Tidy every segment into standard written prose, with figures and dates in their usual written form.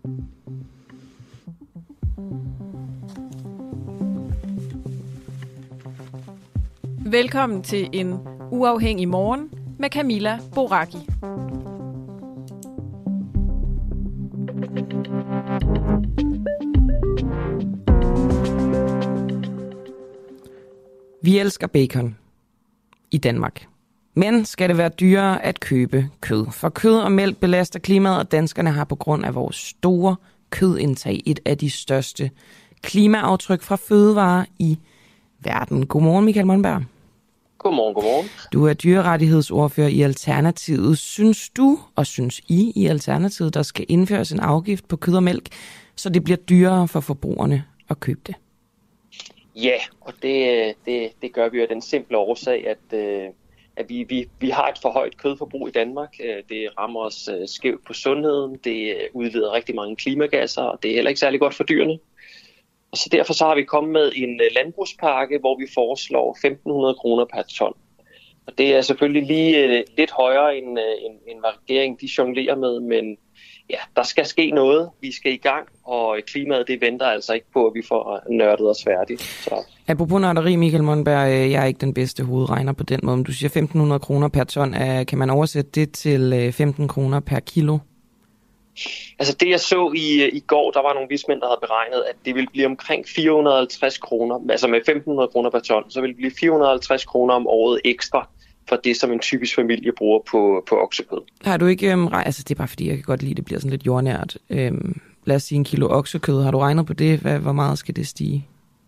Velkommen til en uafhængig morgen med Camilla Boracchi. Vi elsker bacon i Danmark. Men skal det være dyrere at købe kød? For kød og mælk belaster klimaet, og danskerne har på grund af vores store kødindtag et af de største klimaaftryk fra fødevarer i verden. Godmorgen, Michael Monberg. Godmorgen. Du er dyrerettighedsordfører i Alternativet. Synes du, og synes I Alternativet, der skal indføres en afgift på kød og mælk, så det bliver dyrere for forbrugerne at købe det? Ja, og det gør vi jo af den simple årsag, at vi har et for højt kødforbrug i Danmark. Det rammer os skævt på sundheden, det udleder rigtig mange klimagasser, og det er heller ikke særlig godt for dyrene. Og så derfor så har vi kommet med en landbrugspakke, hvor vi foreslår 1.500 kroner per ton. Og det er selvfølgelig lige lidt højere end hvad regeringen de jonglerer med, men ja, der skal ske noget. Vi skal i gang, og klimaet det venter altså ikke på, at vi får nørdet os færdigt. Så. Apropos nørderi, Michael Monberg, jeg er ikke den bedste hovedregner på den måde. Men du siger 1.500 kroner per ton. Kan man oversætte det til 15 kroner per kilo? Altså det jeg så i går, der var nogle vismænd, der havde beregnet, at det ville blive omkring 450 kroner, altså med 1.500 kroner per ton, så ville det blive 450 kroner om året ekstra for det, som en typisk familie bruger på oksekød. Har du ikke, altså det er bare fordi, jeg kan godt lide, det bliver sådan lidt jordnært. Lad os sige 1 kilo oksekød. Har du regnet på det? Hvor meget skal det stige?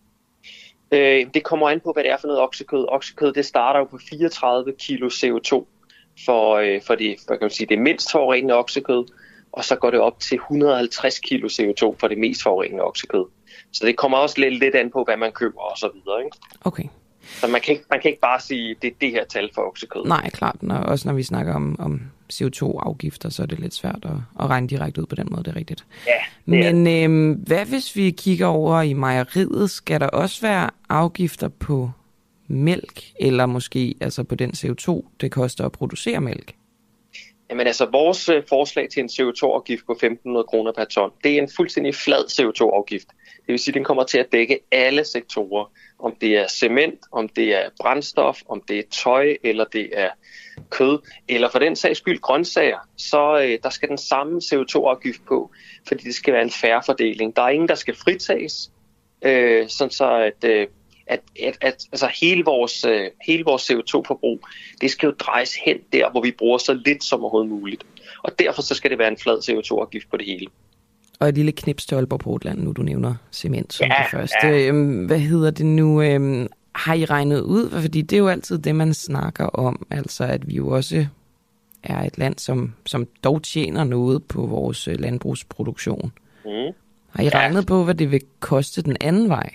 Det kommer an på, hvad det er for noget oksekød. Oksekød, det starter jo på 34 kilo CO2 for det, kan man sige, det mindst forurenende oksekød. Og så går det op til 150 kilo CO2 for det mest forurenende oksekød. Så det kommer også lidt an på, hvad man køber og så videre, ikke? Okay. Så man kan ikke bare sige, det er det her tal for oksekød. Nej, klart. Også når vi snakker om CO2-afgifter, så er det lidt svært at regne direkte ud på den måde, det er rigtigt. Ja, Men hvad hvis vi kigger over i mejeriet? Skal der også være afgifter på mælk, eller måske altså på den CO2, det koster at producere mælk? Jamen altså, vores forslag til en CO2-afgift på 1.500 kroner per ton, det er en fuldstændig flad CO2-afgift. Det vil sige, at den kommer til at dække alle sektorer. Om det er cement, om det er brændstof, om det er tøj, eller det er kød, eller for den sags skyld grøntsager, så der skal den samme CO2-afgift på, fordi det skal være en fair fordeling. Der er ingen, der skal fritages, sådan så at altså hele vores CO2-forbrug, det skal jo drejes hen der, hvor vi bruger så lidt som overhovedet muligt. Og derfor så skal det være en flad CO2-afgift på det hele. Og et lille knips til Aalborg Portland, nu du nævner cement som det første. Ja. Hvad hedder det nu? Har I regnet ud? Fordi det er jo altid det, man snakker om. Altså, at vi jo også er et land, som dog tjener noget på vores landbrugsproduktion. Har I regnet på, hvad det vil koste den anden vej?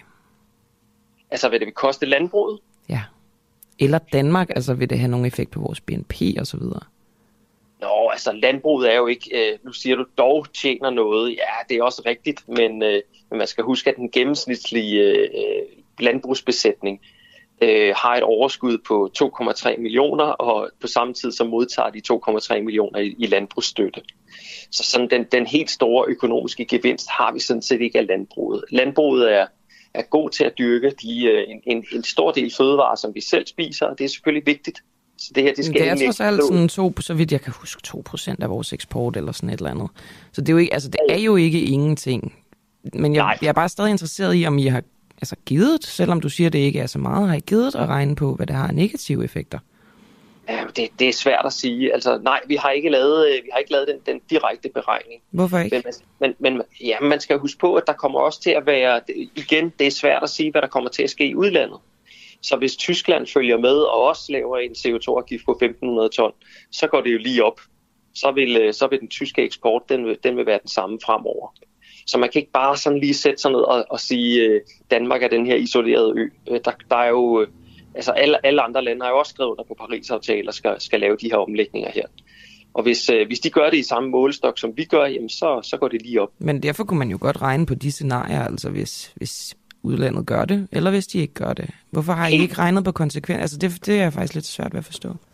Altså, hvad det vil koste landbruget? Ja. Eller Danmark, altså vil det have nogen effekt på vores BNP og så videre? Nå, altså landbruget er jo ikke, nu siger du dog tjener noget, ja det er også rigtigt, men man skal huske, at den gennemsnitlige landbrugsbesætning har et overskud på 2,3 millioner, og på samme tid så modtager de 2,3 millioner i landbrugsstøtte. Så sådan den helt store økonomiske gevinst har vi sådan set ikke af landbruget. Landbruget er god til at dyrke en stor del fødevarer, som vi selv spiser, og det er selvfølgelig vigtigt. Så det her, det er trods alt sådan så vidt jeg kan huske, 2% af vores eksport eller sådan et eller andet. Så det er jo ikke, altså det er jo ikke ingenting. Men jeg er bare stadig interesseret i, om I har givet, selvom du siger, det ikke er så meget, har I givet at regne på, hvad det har negative effekter? Ja, det er svært at sige. Altså nej, vi har ikke lavet den direkte beregning. Hvorfor ikke? Men man skal huske på, at der kommer også til at være, igen, det er svært at sige, hvad der kommer til at ske i udlandet. Så hvis Tyskland følger med og også laver en CO2-afgift på 1.500 ton, så går det jo lige op. Så vil den tyske eksport, den vil være den samme fremover. Så man kan ikke bare sådan lige sætte sig ned og sige, Danmark er den her isolerede ø. Der er jo, altså alle andre lande har jo også skrevet under på Paris-aftalen og skal lave de her omlægninger her. Og hvis de gør det i samme målestok, som vi gør, jamen så går det lige op. Men derfor kunne man jo godt regne på de scenarier, altså hvis udlandet gør det, eller hvis de ikke gør det. Hvorfor har I ikke regnet på konsekvenser? Altså det er faktisk lidt svært ved at forstå.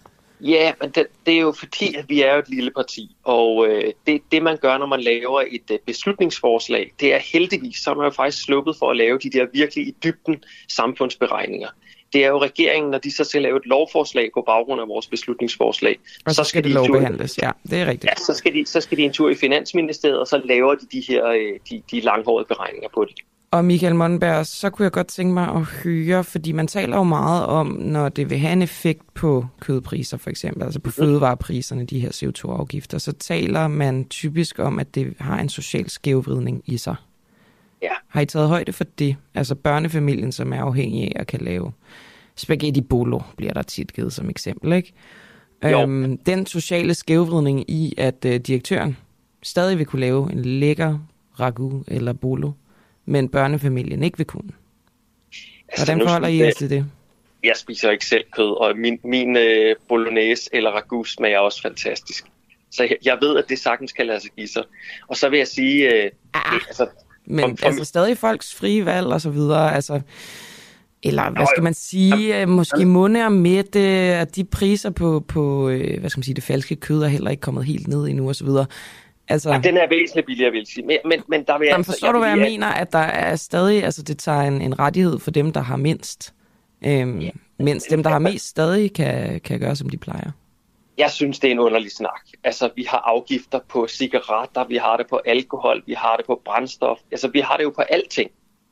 Ja, men det er jo fordi, at vi er jo et lille parti, og det man gør, når man laver et beslutningsforslag, det er heldigvis, så er man jo faktisk sluppet for at lave de der virkelig i dybden samfundsberegninger. Det er jo regeringen, når de så skal lave et lovforslag på baggrund af vores beslutningsforslag. Og så skal det lovbehandles, ja, det er rigtigt. Ja, så skal de en tur i Finansministeriet, og så laver de her de langhårede beregninger på det. Og Michael Monberg, så kunne jeg godt tænke mig at høre, fordi man taler jo meget om, når det vil have en effekt på kødpriser for eksempel, altså på fødevarepriserne, de her CO2-afgifter, så taler man typisk om, at det har en social skævvridning i sig. Ja. Har I taget højde for det? Altså børnefamilien, som er afhængig af at kan lave spaghetti bolo, bliver der tit givet som eksempel, ikke? Den sociale skævvridning i, at direktøren stadig vil kunne lave en lækker ragu eller bolo, men børnefamilien ikke vil kunne. Hvordan forholder I jer til det? Jeg spiser ikke selv kød, og min bolognese eller ragu smager også fantastisk. Så jeg ved, at det sagtens kan lade sig give sig. Og så vil jeg sige... men stadig folks frie valg og så videre, altså... Eller hvad skal man sige, måske munde og mætte, at de priser på hvad skal man sige, det falske kød er heller ikke kommet helt ned endnu og så videre. Altså, den er væsentligt billigere, vil jeg sige. Men der vil jeg forstår du, hvad jeg mener? At der er stadig, altså det tager en rettighed for dem, der har mindst, mens dem, der har mest, stadig kan gøre, som de plejer. Jeg synes, det er en underlig snak. Altså, vi har afgifter på cigaretter, vi har det på alkohol, vi har det på brændstof. Altså, vi har det jo på alting.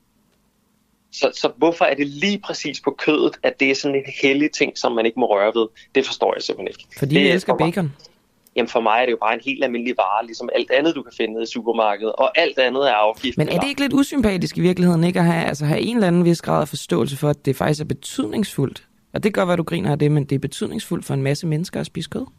Så hvorfor er det lige præcis på kødet, at det er sådan en hellig ting, som man ikke må røre ved? Det forstår jeg simpelthen ikke. Fordi jeg elsker bacon. Jamen for mig er det jo bare en helt almindelig vare, ligesom alt andet, du kan finde i supermarkedet, og alt andet er afgift. Men er det ikke lidt usympatisk i virkeligheden, ikke at have en eller anden vis grad af forståelse for, at det faktisk er betydningsfuldt? Og det gør, hvad du griner af det, men det er betydningsfuldt for en masse mennesker at spise kød?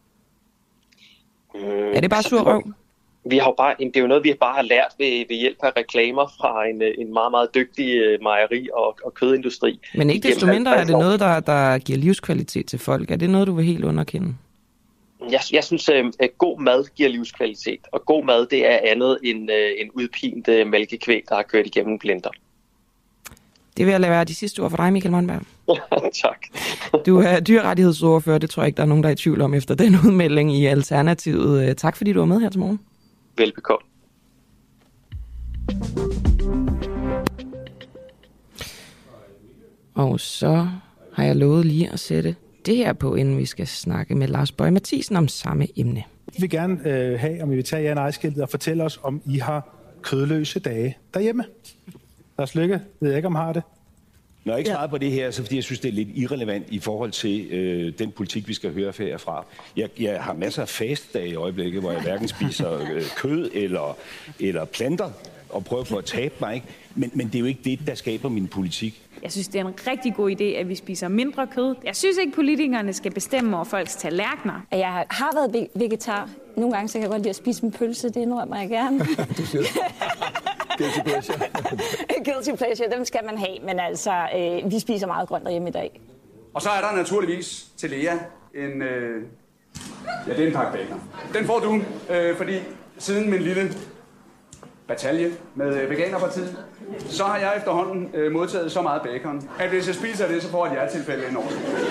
Er det bare sur røv? Det er jo noget, vi bare har lært ved hjælp af reklamer fra en meget, meget dygtig mejeri og kødindustri. Men ikke desto mindre er det noget, der giver livskvalitet til folk. Er det noget, du vil helt underkende? Jeg synes, at god mad giver livskvalitet, og god mad, det er andet end en udpint mælkekvæg, der har kørt igennem blender. Det vil jeg lade være de sidste ord for dig, Michael Monberg. Tak. Du er dyrrettighedsordfører, det tror jeg ikke, der er nogen, der er i tvivl om efter den udmelding i Alternativet. Tak fordi du var med her til morgen. Velbekomme. Og så har jeg lovet lige at sætte det her på, inden vi skal snakke med Lars Boje Mathiesen om samme emne. Vi vil gerne have, om I vil tage jer nej-skiltet og fortælle os, om I har kødløse dage derhjemme. Lars Løkke, ved jeg ikke, om har det? Når jeg ikke svaret på det her, så fordi jeg synes, det er lidt irrelevant i forhold til den politik, vi skal høre herfra. Jeg har masser af fastdage i øjeblikket, hvor jeg hverken spiser kød eller planter og prøver på at tabe mig. Ikke? Men det er jo ikke det, der skaber min politik. Jeg synes, det er en rigtig god idé, at vi spiser mindre kød. Jeg synes ikke, politikerne skal bestemme over folks tallerkener. Jeg har været vegetar. Nogle gange så kan jeg godt lide at spise en pølse. Det indrømmer jeg gerne. Du siger guilty pleasure. Guilty pleasure, dem skal man have. Men altså, vi spiser meget grønt derhjemme i dag. Og så er der naturligvis til Lea det er en pakke bacon. Den får du, fordi siden min lille batalje med Veganerpartiet, så har jeg efterhånden modtaget så meget bacon, at hvis jeg spiser det, så får jeg et hjertetilfælde indover.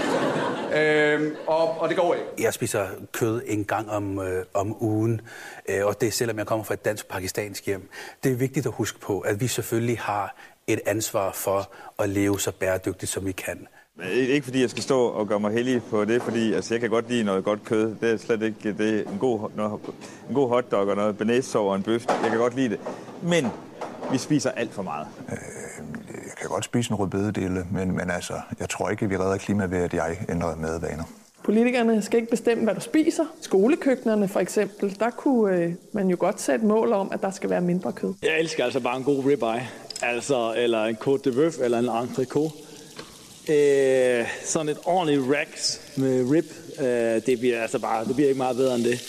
Og det går ikke. Jeg spiser kød en gang om ugen, og det er selvom jeg kommer fra et dansk-pakistansk hjem. Det er vigtigt at huske på, at vi selvfølgelig har et ansvar for at leve så bæredygtigt, som vi kan. Ikke fordi jeg skal stå og gøre mig heldig på det, fordi jeg kan godt lide noget godt kød. Det er slet ikke det. En god hotdog og noget bearnaisesauce og en bøf. Jeg kan godt lide det. Men vi spiser alt for meget. Jeg kan godt spise en rødbededele, men altså, jeg tror ikke, at vi redder klimaet ved, at jeg ændrer madvaner. Politikerne skal ikke bestemme, hvad du spiser. Skolekøkkenerne for eksempel, der kunne man jo godt sætte mål om, at der skal være mindre kød. Jeg elsker altså bare en god ribeye, eller en côte de bœuf, eller en entrecôte. Sådan et ordentligt rack med rib, det bliver ikke meget bedre end det.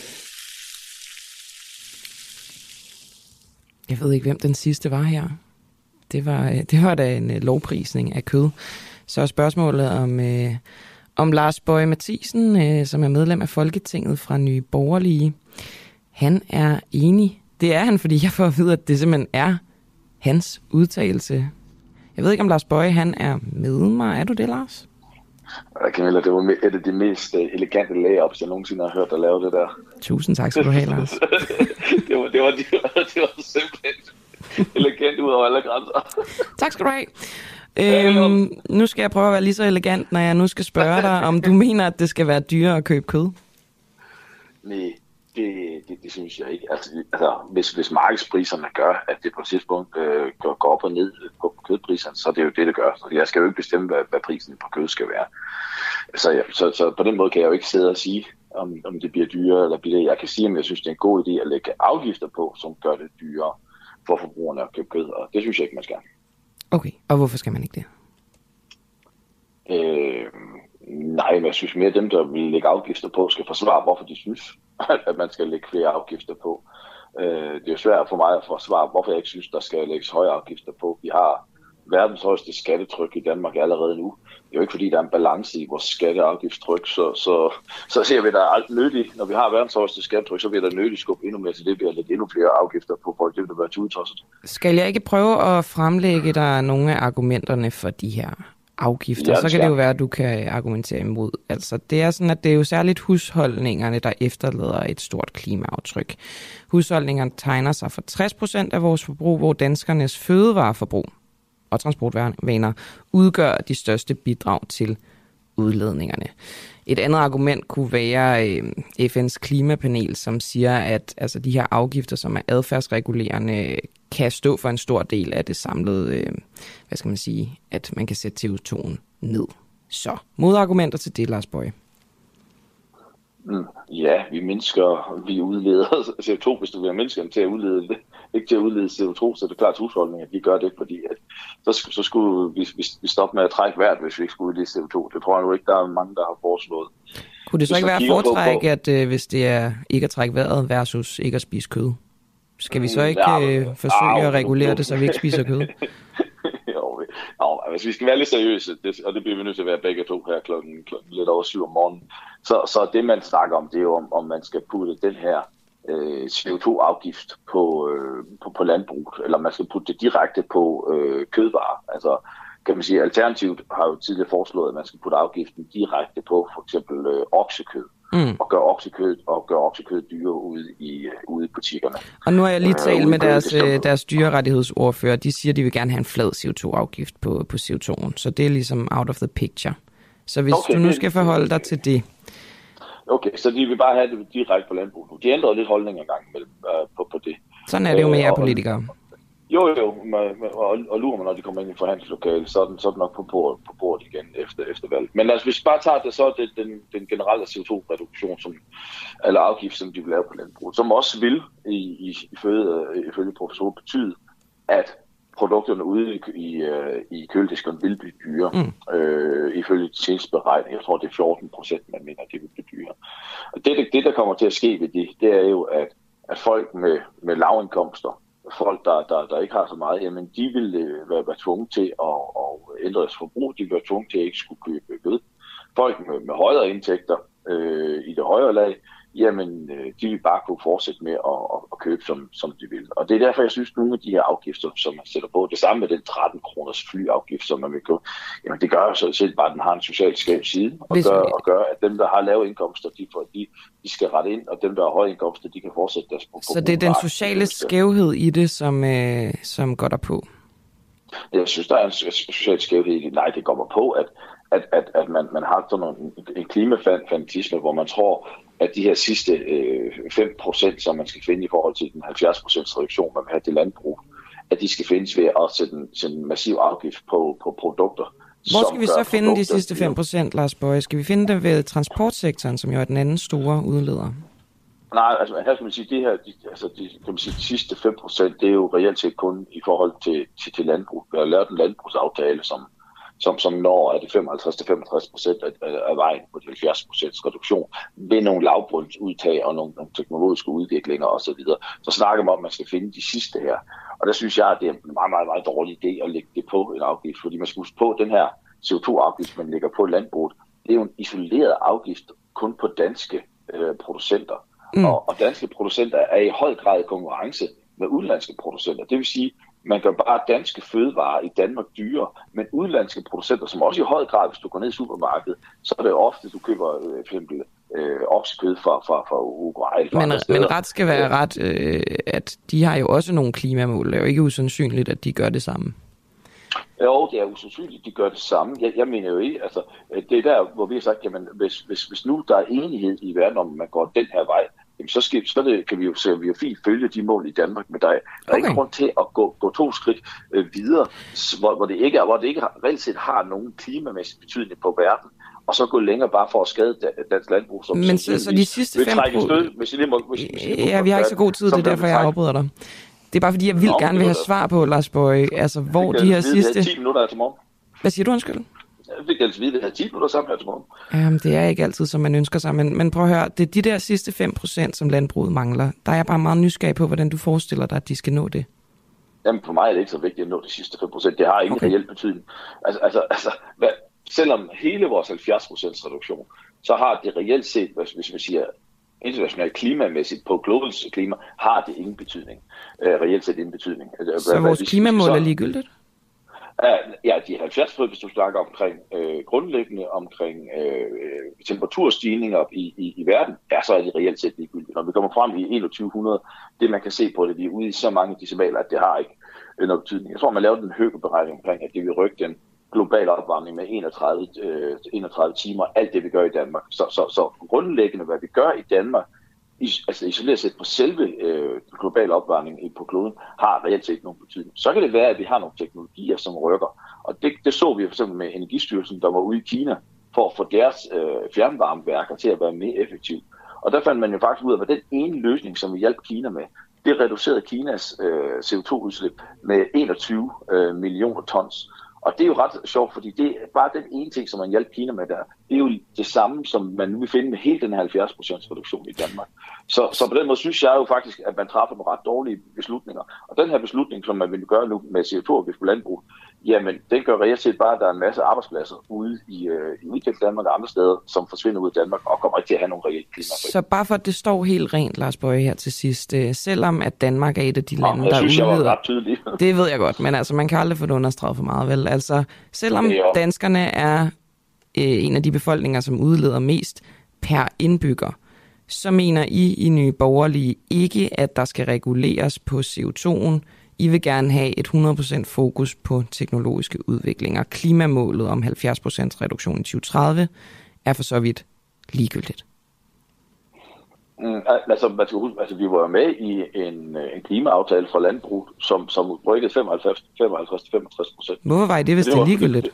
Jeg ved ikke, hvem den sidste var her. Det var da en lovprisning af kød. Så spørgsmålet om Lars Boje Mathiesen, som er medlem af Folketinget fra Nye Borgerlige. Han er enig. Det er han, fordi jeg får at vide, at det simpelthen er hans udtalelse. Jeg ved ikke, om Lars Boje, han er med mig. Er du det, Lars? Camilla, det var et af de mest elegante layups, jeg nogensinde har hørt dig lave det der. Tusind tak skal du have, Lars. det var simpelthen elegant ud over alle grænser. Tak skal du have. Nu skal jeg prøve at være lige så elegant, når jeg nu skal spørge dig, om du mener, at det skal være dyrere at købe kød? Nej, det synes jeg ikke. Altså hvis markedspriserne gør, at det på et tidspunkt går op og ned på kødpriserne, så er det jo det gør. Så jeg skal jo ikke bestemme, hvad prisen på kød skal være. Så på den måde kan jeg jo ikke sidde og sige, om det bliver dyrere eller billigere. Jeg kan sige, om jeg synes, det er en god idé at lægge afgifter på, som gør det dyrere for forbrugerne at købe kød, og det synes jeg ikke, man skal. Okay, og hvorfor skal man ikke det? Nej, men jeg synes mere, at dem, der vil lægge afgifter på, skal forsvare, hvorfor de synes, at man skal lægge flere afgifter på. Det er jo svært for mig at forsvare, hvorfor jeg ikke synes, der skal lægges høje afgifter på. Vi har verdens højeste skattetryk i Danmark allerede nu. Det er jo ikke fordi, der er en balance i vores skatteafgiftstryk, så ser vi, at der er alt nyttigt. Når vi har verdens højeste skattetryk, så bliver der nyttigt skubbe endnu mere til det, ved at lægge endnu flere afgifter på folk. Det vil være tudetosset. Skal jeg ikke prøve at fremlægge dig nogle af argumenterne for de her afgifter? Så kan det jo være, at du kan argumentere imod. Altså, det er sådan, at det er jo særligt husholdningerne, der efterlader et stort klimaaftryk. Husholdningerne tegner sig for 60% af vores forbrug, hvor danskernes fødevareforbrug og transportvaner udgør de største bidrag til udledningerne. Et andet argument kunne være FN's klimapanel, som siger, at altså, de her afgifter, som er adfærdsregulerende, kan stå for en stor del af det samlede, at man kan sætte CO2'en ned. Så modargumenter til det, Lars Boje. Ja, vi udleder CO2, hvis du vil have menneskerne til at udlede det. Ikke til at udlede CO2, så det er klart husholdninger, at vi gør det, fordi at så skulle vi stoppe med at trække vejret, hvis vi ikke skulle udlede CO2. Det tror jeg nu ikke, der er mange, der har foreslået. Kunne det så ikke være at foretrække, at hvis det er ikke at trække vejret versus ikke at spise kød? Skal vi så ikke forsøge at regulere det, så vi ikke spiser kød? Hvis vi skal være lidt seriøse, og det bliver vi nødt til at være begge to her klokken lidt over 7 om morgenen, så det man snakker om, det er jo om man skal putte den her CO2-afgift på landbrug, eller man skal putte det direkte på kødvarer. Altså kan man sige, Alternativet har jo tidligere foreslået, at man skal putte afgiften direkte på for eksempel oksekød. Og gøre oksekød dyre ude i butikkerne. Og nu har jeg lige talt med deres dyrerettighedsordfører. De siger, at de vil gerne have en flad CO2-afgift på CO2'en. Så det er ligesom out of the picture. Så hvis du nu skal forholde dig til det. Okay, så de vil bare have det direkte på landbrug nu. De ændrede lidt holdning engang på det. Sådan er det jo med jer politikere. Jo, og lurer man, når de kommer ind i forhandlingslokalet, så er den nok på bordet igen efter valget. Men altså, hvis vi bare tager det, så er det den generelle CO2-reduktion, eller afgift, som de vil lave på landbrug, som også vil, ifølge professor, betyde, at produkterne ude i kølediskerne vil blive dyre. Ifølge de seneste beregninger, jeg tror, det er 14%, man mener, det vil blive dyre. Og det, der kommer til at ske ved det er jo, at folk med lavindkomster, folk, der ikke har så meget, jamen de vil være tvunget til at ændre deres forbrug, de vil være tvunget til at ikke skulle købe kød. Folk med højere indtægter i det højere lag, jamen de vil bare kunne fortsætte med at købe, som de vil. Og det er derfor, jeg synes, nogle af de her afgifter, som man sætter på, det samme med den 13 kroners flyafgift, som man vil købe, jamen det gør jo så selv bare, at den har en social skæv side, og gør, at dem, der har lave indkomster, de skal rette ind, og dem, der har høje indkomster, de kan fortsætte deres forbrug. Så det er den sociale skævhed i det, som går der på? Jeg synes, der er en social skævhed i det. Nej, det går mig på, at man har sådan en klimafanatisme, hvor man tror, at de her sidste 5%, som man skal finde i forhold til den 70% reduktion, man vil have til landbrug, at de skal findes ved at sætte en massiv afgift på produkter. Hvor skal vi så finde de sidste 5%, Lars Boje? Skal vi finde dem ved transportsektoren, som jo er den anden store udleder? Nej, altså her skal man sige, de sidste 5%, det er jo reelt set kun i forhold til landbrug. Vi har lavet en landbrugsaftale, som når er det 55-65% af vejen på de 70% reduktion ved nogle lavbundsudtag og nogle teknologiske udviklinger osv. Så snakker man om, at man skal finde de sidste her. Og der synes jeg, at det er en meget, meget, meget dårlig idé at lægge det på en afgift, fordi man skal huske på, at den her CO2-afgift, man lægger på landbruget, det er jo en isoleret afgift kun på danske producenter. Og danske producenter er i høj grad i konkurrence med udenlandske producenter. Det vil sige, Man gør bare danske fødevarer i Danmark dyrere, men udenlandske producenter, som også i høj grad, hvis du går ned i supermarkedet, så er det ofte, du køber for eksempel oksekød fra Uruguay. Men ret skal være ret, at de har jo også nogle klimamål. Det er jo ikke usandsynligt, at de gør det samme. Jo, det er usandsynligt, de gør det samme. Jeg mener jo ikke, altså det er der, hvor vi har sagt, jamen hvis nu der er enighed i verden om, at man går den her vej, jamen, så kan vi jo fint følge de mål i Danmark, men der er ikke grund til at gå 2 skridt videre, hvor det ikke reelt set har nogen klimamæssig betydning på verden, og så gå længere bare for at skade dansk landbrug. Men så de sidste 5%... Ja, vi har ikke så god tid, det er derfor, jeg afbryder dig. Det er bare fordi, jeg vil gerne vil have svar på, Lars Boje, altså hvor de her sidste... 10 minutter til morgen. Hvad siger du, undskyld? Jeg fik altså vide, at det er 10 minutter sammen her til morgen. Jamen, det er ikke altid, som man ønsker sig, men prøv at høre, det er de der sidste 5%, som landbruget mangler. Der er jeg bare meget nysgerrig på, hvordan du forestiller dig, at de skal nå det. Jamen, for mig er det ikke så vigtigt at nå de sidste 5%. Det har ingen reel betydning. Selvom hele vores 70% reduktion, så har det reelt set, hvis vi siger internationalt klimamæssigt på global klima, har det ingen betydning. Reelt set ingen betydning. Så vores klimamål er ligegyldigt? Ja, de 70%, hvis du snakker omkring grundlæggende omkring temperaturstigninger i verden, så er de reelt set ligegyldige. Når vi kommer frem i 2100, det man kan se på det, vi er ude i så mange decimaler, at det har ikke noget betydning. Jeg tror, man lavede en høgeberegning omkring, at det vil rykke den globale opvarmning med 31 timer, alt det vi gør i Danmark. Så grundlæggende, hvad vi gør i Danmark, altså isoleret set på selve globale opvarmning på kloden, har reelt set nogen betydning. Så kan det være, at vi har nogle teknologier, som rykker. Og det så vi for eksempel med Energistyrelsen, der var ude i Kina, for at få deres fjernvarmeværker til at være mere effektive. Og der fandt man jo faktisk ud af, at den ene løsning, som vi hjalp Kina med, det reducerede Kinas CO2-udslip med 21 millioner tons. Og det er jo ret sjovt, fordi det er bare den ene ting, som man hjalp Kina med der. Det er jo det samme, som man nu vil finde med hele den her 70% reduktion i Danmark. Så på den måde synes jeg jo faktisk, at man træffer nogle ret dårlige beslutninger. Og den her beslutning, som man vil gøre nu med CO2-afgift på landbrug, jamen den gør reelt set bare, at der er en masse arbejdspladser ude i udkant Danmark og andre steder, som forsvinder ud af Danmark og kommer ikke til at have nogle reelle klimaeffekter. Så bare for at det står helt rent, Lars Boje, her til sidst. Selvom at Danmark er et af de lande, der synes, udleder... Jeg var ret tydelig. Det ved jeg godt, men altså man kan aldrig få det understreget for meget, vel? Altså selvom danskerne er en af de befolkninger, som udleder mest per indbygger, så mener I Nye Borgerlige ikke, at der skal reguleres på CO2'en. I vil gerne have et 100% fokus på teknologiske udviklinger. Klimamålet om 70% reduktion i 2030 er for så vidt ligegyldigt. Altså, vi var med i en klimaaftale fra landbrug, som rykkede 55-65%. Hvorfor var I det, hvis det er ligegyldigt?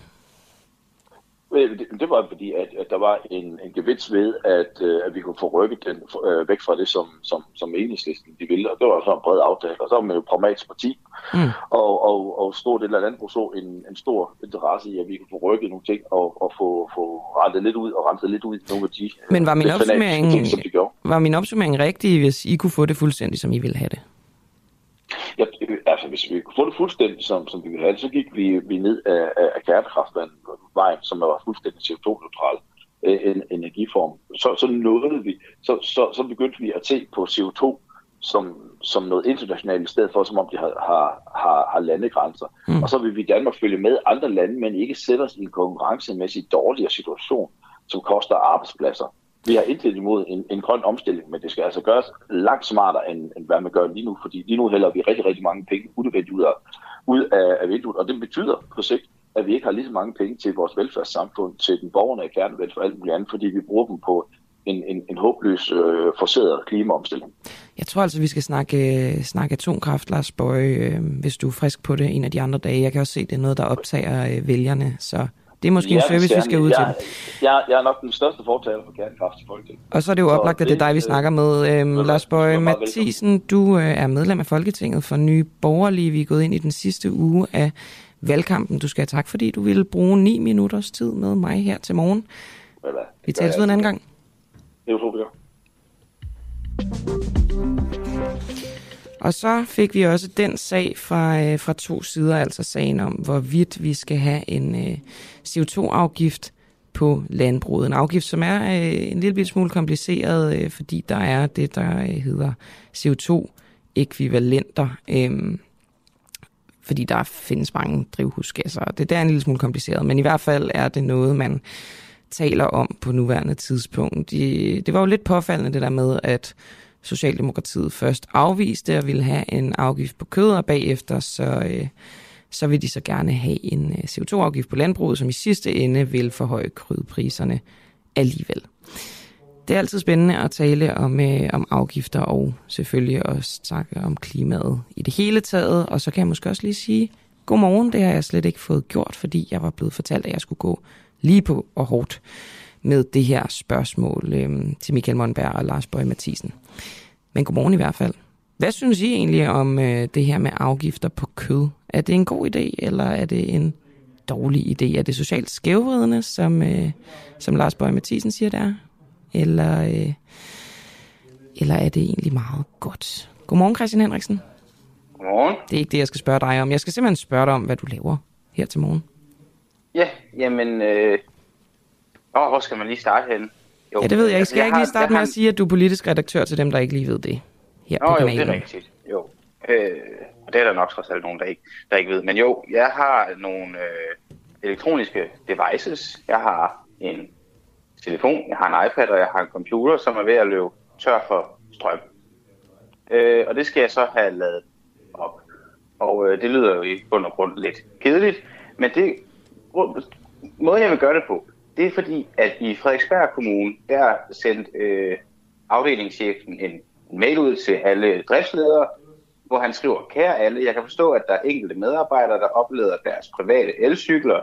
Det var fordi, at der var en gevinst ved, at vi kunne få rykket den væk fra det, som Enhedslisten de ville. Og det var så en bred aftale. Og så var man jo pragmatisk parti. Og stor del af landbrug så en stor interesse i, at vi kunne få rykket nogle ting og få renset lidt ud og renset lidt ud i nogle af de Men var min opsummering rigtig, hvis I kunne få det fuldstændig, som I ville have det? Ja, altså hvis vi kunne få det fuldstændig, som vi ville have det, så gik vi ned af kernekraftvejen, som var fuldstændig CO2-neutral energiform. Så nåede vi, så begyndte vi at se på CO2 som noget internationalt i stedet for, som om de har landegrænser. Og så vil vi i Danmark følge med andre lande, men ikke sætte os i en konkurrencemæssigt dårligere situation, som koster arbejdspladser. Vi har intet imod en grøn omstilling, men det skal altså gøres langt smartere, end hvad man gør lige nu, fordi lige nu hælder vi rigtig, rigtig mange penge unødvendigt ud af vinduet, og det betyder på sigt, at vi ikke har lige så mange penge til vores velfærdssamfund, til den borgerne kernevelfærd og alt muligt andet, fordi vi bruger dem på en håbløs forceret klimaomstilling. Jeg tror altså, vi skal snakke atomkraft, Lars Boje, hvis du er frisk på det en af de andre dage. Jeg kan også se, det er noget, der optager vælgerne, så det er måske en service, vi skal ud til. Jeg er nok den største fortaler for kernekraft i Folketinget. Og så er det jo oplagt, at det er dig, vi snakker med. Lars Boje Mathiesen, du er medlem af Folketinget for Nye Borgerlige. Vi er gået ind i den sidste uge af valgkampen. Du skal have tak, fordi du ville bruge 9 minutters tid med mig her til morgen. Vi tales ved en anden gang. Det er jo Og så fik vi også den sag fra 2 sider, altså sagen om, hvorvidt vi skal have en CO2-afgift på landbruget. En afgift, som er en lille smule kompliceret, fordi der er det, der hedder CO2-ekvivalenter. fordi der findes mange drivhusgasser. Det er en lille smule kompliceret, men i hvert fald er det noget, man taler om på nuværende tidspunkt. Det var jo lidt påfaldende det der med, at Socialdemokratiet først afviste at ville have en afgift på kød, og bagefter så vil de så gerne have en CO2-afgift på landbruget, som i sidste ende vil forhøje kødpriserne alligevel. Det er altid spændende at tale om afgifter, og selvfølgelig også snakke om klimaet i det hele taget. Og så kan jeg måske også lige sige, godmorgen, det har jeg slet ikke fået gjort, fordi jeg var blevet fortalt, at jeg skulle gå lige på og hårdt med det her spørgsmål til Michael Monberg og Lars Boje Mathiesen. Men godmorgen i hvert fald. Hvad synes I egentlig om det her med afgifter på kød? Er det en god idé, eller er det en dårlig idé? Er det socialt skævvridende, som Lars Boje Mathiesen siger der? Eller er det egentlig meget godt? Godmorgen, Christian Henriksen. Godmorgen. Det er ikke det, jeg skal spørge dig om. Jeg skal simpelthen spørge dig om, hvad du laver her til morgen. Ja, jamen... hvor skal man lige starte henne? Jo, ja, det ved jeg ikke. Skal jeg ikke lige starte med at sige, at du er politisk redaktør til dem, der ikke lige ved det her på kanalen? Jo, det er rigtigt. Jo. Og det er der nok trods alt nogen, der ikke ved. Men jo, jeg har nogle elektroniske devices. Jeg har en telefon, jeg har en iPad, og jeg har en computer, som er ved at løbe tør for strøm. Og det skal jeg så have lavet op. Og det lyder jo i bund og grund lidt kedeligt, men måden jeg vil gøre det på, det er fordi, at i Frederiksberg Kommune, der sendte afdelingschefen en mail ud til alle driftsledere, hvor han skriver, kære alle, jeg kan forstå, at der er enkelte medarbejdere, der oplader deres private elcykler,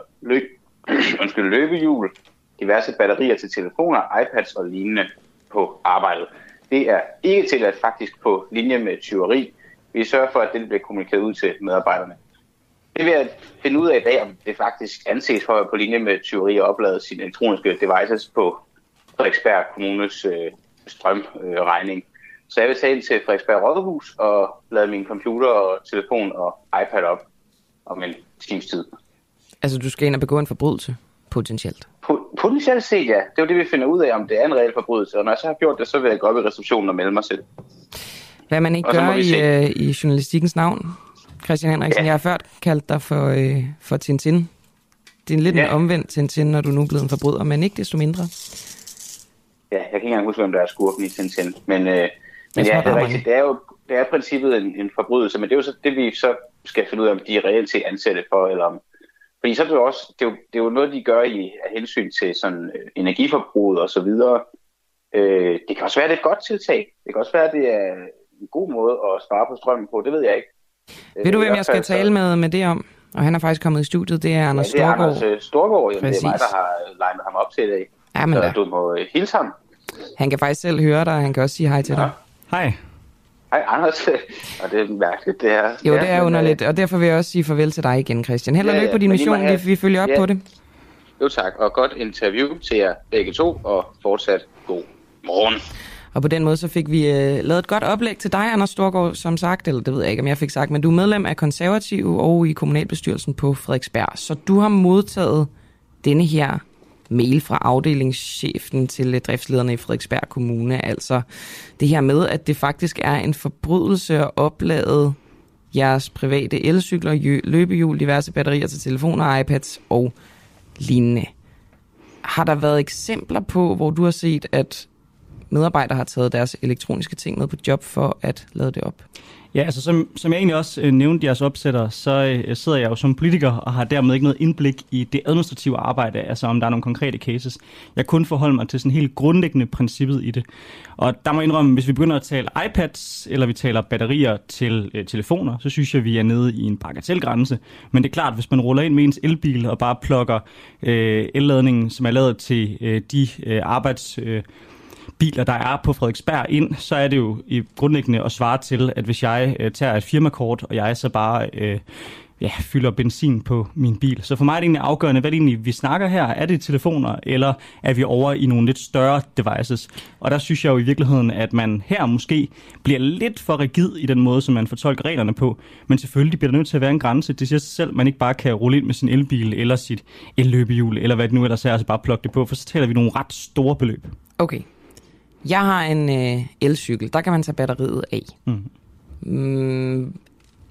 løbehjul, diverse batterier til telefoner, iPads og lignende på arbejdet. Det er ikke tilladt faktisk på linje med tyveri. Vi sørger for, at det bliver kommunikeret ud til medarbejderne. Det vil jeg finde ud af i dag, om det faktisk anses for at på linje med tyveri og oplade sine elektroniske devices på Frederiksberg Kommunes strømregning. Så jeg vil tage ind til Frederiksberg Rådhus og lade min computer og telefon og iPad op om en times tid. Altså du skal ind og begå en forbrydelse, potentielt? Potentielt set, ja. Det er jo det, vi finder ud af, om det er en reel forbrydelse. Og når jeg så har gjort det, så vil jeg gå op i receptionen og melde mig selv. Hvad man ikke gør i journalistikkens navn, Christian Henriksen. Ja. Jeg har før kaldt dig for Tintin. Det er lidt en omvendt Tintin, når du nu er blevet en forbryder, men ikke desto mindre. Ja, jeg kan ikke engang huske, hvem der er skurken i Tintin. Men ja, det er rigtigt. Det er i princippet en forbrydelse, men det er jo så det, vi så skal finde ud af, om de er reelt set ansatte for, eller om... Fordi så er det jo også, det er jo noget, de gør af hensyn til sådan energiforbruget og så videre. Det kan også være, det er et godt tiltag. Det kan også være, det er en god måde at spare på strømmen på. Det ved jeg ikke. Ved du, hvem jeg skal tale med det om? Og han er faktisk kommet i studiet. Det er Anders Storgård. Det er Anders Storgård. Jamen, det er mig, der har legnet ham op til i dag. Jamen så du må hilse ham. Han kan faktisk selv høre dig, og han kan også sige hej til dig. Hej. Hej, Anders. Og det er mærkeligt, det her. Jo, det er underligt, og derfor vil jeg også sige farvel til dig igen, Christian. Held og lykke på din mission, vi følger op på det. Jo tak, og godt interview til jer begge to, og fortsat god morgen. Og på den måde så fik vi lavet et godt oplæg til dig, Anders Storgård, som sagt, eller det ved jeg ikke, om jeg fik sagt, men du er medlem af Konservative og i kommunalbestyrelsen på Frederiksberg. Så du har modtaget denne her mail fra afdelingschefen til driftslederne i Frederiksberg Kommune, altså det her med, at det faktisk er en forbrydelse at oplade jeres private elcykler, løbehjul, diverse batterier til telefoner, iPads og lignende. Har der været eksempler på, hvor du har set, at medarbejdere har taget deres elektroniske ting med på job for at lade det op? Ja, altså som jeg egentlig også nævnte jeres opsætter, så sidder jeg jo som politiker og har dermed ikke noget indblik i det administrative arbejde, altså om der er nogle konkrete cases. Jeg kun forholder mig til sådan helt grundlæggende princippet i det. Og der må jeg indrømme, hvis vi begynder at tale iPads, eller vi taler batterier til telefoner, så synes jeg, vi er nede i en bagatelgrænse. Men det er klart, hvis man ruller ind med ens elbil og bare plukker elladningen, som er lavet til de biler, der er på Frederiksberg ind, så er det jo grundlæggende at svare til, at hvis jeg tager et firmakort, og jeg så bare fylder benzin på min bil. Så for mig er det egentlig afgørende, hvad det egentlig vi snakker her. Er det telefoner, eller er vi over i nogle lidt større devices? Og der synes jeg jo i virkeligheden, at man her måske bliver lidt for rigid i den måde, som man fortolker reglerne på. Men selvfølgelig bliver der nødt til at være en grænse. Det siger sig selv, at man ikke bare kan rulle ind med sin elbil, eller sit elløbehjul, eller hvad det nu ellers er, altså bare plukke det på, for så taler vi nogle ret store beløb. Okay. Jeg har en elcykel. Der kan man tage batteriet af. Er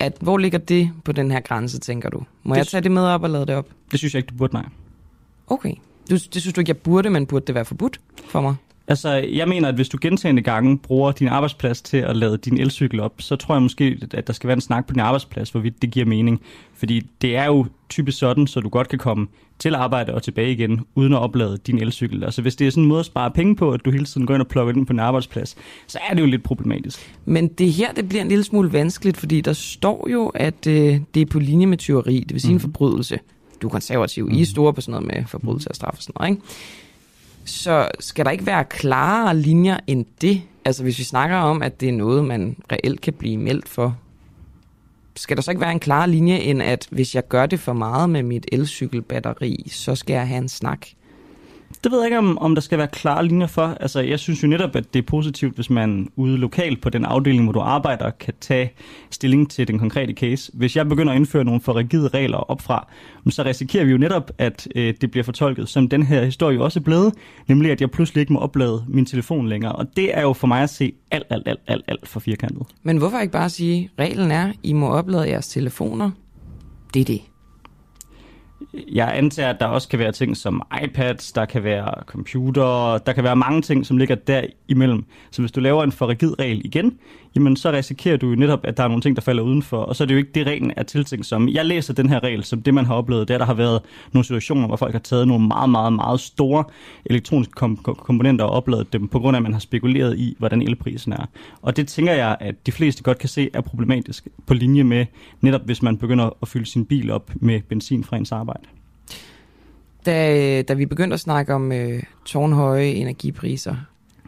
Hvor ligger det på den her grænse, tænker du? Må jeg tage det med op og lade det op? Det synes jeg ikke, du burde, nej. Okay. Det synes du ikke, jeg burde, men burde det være forbudt for mig? Altså, jeg mener, at hvis du gentagne gange bruger din arbejdsplads til at lade din elcykel op, så tror jeg måske, at der skal være en snak på din arbejdsplads, hvorvidt det giver mening. Fordi det er jo typisk sådan, så du godt kan komme til arbejde og tilbage igen, uden at oplade din elcykel. Altså, hvis det er sådan en måde at spare penge på, at du hele tiden går ind og plukker den på din arbejdsplads, så er det jo lidt problematisk. Men det her, det bliver en lille smule vanskeligt, fordi der står jo, at det er på linje med tyveri, det vil sige en forbrydelse. Du er konservativ, I er store på sådan noget med forbrydelse og straf og sådan noget, ikke? Så skal der ikke være klarere linjer end det? Altså hvis vi snakker om, at det er noget, man reelt kan blive meldt for, skal der så ikke være en klar linje end, at hvis jeg gør det for meget med mit elcykelbatteri, så skal jeg have en snak? Det ved jeg ikke, om der skal være klare linjer for. Altså, jeg synes jo netop, at det er positivt, hvis man ude lokalt på den afdeling, hvor du arbejder, kan tage stilling til den konkrete case. Hvis jeg begynder at indføre nogle for rigide regler opfra, så risikerer vi jo netop, at det bliver fortolket, som den her historie også er blevet, nemlig at jeg pludselig ikke må oplade min telefon længere. Og det er jo for mig at se alt for firkantet. Men hvorfor ikke bare sige, reglen er, I må oplade jeres telefoner? Det er det. Jeg antager, at der også kan være ting som iPads, der kan være computer, der kan være mange ting, som ligger derimellem. Så hvis du laver en for rigid regel igen, jamen så risikerer du jo netop, at der er nogle ting, der falder udenfor. Og så er det jo ikke det, reglen er tiltænkt som. Jeg læser den her regel som det, man har oplevet. Der har været nogle situationer, hvor folk har taget nogle meget store elektroniske komponenter og opladet dem, på grund af, at man har spekuleret i, hvordan elprisen er. Og det tænker jeg, at de fleste godt kan se er problematisk på linje med, netop hvis man begynder at fylde sin bil op med benzin fra ens arbejde. Da vi begyndte at snakke om tårnhøje energipriser,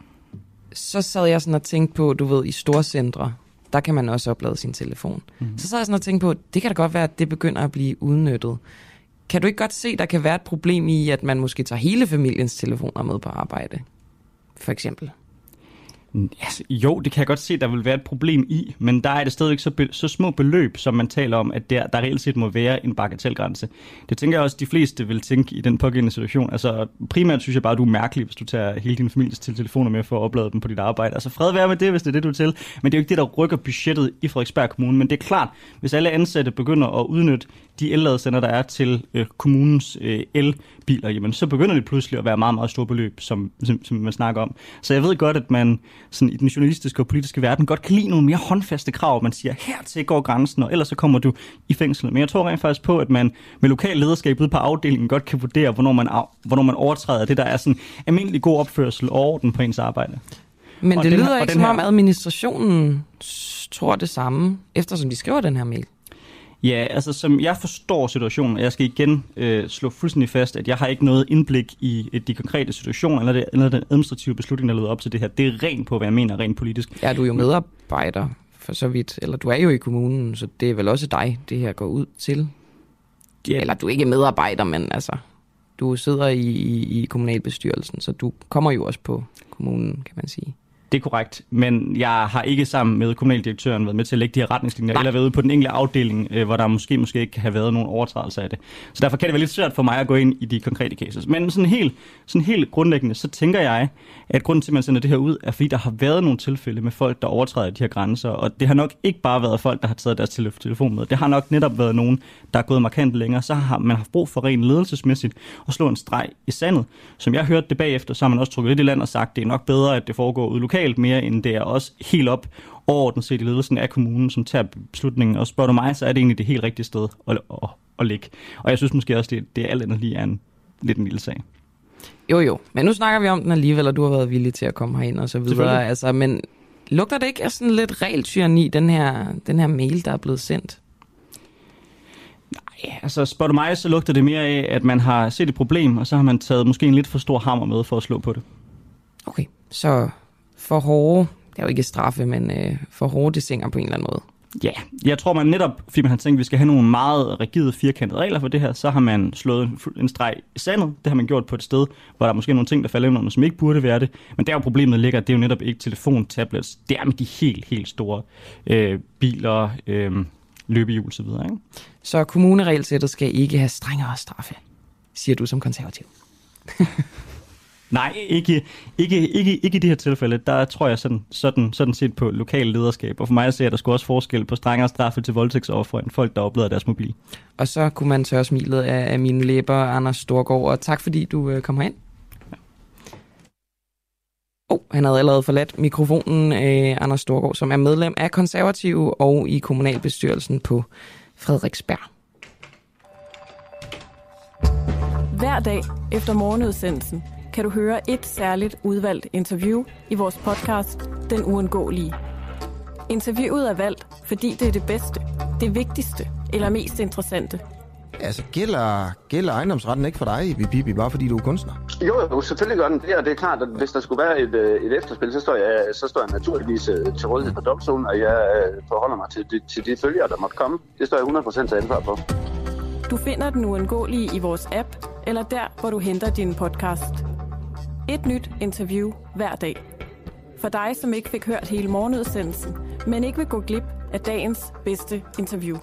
så sad jeg sådan og tænkte på, du ved, i storcentre, der kan man også oplade sin telefon. Så sad jeg sådan og tænkte på, det kan da godt være, at det begynder at blive udnyttet. Kan du ikke godt se, der kan være et problem i, at man måske tager hele familiens telefoner med på arbejde? For eksempel. Altså, jo, det kan jeg godt se, der vil være et problem i, men der er det stadigvæk så små beløb, som man taler om, at der reelt set må være en bagatelgrænse. Det tænker jeg også, de fleste vil tænke i den pågældende situation. Altså primært synes jeg bare, at du er mærkelig, hvis du tager hele din families telefoner med for at oplade dem på dit arbejde. Altså fred være med det, hvis det er det, du er til. Men det er jo ikke det, der rykker budgettet i Frederiksberg Kommune. Men det er klart, hvis alle ansatte begynder at udnytte de elladesender, der er til kommunens elbiler, jamen, så begynder det pludselig at være meget store beløb, som man snakker om. Så jeg ved godt, at man sådan, i den journalistiske og politiske verden godt kan lide nogle mere håndfaste krav. Man siger, hertil går grænsen, og ellers så kommer du i fængsel. Men jeg tror rent faktisk på, at man med lokal lederskab ude på afdelingen godt kan vurdere, hvornår man overtræder det, der er sådan almindelig god opførsel og orden på ens arbejde. Men det lyder ikke som om administrationen tror det samme, eftersom de skriver den her mail. Ja, altså som jeg forstår situationen, og jeg skal igen slå fuldstændig fast, at jeg har ikke noget indblik i de konkrete situationer, eller den administrative beslutning, der leder op til det her. Det er rent på, hvad jeg mener, rent politisk. Ja, du er jo medarbejder for så vidt, eller du er jo i kommunen, så det er vel også dig, det her går ud til. Ja. Eller du er ikke medarbejder, men altså, du sidder i kommunalbestyrelsen, så du kommer jo også på kommunen, kan man sige. Det er korrekt, men jeg har ikke sammen med kommunaldirektøren været med til at lægge de her retningslinjer, eller været ude på den enkelte afdeling, hvor der måske ikke kan have været nogen overtrædelse af det. Så derfor kan det være lidt svært for mig at gå ind i de konkrete cases. Men sådan helt grundlæggende, så tænker jeg, at grunden til, at man sender det her ud, er fordi der har været nogle tilfælde med folk, der overtræder de her grænser, og det har nok ikke bare været folk, der har taget deres telefon med. Det har nok netop været nogen, der er gået markant længere. Så har man haft brug for rent ledelsesmæssigt at slå en streg i sandet. Som jeg hørte det bagefter, så har man også trukket lidt i land og sagt, at det er nok bedre, at det foregår ude lokalt mere, end det er også helt op overordnet set i ledelsen af kommunen, som tager beslutningen. Og spørger du mig, så er det egentlig det helt rigtige sted at ligge. Og jeg synes måske også, det alt andet lige er lidt en lille sag. Jo, men nu snakker vi om den alligevel, og du har været villig til at komme herind og så videre. Altså, men lugter det ikke af sådan lidt regeltyranni, den her mail, der er blevet sendt? Nej, altså spørger du mig, så lugter det mere af, at man har set et problem, og så har man taget måske en lidt for stor hammer med for at slå på det. Okay, så for hårde, det er jo ikke straffe, men for hårde desinger på en eller anden måde. Ja, jeg tror man netop, fordi man har tænkt, at vi skal have nogle meget rigide, firkantede regler for det her, så har man slået en streg i sandet. Det har man gjort på et sted, hvor der er måske nogle ting, der falder ind under, som ikke burde være det. Men der er jo problemet ligger, det er jo netop ikke telefon, tablets. Det er med de helt store biler, løbehjul osv. Så kommuneregelsættet skal ikke have strengere straffe, siger du som konservativ. Nej, ikke i det her tilfælde. Der tror jeg sådan set på lokal lederskab. Og for mig ser jeg, der skulle også forskel på strengere straffe til voldtægtsofre end folk, der oplader deres mobil. Og så kunne man tørre smilet af mine læber, Anders Storgård. Og tak fordi du kom herind. Han havde allerede forladt mikrofonen, Anders Storgård, som er medlem af Konservative og i kommunalbestyrelsen på Frederiksberg. Hver dag efter morgenudsendelsen kan du høre et særligt udvalgt interview i vores podcast Den Uundgåelige. Interviewet er valgt, fordi det er det bedste, det vigtigste eller mest interessante. Altså, gælder ejendomsretten ikke for dig, Bibi, bare fordi du er kunstner? Jo, selvfølgelig gør den det, og det er klart, at hvis der skulle være et efterspil, så står jeg naturligvis til rådighed for domstolen, og jeg forholder mig til de følgere, der måtte komme. Det står jeg 100% til ansvar for. Du finder Den Uundgåelige i vores app, eller der, hvor du henter din podcast. Et nyt interview hver dag. For dig, som ikke fik hørt hele morgenudsendelsen, men ikke vil gå glip af dagens bedste interview.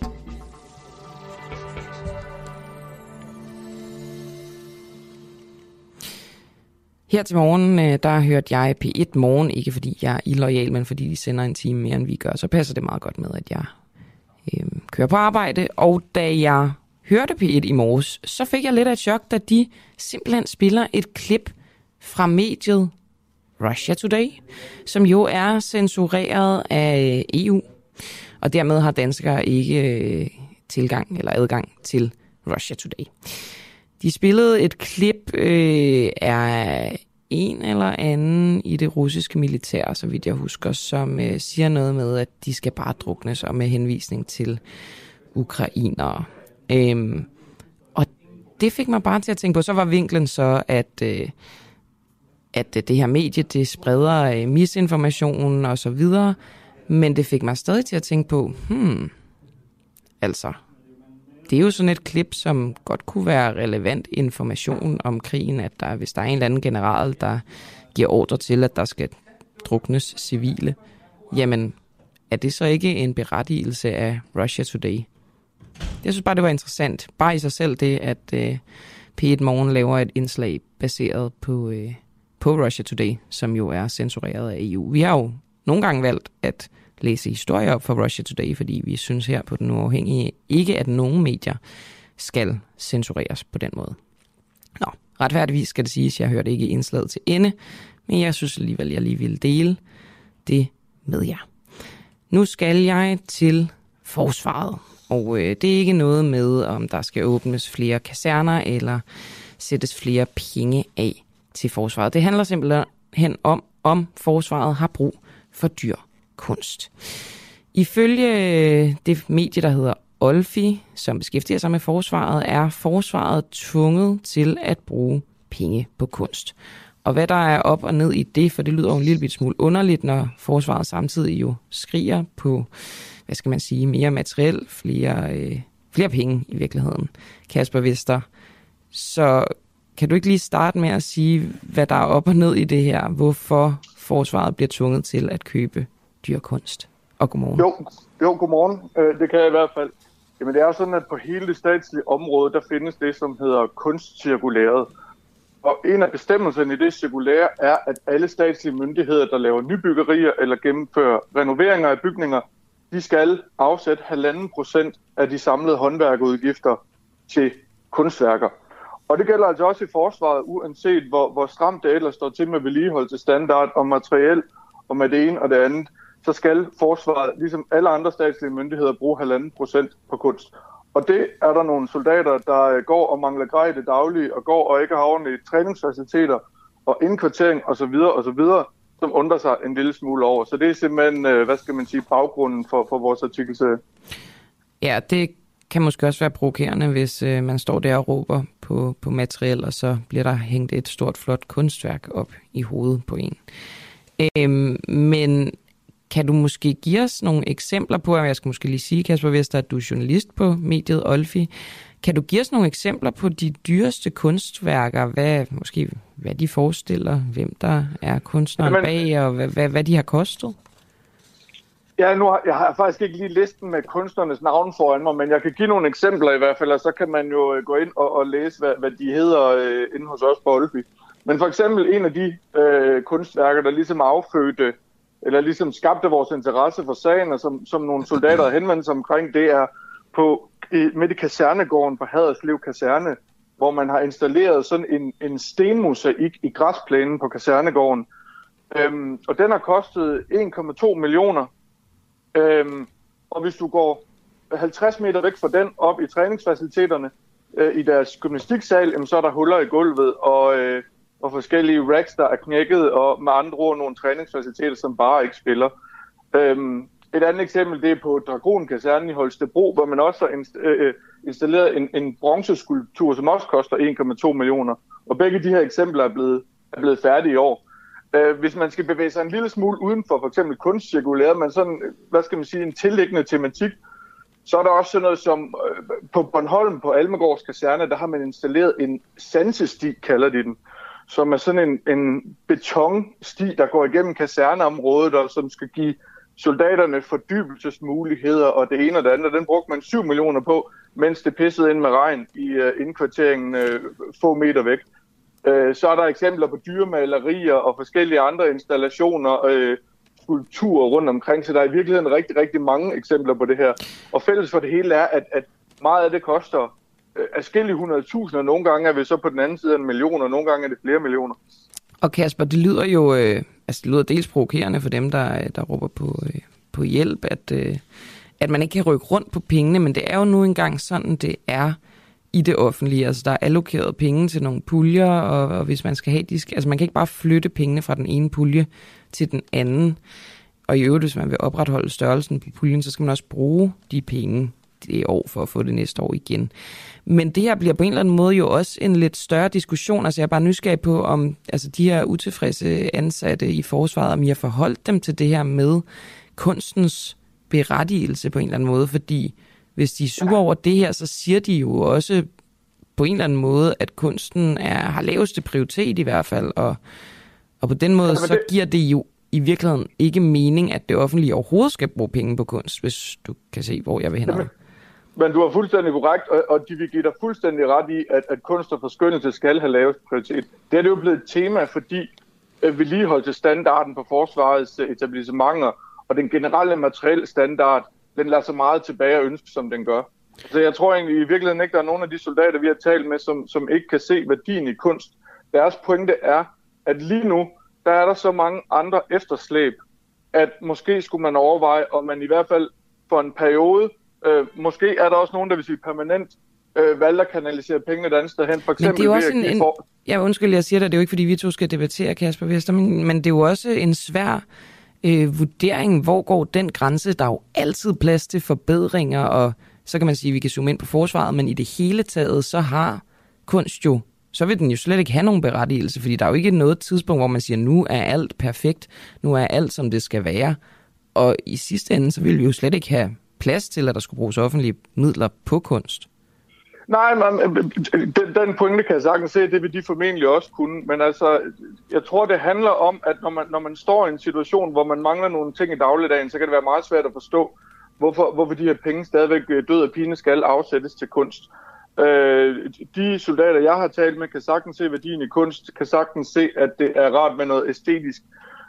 Her til morgen, der hørte jeg P1 Morgen, ikke fordi jeg er illoyal, men fordi de sender en time mere, end vi gør, så passer det meget godt med, at jeg kører på arbejde. Og da jeg hørte P1 i morges, så fik jeg lidt af et chok, da de simpelthen spiller et klip fra mediet Russia Today, som jo er censureret af EU, og dermed har danskere ikke tilgang eller adgang til Russia Today. De spillede et klip af en eller anden i det russiske militær, så vidt jeg husker, som siger noget med, at de skal bare druknes, og med henvisning til ukrainere. Og det fik mig bare til at tænke på, så var vinklen så, at det her medie, det spreder misinformation og så videre, men det fik mig stadig til at tænke på, altså, det er jo sådan et klip, som godt kunne være relevant information om krigen, at hvis der er en eller anden general, der giver ordre til, at der skal druknes civile, jamen, er det så ikke en berettigelse af Russia Today? Jeg synes bare, det var interessant. Bare i sig selv det, at P1 Morgen laver et indslag baseret på Russia Today, som jo er censureret af EU. Vi har jo nogle gange valgt at læse historier op for Russia Today, fordi vi synes her på Den Uafhængige ikke, at nogen medier skal censureres på den måde. Nå, retfærdigvis skal det siges, at jeg hørte ikke indslaget til ende, men jeg synes alligevel, jeg lige ville dele det med jer. Nu skal jeg til forsvaret, og det er ikke noget med, om der skal åbnes flere kaserner eller sættes flere penge af til forsvaret. Det handler simpelthen om forsvaret har brug for dyr kunst. Ifølge det medie, der hedder Olfi, som beskæftiger sig med forsvaret, er forsvaret tvunget til at bruge penge på kunst. Og hvad der er op og ned i det, for det lyder jo en lille smule underligt, når forsvaret samtidig jo skriger på, hvad skal man sige, mere materiel, flere penge i virkeligheden. Kasper Vester, så kan du ikke lige starte med at sige, hvad der er op og ned i det her? Hvorfor forsvaret bliver tvunget til at købe dyr kunst? Og godmorgen. Jo, godmorgen. Det kan jeg i hvert fald. Jamen det er jo sådan, at på hele det statslige område, der findes det, som hedder kunstcirkulæret. Og en af bestemmelserne i det cirkulære er, at alle statslige myndigheder, der laver nybyggerier eller gennemfører renoveringer af bygninger, de skal afsætte 1,5% af de samlede håndværkerudgifter til kunstværker. Og det gælder altså også i forsvaret, uanset hvor stramt det ellers står til med vedligeholdelse standard og materiel og med det ene og det andet, så skal forsvaret, ligesom alle andre statslige myndigheder, bruge 1,5% på kunst. Og det er der nogle soldater, der går og mangler grej det daglige, og går og ikke har ordentlige træningsfaciliteter og indkvartering osv., som undrer sig en lille smule over. Så det er simpelthen, baggrunden for vores artikelserie. Ja, det kan måske også være provokerende, hvis man står der og råber på materiel, og så bliver der hængt et stort, flot kunstværk op i hovedet på en. Men kan du måske give os nogle eksempler på, og jeg skal måske lige sige, Kasper Vester, at du er journalist på mediet Olfi. Kan du give os nogle eksempler på de dyreste kunstværker, hvad de forestiller, hvem der er kunstneren bag, og hvad de har kostet? Ja, jeg har faktisk ikke lige listen med kunstnernes navn foran mig, men jeg kan give nogle eksempler i hvert fald, og så kan man jo gå ind og læse, hvad de hedder inde hos os på Olfi. Men for eksempel en af de kunstværker, der ligesom affødte, eller ligesom skabte vores interesse for sagen, og som nogle soldater henvendte sig omkring, det er midt i kasernegården på Haderslev Kaserne, hvor man har installeret sådan en stenmosaik i græsplænen på kasernegården. Og den har kostet 1,2 millioner. Og hvis du går 50 meter væk fra den, op i træningsfaciliteterne, i deres gymnastiksal, så er der huller i gulvet og forskellige racks, der er knækket, og med andre ord nogle træningsfaciliteter, som bare ikke spiller. Et andet eksempel, det er på Dragon-kasernen i Holstebro, hvor man også har installeret en bronzeskulptur, som også koster 1,2 millioner. Og begge de her eksempler er blevet færdige i år. Hvis man skal bevæge sig en lille smule uden for eksempel kunstcirkulæret, men sådan, hvad skal man sige, en tilliggende tematik, så er der også sådan noget som på Bornholm, på Almegårds kaserne, der har man installeret en sansesti, kalder de den, som er sådan en betonsti, der går igennem kaserneområdet, og som skal give soldaterne fordybelsesmuligheder og det ene og det andet. Den brugte man 7 millioner på, mens det pissede ind med regn i indkvarteringen få meter væk. Så er der eksempler på dyremalerier og forskellige andre installationer, skulpturer rundt omkring, så der er i virkeligheden rigtig, rigtig mange eksempler på det her. Og fælles for det hele er, at meget af det koster adskillige 100.000, og nogle gange er vi så på den anden side af 1 million, og nogle gange er det flere millioner. Og Kasper, det lyder jo det lyder dels provokerende for dem, der råber på hjælp, at man ikke kan rykke rundt på pengene, men det er jo nu engang sådan, det er i det offentlige. Altså, der er allokeret penge til nogle puljer, og hvis man skal have altså man kan ikke bare flytte pengene fra den ene pulje til den anden. Og i øvrigt, hvis man vil opretholde størrelsen på puljen, så skal man også bruge de penge det år for at få det næste år igen. Men det her bliver på en eller anden måde jo også en lidt større diskussion. Altså jeg er bare nysgerrig på, om altså, de her utilfredse ansatte i forsvaret, om I har forholdt dem til det her med kunstens berettigelse på en eller anden måde. Fordi hvis de er sure over det her, så siger de jo også på en eller anden måde, at kunsten har laveste prioritet i hvert fald. Og på den måde, så giver det jo i virkeligheden ikke mening, at det offentlige overhovedet skal bruge penge på kunst, hvis du kan se, hvor jeg vil hen. Men du har fuldstændig korrekt, og de vil give dig fuldstændig ret i, at kunst og forskønnelse skal have lavest prioritet. Det er det jo blevet et tema, fordi vedligeholdelsesstandarden på forsvarets etablissementer og den generelle materielle standard, den lader så meget tilbage og ønske, som den gør. Så jeg tror egentlig i virkeligheden ikke, der er nogen af de soldater, vi har talt med, som ikke kan se værdien i kunst. Deres pointe er, at lige nu, der er der så mange andre efterslæb, at måske skulle man overveje, om man i hvert fald for en periode, måske er der også nogen, der vil sige permanent, valgte at kanalisere pengene et andet sted hen. For eksempel, men det er jo også jeg undskyld, jeg siger det er jo ikke, fordi vi to skal debattere, Kasper Vester, men det er jo også en svær vurdering, hvor går den grænse. Der er jo altid plads til forbedringer, og så kan man sige, at vi kan zoome ind på forsvaret, men i det hele taget, så har kunst jo, så vil den jo slet ikke have nogen berettigelse, fordi der er jo ikke noget tidspunkt, hvor man siger, nu er alt perfekt, nu er alt, som det skal være. Og i sidste ende, så vil vi jo slet ikke have plads til, at der skulle bruges offentlige midler på kunst. Nej, den pointe kan jeg sagtens se, det vil de formentlig også kunne. Men altså, jeg tror, det handler om, at når man står i en situation, hvor man mangler nogle ting i dagligdagen, så kan det være meget svært at forstå, hvorfor de her penge stadigvæk død og pine skal afsættes til kunst. De soldater, jeg har talt med, kan sagtens se værdien i kunst, kan sagtens se, at det er rart med noget æstetisk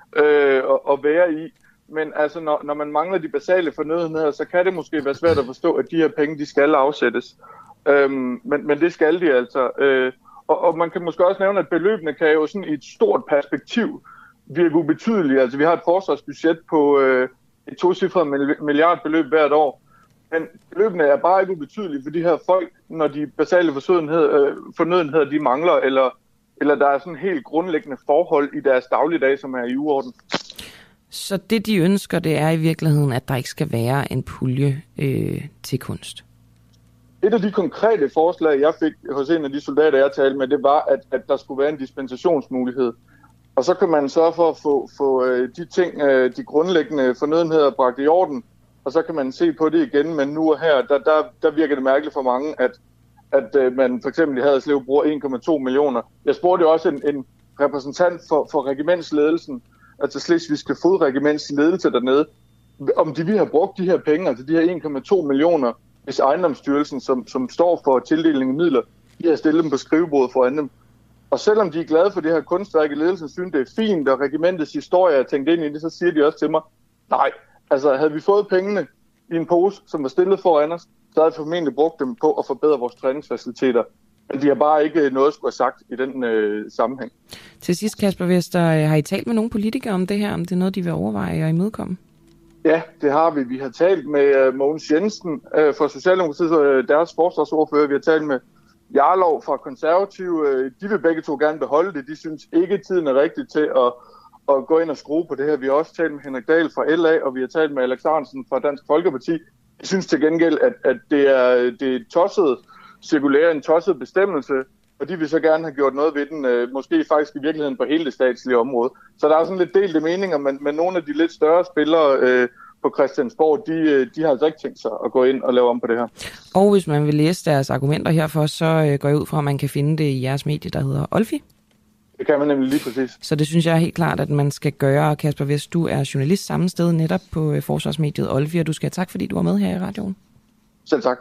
at være i. Men altså, når man mangler de basale fornødenheder, så kan det måske være svært at forstå, at de her penge, de skal afsættes. Men det skal de altså. Og man kan måske også nævne, at beløbene kan jo sådan i et stort perspektiv virke ubetydelige. Altså, vi har et forsvarsbudget på et tocifret milliardbeløb hvert år. Men beløbene er bare ikke ubetydelige for de her folk, når de basale fornødenheder de mangler, eller der er sådan helt grundlæggende forhold i deres dagligdag, som er i uorden. Så det, de ønsker, det er i virkeligheden, at der ikke skal være en pulje til kunst? Et af de konkrete forslag, jeg fik hos en af de soldater, jeg talte med, det var, at der skulle være en dispensationsmulighed. Og så kan man sørge for at få de ting, de grundlæggende fornødenheder bragt i orden, og så kan man se på det igen. Men nu og her, der virker det mærkeligt for mange, at man for eksempel i Haderslev bruger 1,2 millioner. Jeg spurgte jo også en repræsentant for regimentsledelsen, altså Slesvigske Fodregiments ledelse dernede, om de vil have brugt de her penge, altså de her 1,2 millioner, hvis ejendomsstyrelsen, som står for tildeling af midler, de har stillet dem på skrivebordet foran dem. Og selvom de er glade for det her kunstværk i ledelsen, synes det er fint, og regimentets historie er tænkt ind i det, så siger de også til mig, nej, altså havde vi fået pengene i en pose, som var stillet foran os, så havde vi formentlig brugt dem på at forbedre vores træningsfaciliteter. Men de har bare ikke noget at skulle have sagt i den sammenhæng. Til sidst, Kasper Vester, har I talt med nogle politikere om det her, om det er noget, de vil overveje og imødekomme? Ja, det har vi. Vi har talt med Mogens Jensen fra Socialdemokratiet, deres forsvarsordfører. Vi har talt med Jarlov fra Konservative. De vil begge to gerne beholde det. De synes ikke, tiden er rigtig til at gå ind og skrue på det her. Vi har også talt med Henrik Dahl fra LA, og vi har talt med Alex Ahrendtsen fra Dansk Folkeparti. Jeg synes til gengæld, at det er tosset cirkulære, en tosset bestemmelse, og de vil så gerne have gjort noget ved den, måske faktisk i virkeligheden på hele det statslige område. Så der er sådan lidt delte meninger, men nogle af de lidt større spillere på Christiansborg, de har altså ikke tænkt sig at gå ind og lave om på det her. Og hvis man vil læse deres argumenter herfor, så går jeg ud fra, at man kan finde det i jeres medie, der hedder Olfi. Det kan man nemlig lige præcis. Så det synes jeg er helt klart, at man skal gøre. Kasper Vest, du er journalist samme sted netop på forsvarsmediet Olfi, og du skal have tak, fordi du var med her i radioen. Selv tak.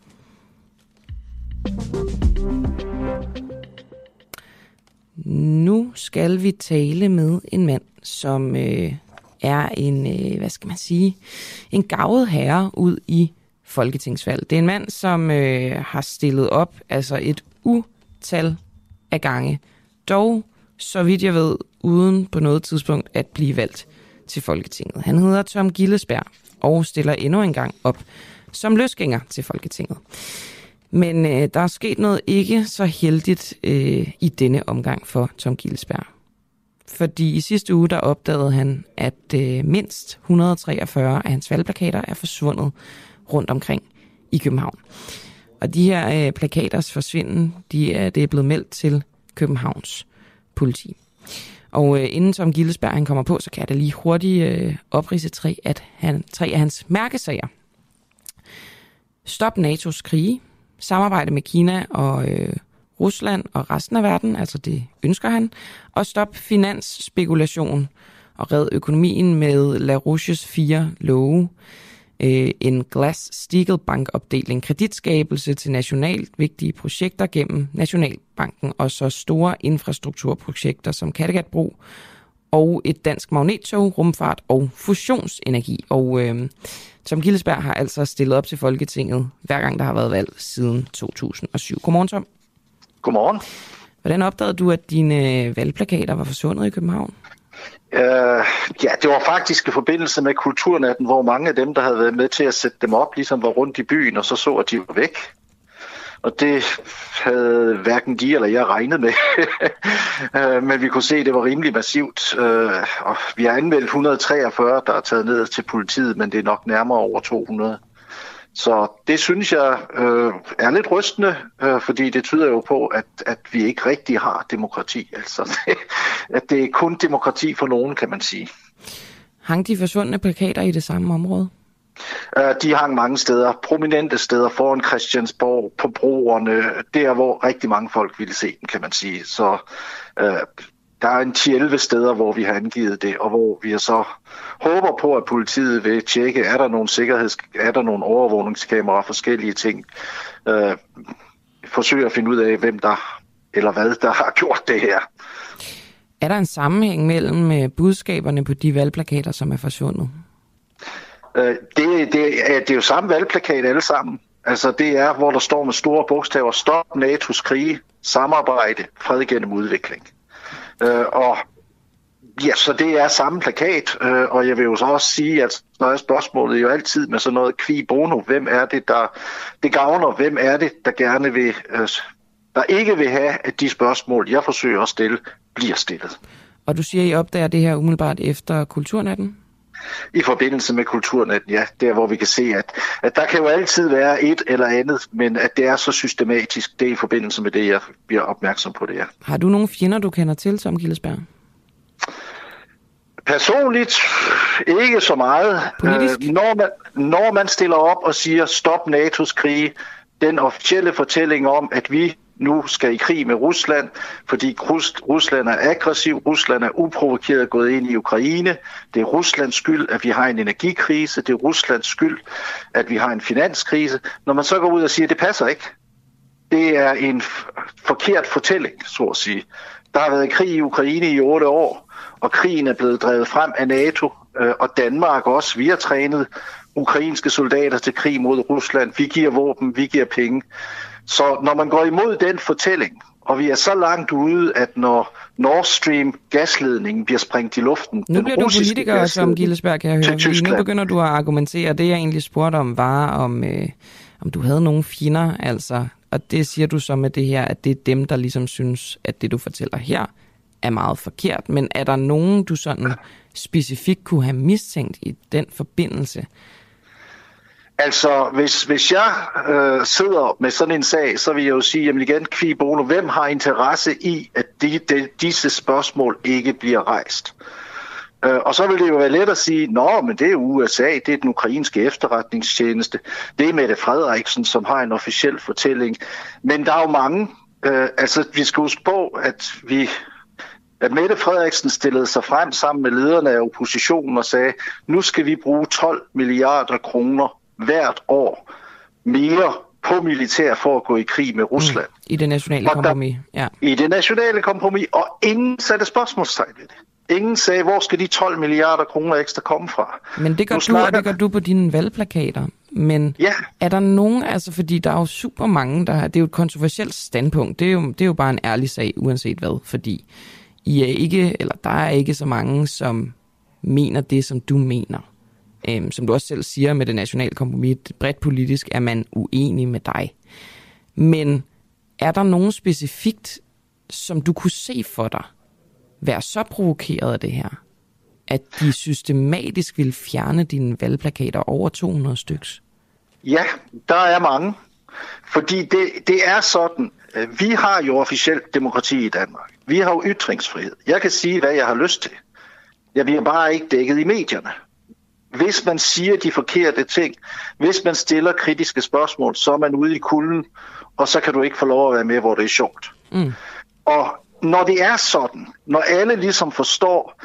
Nu skal vi tale med en mand, som er en, hvad skal man sige, en garvet herre ud i folketingsvalg. Det er en mand, som har stillet op, altså et utal af gange. Dog, så vidt jeg ved, uden på noget tidspunkt at blive valgt til Folketinget. Han hedder Tom Gillesberg og stiller endnu en gang op som løsgænger til Folketinget. Men der er sket noget ikke så heldigt i denne omgang for Tom Gillesberg. Fordi i sidste uge, der opdagede han, at mindst 143 af hans valgplakater er forsvundet rundt omkring i København. Og de her plakaters forsvinden, det er blevet meldt til Københavns politi. Og inden Tom Gillesberg han kommer på, så kan jeg da lige hurtigt opridse tre af hans mærkesager. Stop NATO's krige, samarbejde med Kina og Rusland og resten af verden, altså det ønsker han, og stop finansspekulation og red økonomien med LaRouches 4 love, en Glass-Steagall-bankopdeling, kreditskabelse til nationalt vigtige projekter gennem Nationalbanken, og så store infrastrukturprojekter som Kattegatbro og et dansk magnettog, rumfart og fusionsenergi. Og Tom Gillesberg har altså stillet op til Folketinget, hver gang der har været valg siden 2007. Godmorgen, Tom. Godmorgen. Hvordan opdagede du, at dine valgplakater var forsvundet i København? Ja, det var faktisk i forbindelse med Kulturnatten, hvor mange af dem, der havde været med til at sætte dem op, ligesom var rundt i byen, og så at de var væk. Og det havde hverken de eller jeg regnet med. Men vi kunne se, at det var rimelig massivt. Og vi har anmeldt 143, der er taget ned til politiet, men det er nok nærmere over 200. Så det synes jeg er lidt rystende, fordi det tyder jo på, at vi ikke rigtig har demokrati. Altså, at det er kun demokrati for nogen, kan man sige. Hang de forsvundne plakater i det samme område? De hang mange steder, prominente steder foran Christiansborg, på broerne, der hvor rigtig mange folk ville se dem, kan man sige. Så der er en 10-11 steder, hvor vi har angivet det, og hvor vi så håber på, at politiet vil tjekke, er der nogle overvågningskameraer, forskellige ting. Forsøge at finde ud af, hvem der eller hvad der har gjort det her. Er der en sammenhæng mellem budskaberne på de valgplakater, som er forsvundet? Det er jo samme valgplakat alle sammen. Altså det er, hvor der står med store bogstaver, stop NATO's krige, samarbejde, fred gennem udvikling. Og ja, så det er samme plakat, og jeg vil jo så også sige, at når spørgsmålet jo altid med sådan noget qui bono, hvem er det, der det gavner, hvem er det, der gerne vil, der ikke vil have, at de spørgsmål, jeg forsøger at stille, bliver stillet. Og du siger, I opdager det her umiddelbart efter Kulturnatten? I forbindelse med Kulturnatten, ja. Der hvor vi kan se, at der kan jo altid være et eller andet, men at det er så systematisk, det er i forbindelse med det, jeg bliver opmærksom på det, ja. Har du nogle fjender, du kender til, Tom Gillesberg? Personligt ikke så meget. Når man stiller op og siger, stop NATO's krige, den officielle fortælling om, at vi nu skal i krig med Rusland, fordi Rusland er aggressiv, Rusland er uprovokeret gået ind i Ukraine. Det er Ruslands skyld, at vi har en energikrise. Det er Ruslands skyld, at vi har en finanskrise. Når man så går ud og siger, at det passer ikke. det er en forkert fortælling, så at sige. Der har været krig i Ukraine i 8 år, og krigen er blevet drevet frem af NATO og Danmark også. Vi har trænet ukrainske soldater til krig mod Rusland. Vi giver våben, vi giver penge. Så når man går imod den fortælling, og vi er så langt ude, at når Nord Stream gasledningen bliver sprængt i luften... Nu bliver du politiker, som Gillesberg, kan jeg høre. Fordi nu begynder du at argumentere. Det jeg egentlig spurgte om, var om du havde nogle fjender, altså. Og det siger du så med det her, at det er dem, der ligesom synes, at det du fortæller her er meget forkert. Men er der nogen, du sådan specifikt kunne have mistænkt i den forbindelse? Altså, hvis jeg sidder med sådan en sag, så vil jeg jo sige, jamen igen, qui bono, hvem har interesse i, at disse spørgsmål ikke bliver rejst? Og så vil det jo være let at sige, nå, men det er USA, det er den ukrainske efterretningstjeneste, det er Mette Frederiksen, som har en officiel fortælling. Men der er jo mange, altså vi skal huske på, at Mette Frederiksen stillede sig frem sammen med lederne af oppositionen og sagde, nu skal vi bruge 12 milliarder kroner hvert år mere på militær for at gå i krig med Rusland. I det nationale kompromis, ja. I det nationale kompromis, og ingen satte spørgsmålstegn ved det. Ingen sagde, hvor skal de 12 milliarder kroner ekstra komme fra? Men det gør du, og det gør du på dine valgplakater. Men er der nogen, altså fordi der er jo super mange, det er jo et kontroversielt standpunkt, det er jo bare en ærlig sag, uanset hvad, fordi der er ikke så mange, som mener det, som du mener. Som du også selv siger med det nationale kompromis, bredt politisk er man uenig med dig. Men er der nogen specifikt, som du kunne se for dig, være så provokeret af det her, at de systematisk vil fjerne dine valgplakater over 200 styks? Ja, der er mange. Fordi det er sådan, vi har jo officielt demokrati i Danmark. Vi har jo ytringsfrihed. Jeg kan sige, hvad jeg har lyst til. Jeg bliver bare ikke dækket i medierne. Hvis man siger de forkerte ting, hvis man stiller kritiske spørgsmål, så er man ude i kulden, og så kan du ikke få lov at være med, hvor det er sjovt. Og når det er sådan, når alle ligesom forstår,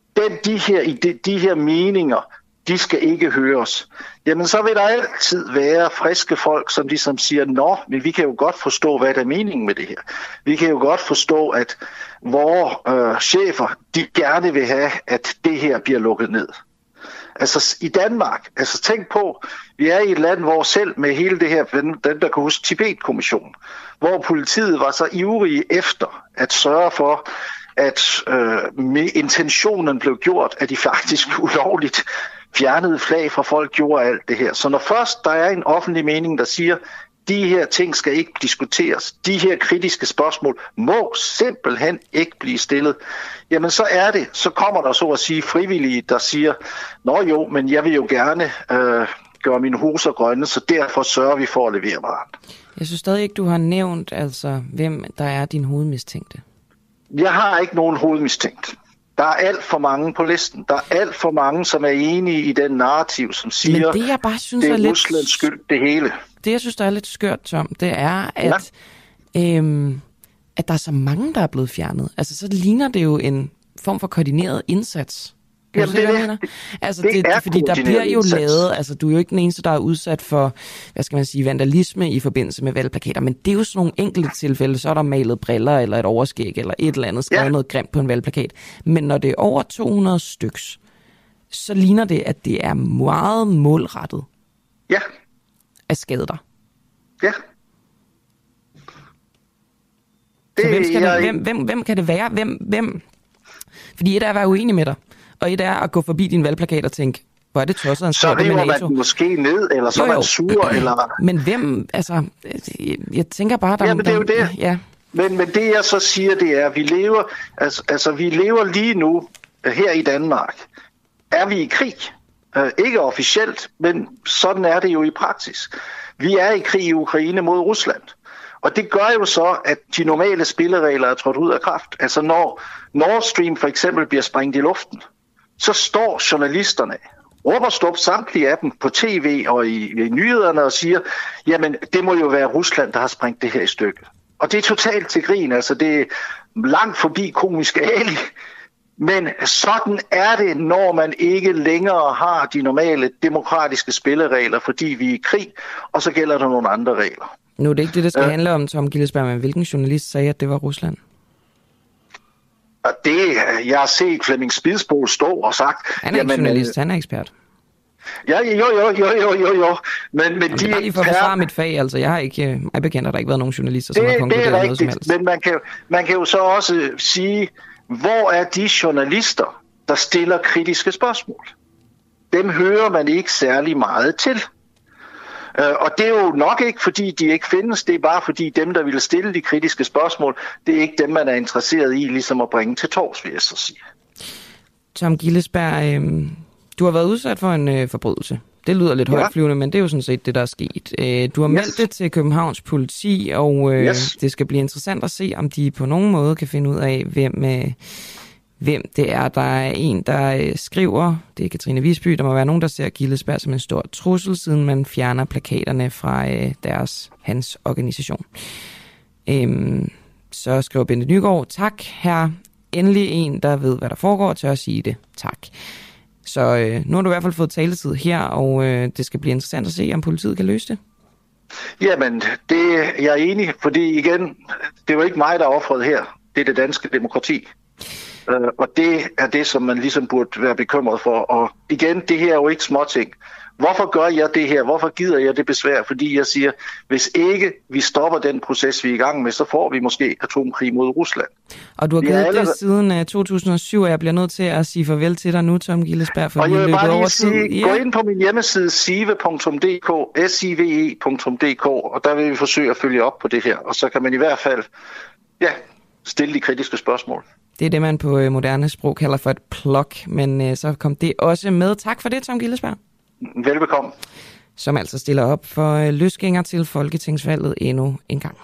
de her meninger, de skal ikke høres, jamen så vil der altid være friske folk, som ligesom siger, nå, men vi kan jo godt forstå, hvad der er meningen med det her. Vi kan jo godt forstå, at vores chefer, de gerne vil have, at det her bliver lukket ned. Altså i Danmark, altså tænk på, vi er i et land, hvor selv med hele det her, den der kan huske Tibet-kommissionen, hvor politiet var så ivrige efter at sørge for, at med intentionen blev gjort, at de faktisk ulovligt fjernede flag fra folk, gjorde alt det her. Så når først der er en offentlig mening, der siger, de her ting skal ikke diskuteres, de her kritiske spørgsmål må simpelthen ikke blive stillet, jamen så kommer der så at sige frivillige, der siger, nå jo, men jeg vil jo gerne gøre mine huser grønne, så derfor sørger vi for at levere varen. Jeg synes stadig ikke, du har nævnt, altså, hvem der er din hovedmistænkte. Jeg har ikke nogen hovedmistænkt. Der er alt for mange på listen. Der er alt for mange, som er enige i den narrativ, som siger, men det, jeg bare synes, det er Ruslands skyld, det hele. Det, jeg synes, der er lidt skørt, Tom, det er, at der er så mange, der er blevet fjernet. Altså, så ligner det jo en form for koordineret indsats. Jamen, det er fordi der bliver jo lavet, altså du er jo ikke den eneste, der er udsat for, hvad skal man sige, vandalisme i forbindelse med valgplakater, men det er jo sådan nogle enkelte tilfælde, så er der malet briller eller et overskæg eller et eller andet, skrevet noget grimt på en valgplakat. Men når det er over 200 styks, så ligner det, at det er meget målrettet at skade dig. Ja. Hvem kan det være? Hvem? Fordi et er at være uenig med dig, og et er at gå forbi din valgplakat og tænke, hvor er det tosset, så river man den måske ned, eller så er man sur, eller... Men hvem, altså, jeg tænker bare... Jamen, det er jo det. Ja. Men det jeg så siger, det er, at vi lever lige nu her i Danmark. Er vi i krig? Ikke officielt, men sådan er det jo i praksis. Vi er i krig i Ukraine mod Rusland. Og det gør jo så, at de normale spilleregler er trådt ud af kraft. Altså når Nord Stream for eksempel bliver sprængt i luften, så står journalisterne, råber samtlige af dem på tv og i nyhederne og siger, jamen det må jo være Rusland, der har sprængt det her i stykker. Og det er totalt til grin, altså det er langt forbi komisk ali. Men sådan er det, når man ikke længere har de normale demokratiske spilleregler, fordi vi er i krig, og så gælder der nogle andre regler. Nu er det ikke det, der skal handle om, Tom Gillesberg, men hvilken journalist sagde, at det var Rusland? Og jeg har set Flemming Spidsbol stå og sagt... Han er ikke journalist, han er ekspert. Ja, jo. Men det er bare lige for at forsvare mit fag, altså. Jeg har ikke, mig bekendt, at der ikke været nogen journalister, som har konkluderet noget som helst. Men man kan jo så også sige, hvor er de journalister, der stiller kritiske spørgsmål? Dem hører man ikke særlig meget til. Og det er jo nok ikke, fordi de ikke findes, det er bare fordi dem, der ville stille de kritiske spørgsmål, det er ikke dem, man er interesseret i ligesom at bringe til torvs, vil jeg så sige. Tom Gillesberg, du har været udsat for en forbrydelse. Det lyder lidt højtflyvende, men det er jo sådan set det, der er sket. Du har meldt det til Københavns politi, og det skal blive interessant at se, om de på nogen måde kan finde ud af, hvem det er. Der er en, der skriver, det er Katrine Visby, der må være nogen, der ser Gillesberg som en stor trussel, siden man fjerner plakaterne fra hans organisation. Så skriver Bente Nygaard, tak herre, endelig en, der ved, hvad der foregår, tør at sige det. Tak. Så nu har du i hvert fald fået taletid her, og det skal blive interessant at se, om politiet kan løse det. Jamen, jeg er enig, fordi igen, det var ikke mig, der offrede her. Det er det danske demokrati. Og det er det, som man ligesom burde være bekymret for. Og igen, det her er jo ikke småting. Hvorfor gør jeg det her? Hvorfor gider jeg det besvær? Fordi jeg siger, hvis ikke vi stopper den proces, vi er i gang med, så får vi måske atomkrig mod Rusland. Og du har givet det siden 2007, og jeg bliver nødt til at sige farvel til dig nu, Tom Gillesberg, for og vi jeg vil bare lige sige, gå ind på min hjemmeside sive.dk, sive.dk, og der vil vi forsøge at følge op på det her. Og så kan man i hvert fald stille de kritiske spørgsmål. Det er det, man på moderne sprog kalder for et plug, men så kom det også med. Tak for det, Tom Gillesberg. Velbekomme. Som altså stiller op for løsgænger til folketingsvalget endnu en gang.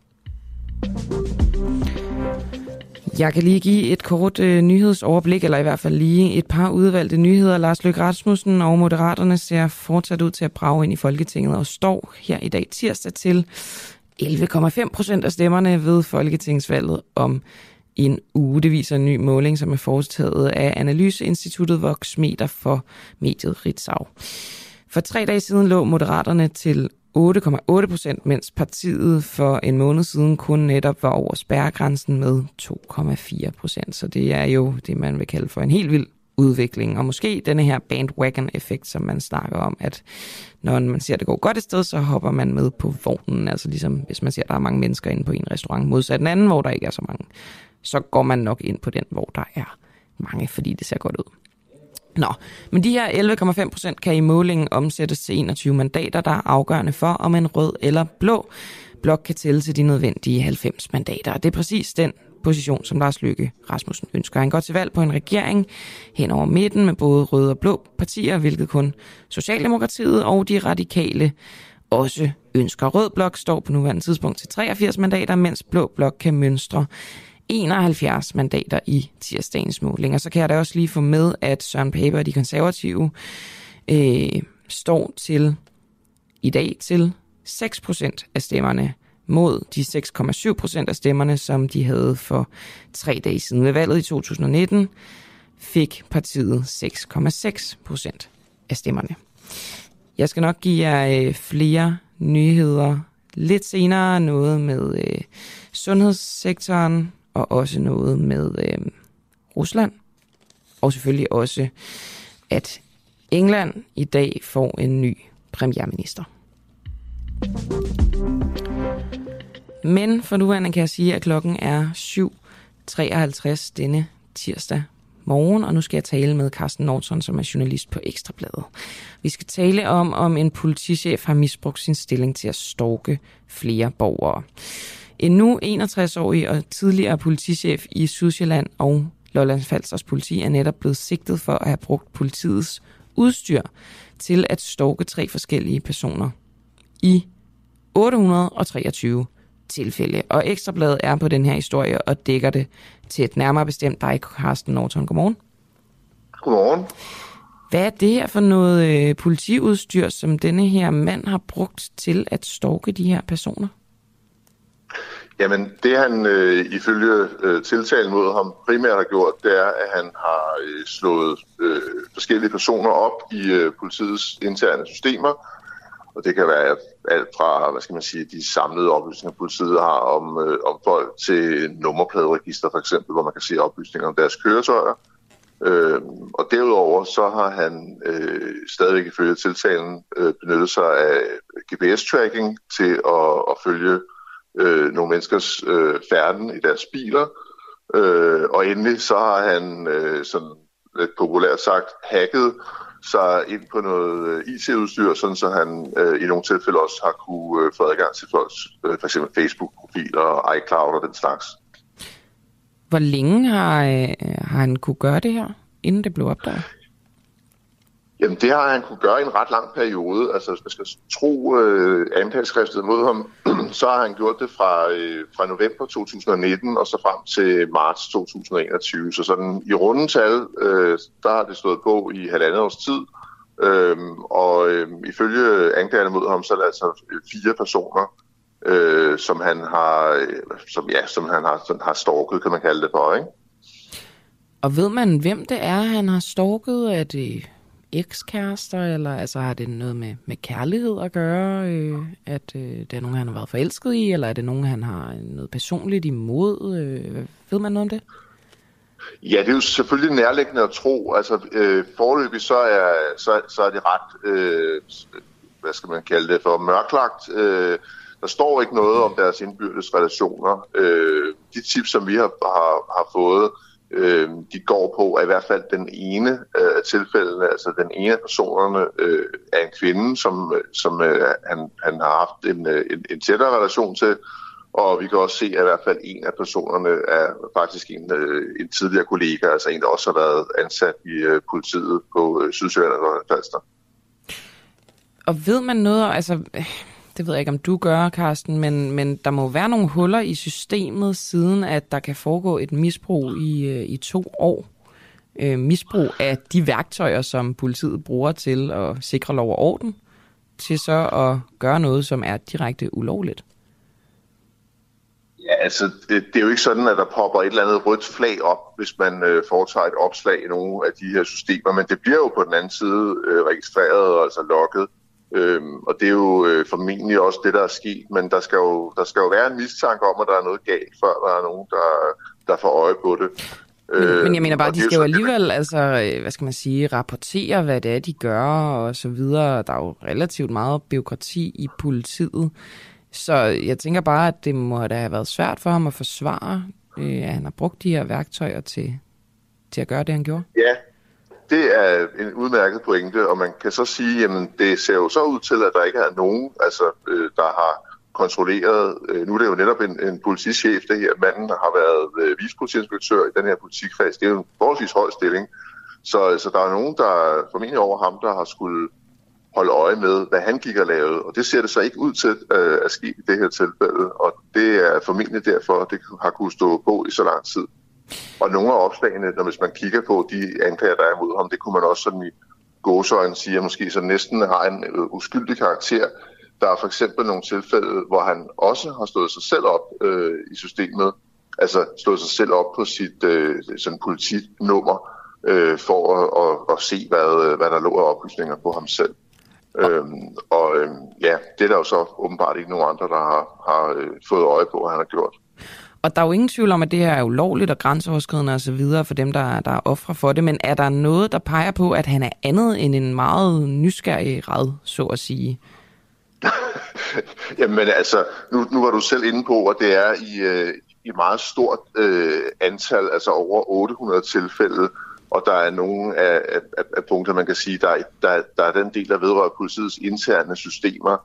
Jeg kan lige give et kort nyhedsoverblik, eller i hvert fald lige et par udvalgte nyheder. Lars Løkke Rasmussen og Moderaterne ser fortsat ud til at brage ind i Folketinget og står her i dag tirsdag til 11,5% af stemmerne ved folketingsvalget om en uge. Det viser en ny måling, som er foretaget af analyseinstituttet Voxmeter for mediet Ritzau. For 3 dage siden lå Moderaterne til 8,8%, mens partiet for en måned siden kun netop var over spærregrænsen med 2,4%. Så det er jo det, man vil kalde for en helt vild udvikling. Og måske denne her bandwagon-effekt, som man snakker om, at når man ser, at det går godt et sted, så hopper man med på vognen. Altså ligesom hvis man ser, at der er mange mennesker inde på en restaurant, modsat den anden, hvor der ikke er så mange, så går man nok ind på den, hvor der er mange, fordi det ser godt ud. Nå, men de her 11,5% kan i målingen omsættes til 21 mandater, der er afgørende for, om en rød eller blå blok kan tælle til de nødvendige 90 mandater. Og det er præcis den position, som Lars Løkke Rasmussen ønsker. Han går til valg på en regering hen over midten med både røde og blå partier, hvilket kun Socialdemokratiet og de radikale også ønsker. Rød blok står på nuværende tidspunkt til 83 mandater, mens blå blok kan mønstre 71 mandater i tirsdagens måling. Og så kan jeg da også lige få med, at Søren Pape og de konservative står til i dag til 6% af stemmerne mod de 6,7% af stemmerne, som de havde for 3 dage siden. Ved valget i 2019 fik partiet 6,6% af stemmerne. Jeg skal nok give jer flere nyheder lidt senere. Noget med sundhedssektoren og også noget med Rusland. Og selvfølgelig også, at England i dag får en ny premierminister. Men for nuværende kan jeg sige, at klokken er 7:53 denne tirsdag morgen, og nu skal jeg tale med Carsten Norton, som er journalist på Ekstra Bladet. Vi skal tale om en politichef har misbrugt sin stilling til at stalke flere borgere. En nu 61-årig og tidligere politichef i Sydsjælland og Lolland-Falsters politi er netop blevet sigtet for at have brugt politiets udstyr til at stalke 3 forskellige personer i 823 tilfælde. Og Ekstra Bladet er på den her historie og dækker det til et nærmere bestemt dig, Carsten Norton. Godmorgen. Godmorgen. Hvad er det her for noget politiudstyr, som denne her mand har brugt til at stalke de her personer? Jamen, det han ifølge tiltalen mod ham primært har gjort, det er, at han har slået forskellige personer op i politiets interne systemer, Og det kan være alt fra, de samlede oplysninger, politiet har om folk, til nummerpladeregister for eksempel, hvor man kan se oplysninger om deres køretøjer. Og derudover så har han stadigvæk ifølge tiltalen benyttet sig af GPS-tracking til at følge nogle menneskers færden i deres biler. Og endelig så har han sådan lidt populært sagt hacket sig ind på noget IT-udstyr, sådan så han i nogle tilfælde også har kunne få adgang til folks for eksempel Facebook-profiler, iCloud og den slags. Hvor længe har han kunne gøre det her, inden det blev opdaget? Jamen, det har han kunne gøre i en ret lang periode. Altså, hvis man skal tro anklageskriftet mod ham, så har han gjort det fra november 2019 og så frem til marts 2021. Så sådan i rundetal, der har det stået på i 1,5 års tid. Ifølge anklagerne mod ham, så er det altså 4 personer, som han har stalket, kan man kalde det for, ikke? Og ved man, hvem det er, han har stalket? Er det ekskærester, eller altså har det noget med kærlighed at gøre? At det er nogen, han har været forelsket i, eller er det nogen, han har noget personligt imod? Ved man noget om det? Ja, det er jo selvfølgelig nærliggende at tro. Altså foreløbig så er det ret, hvad skal man kalde det for, mørklagt. Der står ikke noget om deres indbyrdes relationer. De tips, som vi har fået, de går på, at i hvert fald den ene af tilfældene, altså den ene af personerne er en kvinde, som han har haft en tættere relation til, og vi kan også se, at i hvert fald en af personerne er faktisk en tidligere kollega, altså en, der også har været ansat i politiet på Sydsjælland og Falster. Og ved man noget, altså det ved jeg ikke, om du gør, Carsten, men der må være nogle huller i systemet, siden at der kan foregå et misbrug i 2 år. Misbrug af de værktøjer, som politiet bruger til at sikre lov og orden, til så at gøre noget, som er direkte ulovligt. Ja, altså det er jo ikke sådan, at der popper et eller andet rødt flag op, hvis man foretager et opslag i nogle af de her systemer, men det bliver jo på den anden side registreret og altså logget. Og det er jo formentlig også det, der er sket, men der skal jo være en mistanke om, at der er noget galt, før der er nogen, der får øje på det. Men jeg mener bare, de skal jo alligevel, altså, hvad skal man sige, rapportere, hvad det er, de gør, og så videre. Der er jo relativt meget bureaukrati i politiet. Så jeg tænker bare, at det må da have været svært for ham at forsvare, at han har brugt de her værktøjer til at gøre det, han gjorde. Ja, det er en udmærket pointe, og man kan så sige, jamen det ser jo så ud til, at der ikke er nogen, altså, der har kontrolleret. Nu er det jo netop en politichef, det her. Manden har været vicepolitiinspektør i den her politikreds. Det er jo en forholdsvis høj stilling. Så der er nogen, der formentlig over ham, der har skulle holde øje med, hvad han gik og lavede. Og det ser det så ikke ud til at ske i det her tilfælde. Og det er formentlig derfor, at det har kunnet stå på i så lang tid. Og nogle af opslagene, hvis man kigger på de anklager, der er imod ham, det kunne man også sådan i gåseøjne sige, at måske så næsten har en uskyldig karakter. Der er for eksempel nogle tilfælde, hvor han også har slået sig selv op i systemet, altså slået sig selv op på sit sådan politinummer, for at se, hvad der lå af oplysninger på ham selv. Ja, det er der jo så åbenbart ikke nogen andre, der har fået øje på, hvad han har gjort. Og der er jo ingen tvivl om, at det her er ulovligt og grænseoverskridende og så videre for dem, der er ofre for det, men er der noget, der peger på, at han er andet end en meget nysgerrig rad, så at sige? Jamen altså, nu var du selv inde på, at det er i meget stort antal, altså over 800 tilfælde, og der er nogle af punkter, man kan sige, der er den del, der vedrører politiets interne systemer,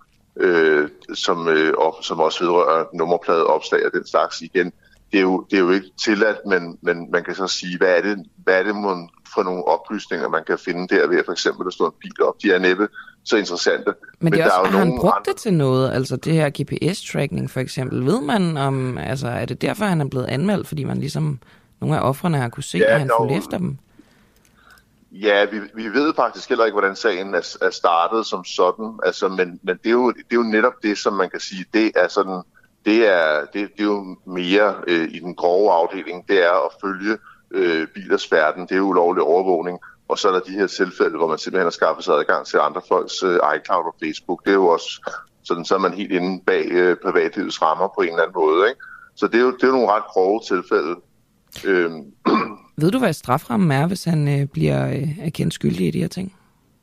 som også vedrører nummerpladeopslag og den slags igen. Det er jo ikke tilladt, men man kan så sige, hvad er det for nogle oplysninger, man kan finde der ved for eksempel at slå en bil op. De er næppe så interessante. Men det er også, har han brugt det til noget? Altså det her GPS-tracking for eksempel. Ved man om, altså er det derfor, han er blevet anmeldt, fordi man ligesom nogle af ofrene har kunne se, at han fulgte efter dem? Ja, vi ved faktisk heller ikke, hvordan sagen er startet som sådan. Altså, men det er jo netop det, som man kan sige, det er sådan, det er jo mere i den grove afdeling, det er at følge bilers færden, det er jo ulovlig overvågning, Og så er der de her tilfælde, hvor man simpelthen har skaffet sig adgang til andre folks iCloud og Facebook. Det er jo også sådan, så er man helt inde bag privatlivets rammer på en eller anden måde, ikke? Så det er jo nogle ret grove tilfælde. Ved du, hvad straframmen er, hvis han bliver erkendt skyldig i de her ting?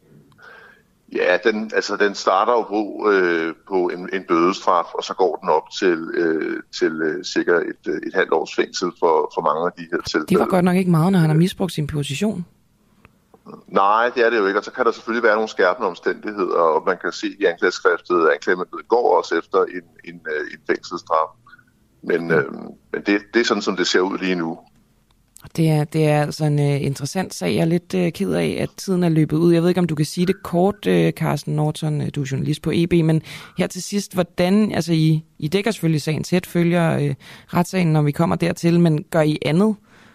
Ja, den starter jo på en bødestraf, og så går den op til cirka et halvt års fængsel for mange af de her tilfælde. Det var godt nok ikke meget, når han har misbrugt sin position. Nej, det er det jo ikke, og så kan der selvfølgelig være nogle skærpende omstændigheder, og man kan se i anklageskriftet, at anklagemyndigheden går også efter en fængselsstraf. Men det er sådan, som det ser ud lige nu. Det er altså en interessant sag. Jeg er lidt ked af, at tiden er løbet ud. Jeg ved ikke, om du kan sige det kort, Carsten Norton, du er journalist på EB, men her til sidst, hvordan, altså I dækker selvfølgelig sagen tæt, følger retssagen, når vi kommer dertil, men gør I andet?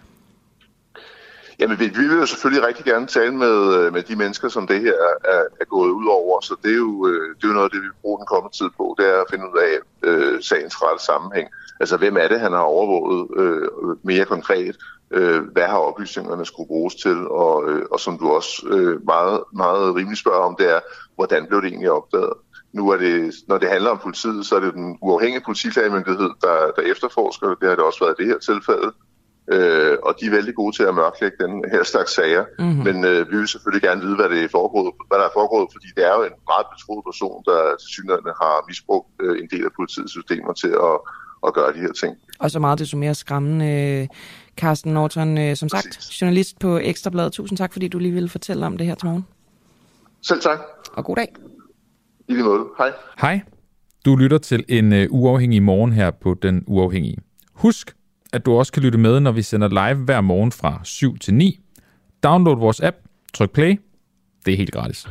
Jamen, vi vil jo selvfølgelig rigtig gerne tale med de mennesker, som det her er gået ud over, så det er jo noget af det, vi bruger den kommende tid på, det er at finde ud af sagens rette sammenhæng. Altså, hvem er det, han har overvåget mere konkret? Hvad har oplysningerne skulle bruges til? Og som du også meget, meget rimelig spørger om, det er, hvordan blev det egentlig opdaget? Nu er det, når det handler om politiet, så er det den uafhængige politiklagemyndighed, der efterforsker det. Det har det også været i det her tilfælde. Og de er vældig gode til at mørklægge den her slags sager. Mm-hmm. Men vi vil selvfølgelig gerne vide, hvad der er foregået, fordi det er jo en meget betroet person, der tilsyneladende har misbrugt en del af politiets systemer til at gøre de her ting. Og så meget desto mere skræmmende. Carsten Norton, som sagt, journalist på Ekstra Bladet. Tusind tak, fordi du lige ville fortælle om det her til morgen. Selv tak. Og god dag. I lige måde. Hej. Hej. Du lytter til en uafhængig morgen her på Den Uafhængige. Husk, at du også kan lytte med, når vi sender live hver morgen fra 7 til 9. Download vores app, tryk play. Det er helt gratis.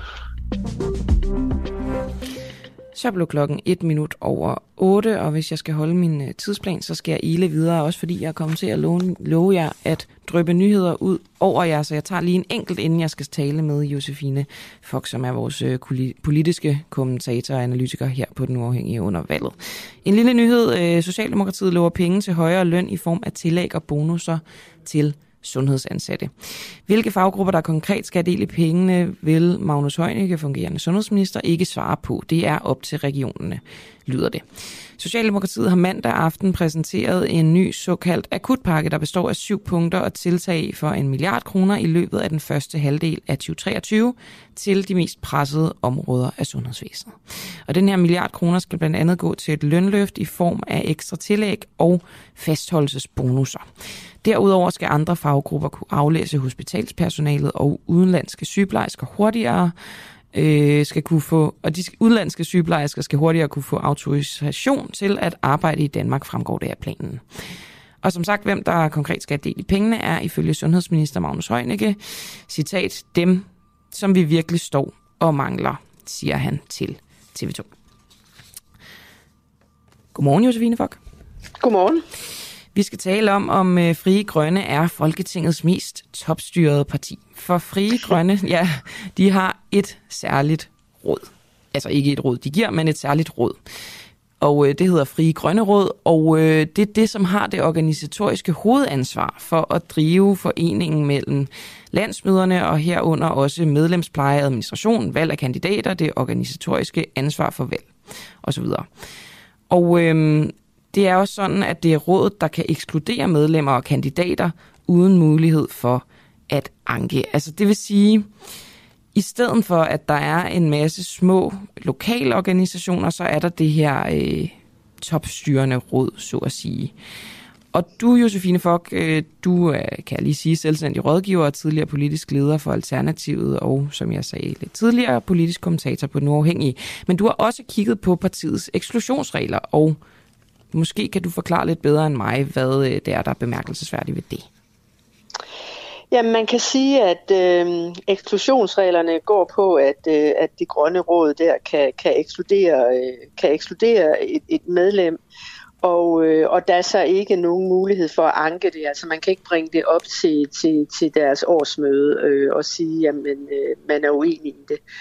Så blev klokken 8:01, og hvis jeg skal holde min tidsplan, så skal jeg ile videre, også fordi jeg er kommet til at love jer at dryppe nyheder ud over jer, så jeg tager lige en enkelt, inden jeg skal tale med Josefine Fock, som er vores politiske kommentator og analytiker her på Den Uafhængige under valget. En lille nyhed. Socialdemokratiet lover penge til højere løn i form af tillæg og bonusser til sundhedsansatte. Hvilke faggrupper, der konkret skal dele pengene, vil Magnus Heunicke, fungerende sundhedsminister, ikke svare på. Det er op til regionerne, lyder det. Socialdemokratiet har mandag aften præsenteret en ny såkaldt akutpakke, der består af 7 punkter og tiltag for 1 milliard kroner i løbet af den første halvdel af 2023 til de mest pressede områder af sundhedsvæsenet. Og den her milliard kroner skal blandt andet gå til et lønløft i form af ekstra tillæg og fastholdelsesbonusser. Derudover skal andre faggrupper kunne aflæse hospitalspersonalet og udenlandske sygeplejersker hurtigere og de udenlandske sygeplejersker skal hurtigere kunne få autorisation til at arbejde i Danmark, fremgår det af planen. Og som sagt, hvem der konkret skal dele pengene, er ifølge sundhedsminister Magnus Heunicke, citat, dem, som vi virkelig står og mangler, siger han til TV2. Godmorgen, Josefine Fock. Godmorgen. Vi skal tale om Frie Grønne er Folketingets mest topstyrede parti. For Frie Grønne, ja, de har et særligt råd. Altså ikke et råd, de giver, men et særligt råd. Og det hedder Frie Grønne Råd, og det er det, som har det organisatoriske hovedansvar for at drive foreningen mellem landsmøderne og herunder også medlemspleje, administration, valg af kandidater, det organisatoriske ansvar for valg osv. Og det er også sådan, at det er rådet, der kan ekskludere medlemmer og kandidater uden mulighed for at anke. Altså det vil sige, i stedet for at der er en masse små lokale organisationer, så er der det her topstyrende råd, så at sige. Og du, Josefine Fock, du er, kan jeg lige sige, selvstændig rådgiver og tidligere politisk leder for Alternativet og, som jeg sagde lidt tidligere, politisk kommentator på Den Uafhængige. Men du har også kigget på partiets eksklusionsregler, og måske kan du forklare lidt bedre end mig, hvad det er, der er bemærkelsesværdigt ved det. Jamen, man kan sige, at eksklusionsreglerne går på, at det grønne råd der kan ekskludere et medlem, og der er så ikke nogen mulighed for at anke det. Altså, man kan ikke bringe det op til deres årsmøde og sige, at man er uenig i det.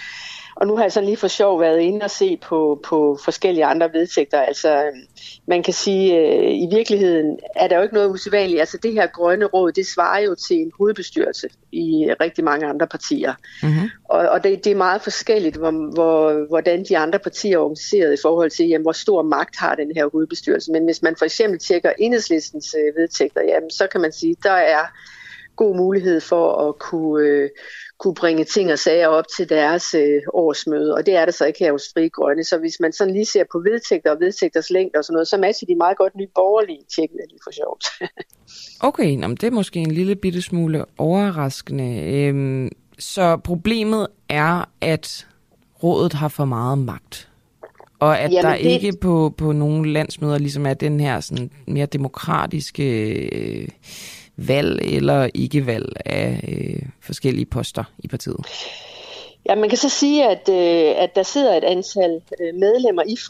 Og nu har jeg sådan lige for sjov været inde og se på forskellige andre vedtægter. Altså, man kan sige, i virkeligheden er der jo ikke noget usædvanligt. Altså, det her grønne råd, det svarer jo til en hovedbestyrelse i rigtig mange andre partier. Mm-hmm. Og det er meget forskelligt, hvordan de andre partier er organiseret i forhold til, jamen, hvor stor magt har den her hovedbestyrelse. Men hvis man for eksempel tjekker Enhedslistens vedtægter, jamen, så kan man sige, der er god mulighed for at kunne bringe ting og sager op til deres årsmøde, og det er der så ikke her hos Frie Grønne. Så hvis man sådan lige ser på vedtægter og vedtægters længde og sådan noget, så matcher de meget godt Nye Borgerlige, tjekken er lige for sjovt. Okay, det er måske en lille bitte smule overraskende. Så problemet er, at rådet har for meget magt, og at der ikke på nogle landsmøder ligesom er den her sådan mere demokratiske valg eller ikke-valg af forskellige poster i partiet. Ja, man kan så sige, at der sidder et antal medlemmer i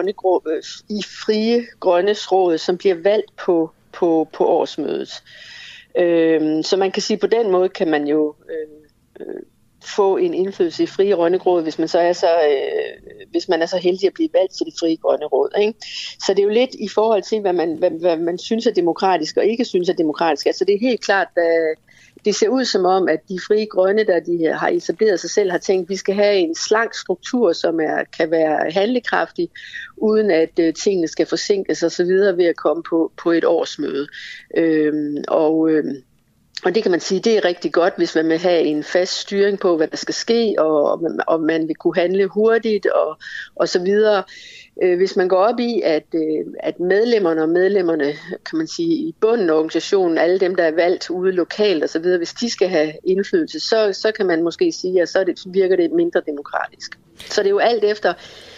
Frie Grønnes råd, som bliver valgt på årsmødet. Så man kan sige, på den måde kan man jo få en indflydelse i Frie Grønne råd, hvis man er så heldig at blive valgt til det Frie Grønne råd. Ikke? Så det er jo lidt i forhold til, hvad man synes er demokratisk og ikke synes er demokratisk. Altså det er helt klart, at det ser ud som om, at de Frie Grønne, der de har etableret sig selv, har tænkt, at vi skal have en slank struktur, som kan være handlekraftig, uden at tingene skal forsinkes og så videre ved at komme på et årsmøde. Og det kan man sige, det er rigtig godt, hvis man vil have en fast styring på, hvad der skal ske, og man vil kunne handle hurtigt og så videre. Hvis man går op i, at medlemmerne, kan man sige, i bunden af organisationen, alle dem, der er valgt ude lokalt og så videre, hvis de skal have indflydelse, så kan man måske sige, at så virker det mindre demokratisk. Så det er jo alt efter,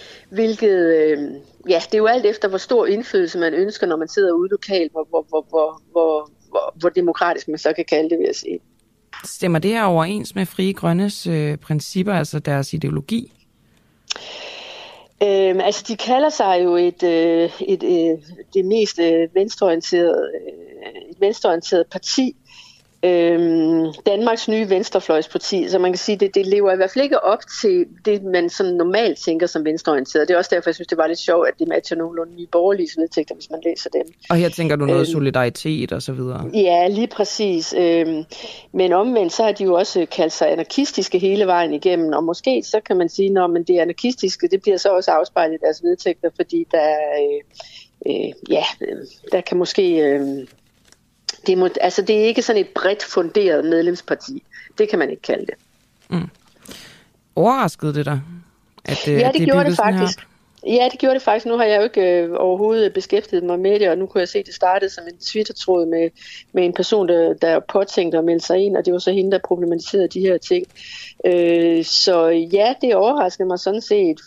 hvor stor indflydelse man ønsker, når man sidder ude lokalt, hvor demokratisk man så kan kalde det, vil jeg sige. Stemmer det her overens med Frie Grønnes principper, altså deres ideologi? Altså de kalder sig jo det mest venstreorienterede parti, Danmarks nye venstrefløjsparti, så man kan sige, det lever i hvert fald ikke op til det, man sådan normalt tænker som venstreorienteret. Det er også derfor, jeg synes, det var lidt sjovt, at det matcher nogenlunde Nye Borgerliges vedtægter, hvis man læser dem. Og her tænker du noget solidaritet og så videre? Ja, lige præcis. Men omvendt, så har de jo også kaldt sig anarkistiske hele vejen igennem, og måske så kan man sige, når det anarkistiske, det bliver så også afspejlet i deres vedtægter, fordi der kan måske... det er ikke sådan et bredt funderet medlemsparti. Det kan man ikke kalde det. Mm. Overraskede det dig? Ja, det gjorde det faktisk. Ja, det gjorde det faktisk. Nu har jeg jo ikke overhovedet beskæftiget mig med det, og nu kunne jeg se, at det startede som en Twitter-tråd med en person, der påtænkte at melde sig ind, og det var så hende, der problematiserede de her ting. Så ja, det overraskede mig sådan set,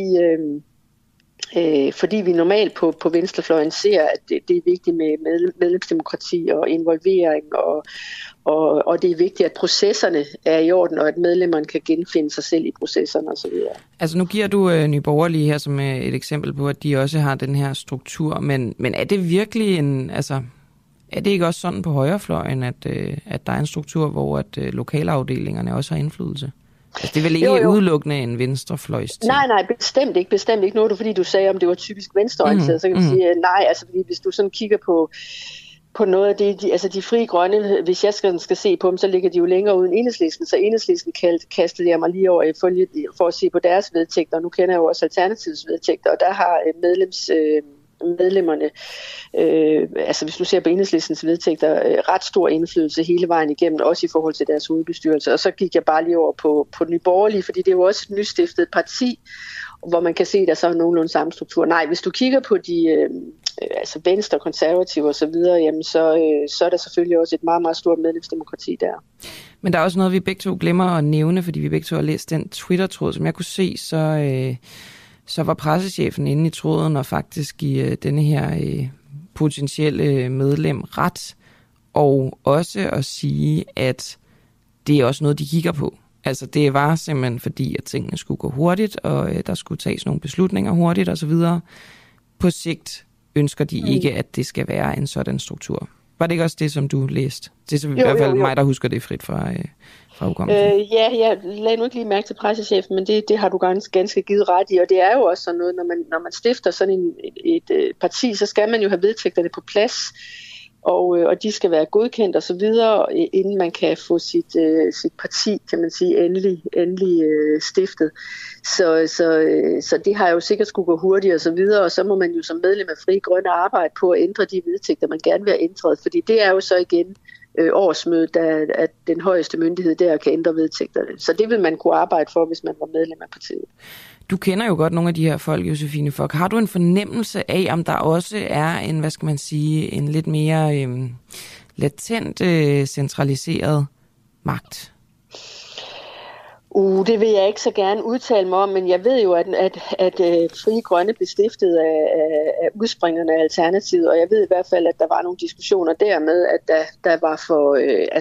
fordi vi normalt på venstrefløjen ser, at det er vigtigt med medlemsdemokrati og involvering, og det er vigtigt, at processerne er i orden, og at medlemmerne kan genfinde sig selv i processerne osv. Altså nu giver du Nye Borgerlige her som et eksempel på, at de også har den her struktur, men er det virkelig er det ikke også sådan på højrefløjen, at der er en struktur, hvor at lokalafdelingerne også har indflydelse? Altså, det er vel ikke udelukkende en venstrefløjsting? Nej, bestemt ikke. Nu er det, fordi du sagde, om det var typisk venstreorienteret, så kan vi sige, nej, altså fordi hvis du sådan kigger på noget af det, de Frie Grønne, hvis jeg skal se på dem, så ligger de jo længere uden Enhedslisten, så Enhedslisten kastede jeg mig lige over for at se på deres vedtægter, og nu kender jeg jo også Alternativets vedtægter, og der har medlemmerne, altså hvis du ser på Enhedslistens vedtægter, ret stor indflydelse hele vejen igennem, også i forhold til deres hovedbestyrelse. Og så gik jeg bare lige over på Nye Borgerlige, fordi det er jo også et nystiftet parti, hvor man kan se, at der så er nogenlunde samme struktur. Nej, hvis du kigger på de venstre, konservative og så videre, jamen så er der selvfølgelig også et meget, meget stort medlemsdemokrati der. Men der er også noget, vi begge to glemmer at nævne, fordi vi begge to har læst den Twitter-tråd, som jeg kunne se, så var pressechefen inde i tråden og faktisk give denne her potentielle medlem ret, og også at sige, at det er også noget, de kigger på. Altså det var simpelthen fordi, at tingene skulle gå hurtigt, og der skulle tages nogle beslutninger hurtigt osv. På sigt ønsker de ikke, at det skal være en sådan struktur. Var det ikke også det, som du læste? Det er i hvert fald mig, der husker det frit fra fra hukommelsen. Jeg lagde nu ikke lige mærke til pressechefen, men det har du ganske givet ret i, og det er jo også sådan noget, når man stifter sådan et parti, så skal man jo have vedtægterne på plads, og de skal være godkendt og så videre, inden man kan få sit parti, kan man sige, endelig stiftet. Så det har jo sikkert skulle gå hurtigt og så videre, og så må man jo som medlem af Frie Grønne arbejde på at ændre de vedtægter, man gerne vil have ændret, fordi det er jo så igen årsmødet, at den højeste myndighed der kan ændre vedtægterne. Så det vil man kunne arbejde for, hvis man var medlem af partiet. Du kender jo godt nogle af de her folk, Josephine Fock. Har du en fornemmelse af, om der også er en lidt mere latent centraliseret magt? Det vil jeg ikke så gerne udtale mig om, men jeg ved jo, at Frie Grønne blev stiftet af udspringerne af Alternativet, og jeg ved i hvert fald, at der var nogle diskussioner dermed, at der var for...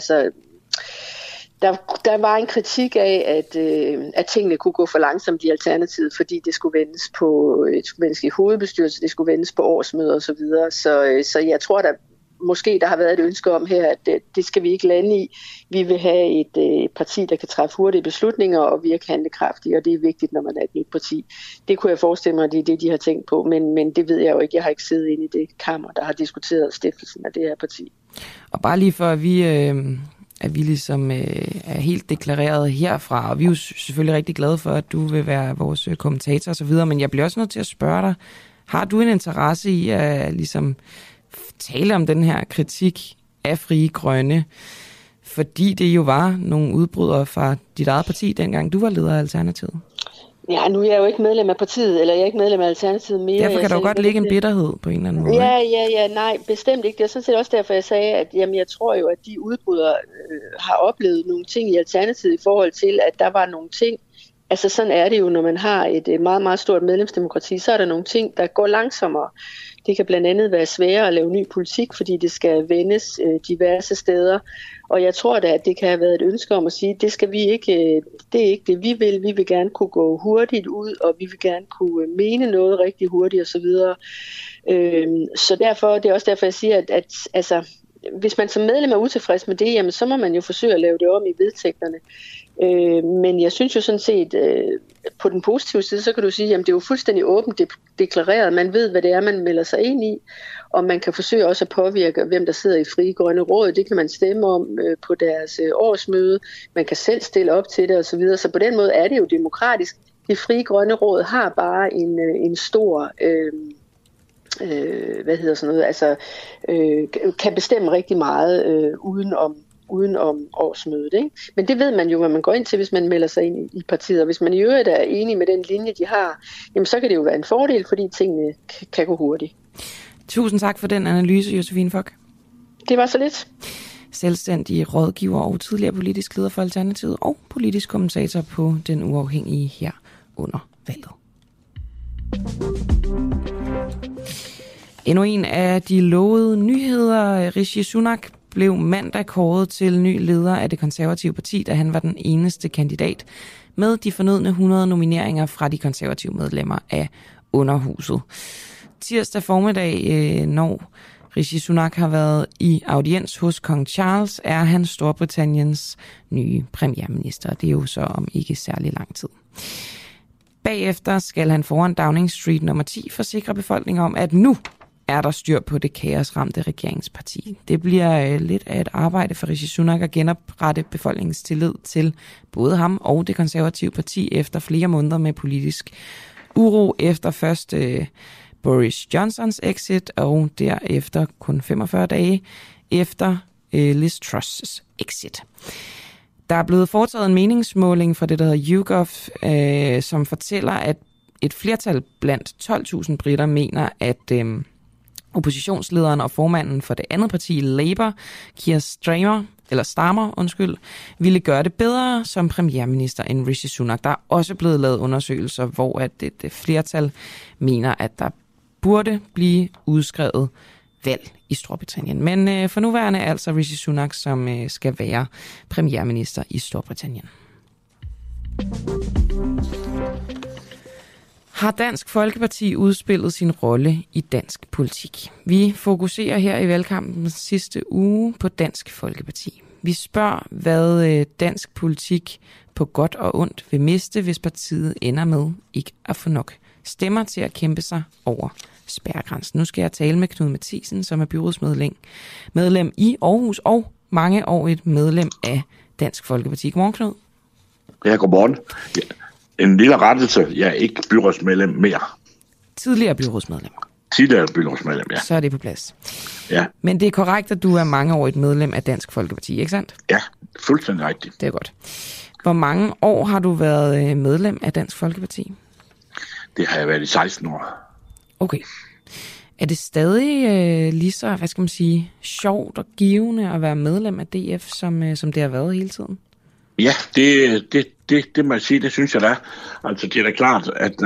Der var en kritik af, at tingene kunne gå for langsomt i Alternativet, fordi det skulle vendes i hovedbestyrelse, det skulle vendes på årsmøder og så videre. Så jeg tror, der har været et ønske om her, at det skal vi ikke lande i. Vi vil have et parti, der kan træffe hurtige beslutninger og virke handlekraftige, og det er vigtigt, når man er et nyt parti. Det kunne jeg forestille mig, at det er det, de har tænkt på, men det ved jeg jo ikke. Jeg har ikke siddet inde i det kammer, der har diskuteret stiftelsen af det her parti. Og bare lige for, at vi ligesom er helt deklareret herfra, og vi er jo selvfølgelig rigtig glade for, at du vil være vores kommentator og så videre, men jeg bliver også nødt til at spørge dig, har du en interesse i at ligesom tale om den her kritik af Frie Grønne, fordi det jo var nogle udbrydere fra dit eget parti, dengang du var leder af Alternativet? Ja, nu er jeg jo ikke medlem af partiet, eller jeg er ikke medlem af Alternativet mere. Derfor kan der jo godt ligge en bitterhed på en eller anden måde. Ja, nej, bestemt ikke. Det er sådan set også derfor, jeg sagde, at jeg tror jo, at de udbrydere har oplevet nogle ting i Alternativet i forhold til, at der var nogle ting. Altså sådan er det jo, når man har et meget, meget stort medlemsdemokrati, så er der nogle ting, der går langsommere. Det kan blandt andet være sværere at lave ny politik, fordi det skal vendes diverse steder. Og jeg tror da, at det kan have været et ønske om at sige, det skal vi ikke, det er ikke det, vi vil. Vi vil gerne kunne gå hurtigt ud, og vi vil gerne kunne mene noget rigtig hurtigt osv. Så derfor, det er også derfor, jeg siger, at altså, hvis man som medlem er utilfreds med det, jamen, så må man jo forsøge at lave det om i vedtægterne. Men jeg synes jo sådan set, på den positive side, så kan du sige, at det er jo fuldstændig åbent deklareret. Man ved, hvad det er, man melder sig ind i, og man kan forsøge også at påvirke, hvem der sidder i Frie Grønne Råd. Det kan man stemme om på deres årsmøde. Man kan selv stille op til det osv. Så på den måde er det jo demokratisk. Det Frie Grønne Råd har bare en stor... kan bestemme rigtig meget uden om årsmødet. Ikke? Men det ved man jo, hvad man går ind til, hvis man melder sig ind i partiet. Og hvis man i øvrigt er enig med den linje, de har, jamen så kan det jo være en fordel, fordi tingene kan gå hurtigt. Tusind tak for den analyse, Josephine Fock. Det var så lidt. Selvstændig rådgiver og tidligere politisk leder for Alternativet og politisk kommentator på Den Uafhængige her under valget. Endnu en af de lovede nyheder. Rishi Sunak blev mandag kåret til ny leder af det konservative parti, da han var den eneste kandidat med de fornødne 100 nomineringer fra de konservative medlemmer af Underhuset. Tirsdag formiddag, når Rishi Sunak har været i audiens hos kong Charles, er han Storbritanniens nye premierminister. Det er jo så om ikke særlig lang tid. Bagefter skal han foran Downing Street nummer 10 forsikre befolkningen om, at nu er der styr på det kaosramte regeringsparti. Det bliver lidt af et arbejde for Rishi Sunak at genoprette befolkningens tillid til både ham og det konservative parti efter flere måneder med politisk uro efter først Boris Johnsons exit og derefter kun 45 dage efter Liz Truss' exit. Der er blevet foretaget en meningsmåling fra det, der hedder YouGov, som fortæller, at et flertal blandt 12.000 briter mener, at oppositionslederen og formanden for det andet parti, Labour, Keir Starmer, ville gøre det bedre som premierminister end Rishi Sunak. Der er også blevet lavet undersøgelser, hvor at et flertal mener, at der burde blive udskrevet valg i Storbritannien. Men for nuværende er altså Rishi Sunak, som skal være premierminister i Storbritannien. Har Dansk Folkeparti udspillet sin rolle i dansk politik? Vi fokuserer her i valgkampen sidste uge på Dansk Folkeparti. Vi spørger, hvad dansk politik på godt og ondt vil miste, hvis partiet ender med ikke at få nok stemmer til at kæmpe sig over spærregrænsen. Nu skal jeg tale med Knud Matthiesen, som er byrådsmedlem i Aarhus og mangeårigt medlem af Dansk Folkeparti. Godmorgen, Knud. Ja, godmorgen. En lille rettelse. Jeg er ikke byrådsmedlem mere. Tidligere byrådsmedlem. Tidligere byrådsmedlem, ja. Så er det på plads. Ja. Men det er korrekt, at du er mangeårigt medlem af Dansk Folkeparti, ikke sandt? Ja, fuldstændig rigtigt. Det er godt. Hvor mange år har du været medlem af Dansk Folkeparti? Det har jeg været i 16 år. Okay. Er det stadig lige så, hvad skal man sige, sjovt og givende at være medlem af DF, som det har været hele tiden? Ja, det må jeg sige, det synes jeg da er. Altså, det er da klart,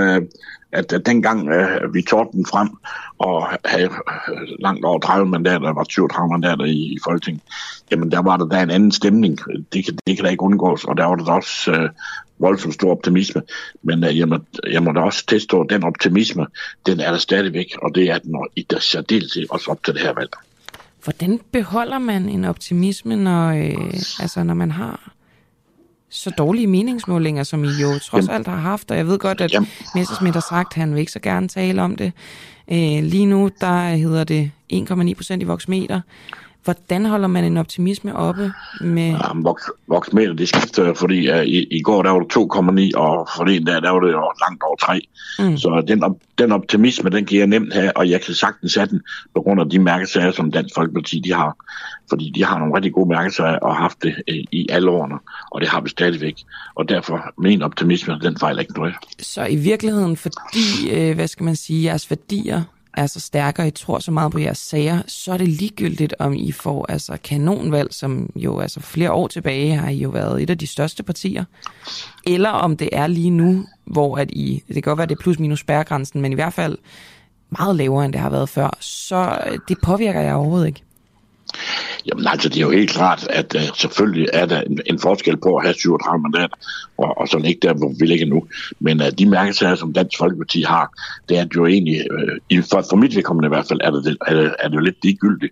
at dengang vi tog den frem og havde langt over 30 mandater, der var 37 mandater i Folketinget, jamen der var der en anden stemning. Det kan da ikke undgås, og der var der også voldsomt stor optimisme. Men jeg må da også tilstå, at den optimisme, den er der stadigvæk, og det er den i der særdeleshed også op til det her valg. Hvordan beholder man en optimisme, når man har så dårlige meningsmålinger, som I jo trods alt har haft? Og jeg ved godt, at Messerschmidt har sagt, at han vil ikke så gerne tale om det. Lige nu, der hedder det 1,9% i Voxmeter. Hvordan holder man en optimisme oppe med... Ja, Voxmeter, det skifter, fordi i går der var det 2,9, og forleden der var det jo langt over 3. Så den optimisme, den kan jeg nemt have, og jeg kan sagtens have den på grund af de mærkesager, som Dansk Folkeparti de har. Fordi de har nogle rigtig gode mærkesager og har haft det i alle årene, og det har vi stadigvæk. Og derfor, min optimisme, den fejler ikke noget. Så i virkeligheden, fordi, hvad skal man sige, jeres værdier er så stærke, og I tror så meget på jeres sager, så er det ligegyldigt, om I får kanonvalg, som jo flere år tilbage har I jo været et af de største partier, eller om det er lige nu, hvor at det kan godt være, det er plus minus spærregrænsen, men i hvert fald meget lavere, end det har været før, så det påvirker jeg overhovedet ikke. Jamen altså, det er jo helt klart, at selvfølgelig er der en forskel på at have 37 mandater, og så ligge der, hvor vi ligger nu. Men de mærkesager, som Dansk Folkeparti har, det er jo egentlig, for mit vedkommende i hvert fald, er det jo lidt ligegyldigt,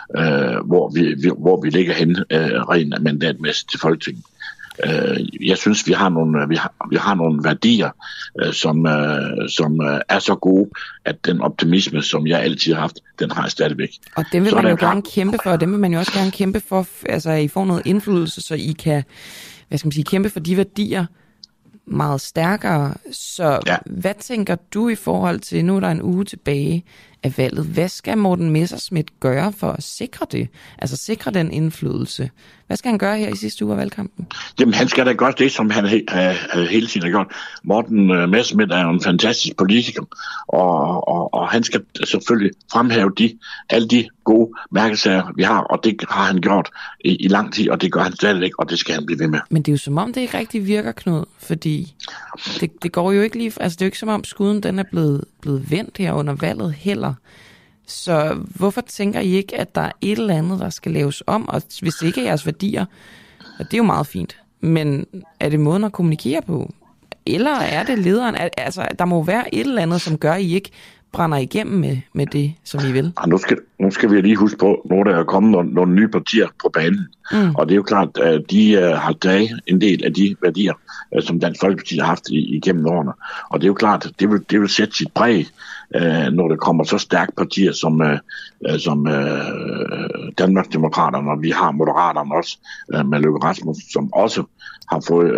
hvor vi ligger henne rent mandatmæssigt til Folketinget. Jeg synes, vi har nogle værdier, som er så gode, at den optimisme, som jeg altid har haft, den har jeg stadigvæk. Og dem vil man jo gerne kæmpe for, og dem vil man jo også gerne kæmpe for, at I får noget indflydelse, så I kan, kæmpe for de værdier meget stærkere. Så hvad tænker du i forhold til, nu er der en uge tilbage af valget, hvad skal Morten Messerschmidt gøre for at sikre det? Altså sikre den indflydelse? Hvad skal han gøre her i sidste uge af valgkampen? Jamen han skal da gøre det, som han hele tiden har gjort. Morten Messerschmidt er jo en fantastisk politiker, og han skal selvfølgelig fremhæve alle de gode mærkesager, vi har, og det har han gjort i lang tid, og det gør han stadigvæk, og det skal han blive ved med. Men det er jo som om, det ikke rigtig virker, Knud, fordi det går jo ikke lige... Altså det er jo ikke som om skuden den er blevet vendt her under valget heller. Så hvorfor tænker I ikke, at der er et eller andet, der skal laves om? Og hvis det ikke er jeres værdier, og det er jo meget fint, men er det måden at kommunikere på? Eller er det lederen? Altså, der må være et eller andet, som gør, at I ikke brænder igennem med det, som I vil. Nu skal vi lige huske på, når der er kommet nogle nye partier på banen. Og det er jo klart, at de har taget en del af de værdier, som Dansk Folkeparti har haft igennem årene. Og det er jo klart, det vil sætte sit præg, når der kommer så stærke partier som Danmarksdemokraterne, og vi har Moderaterne også med Løkke Rasmussen, som også har fået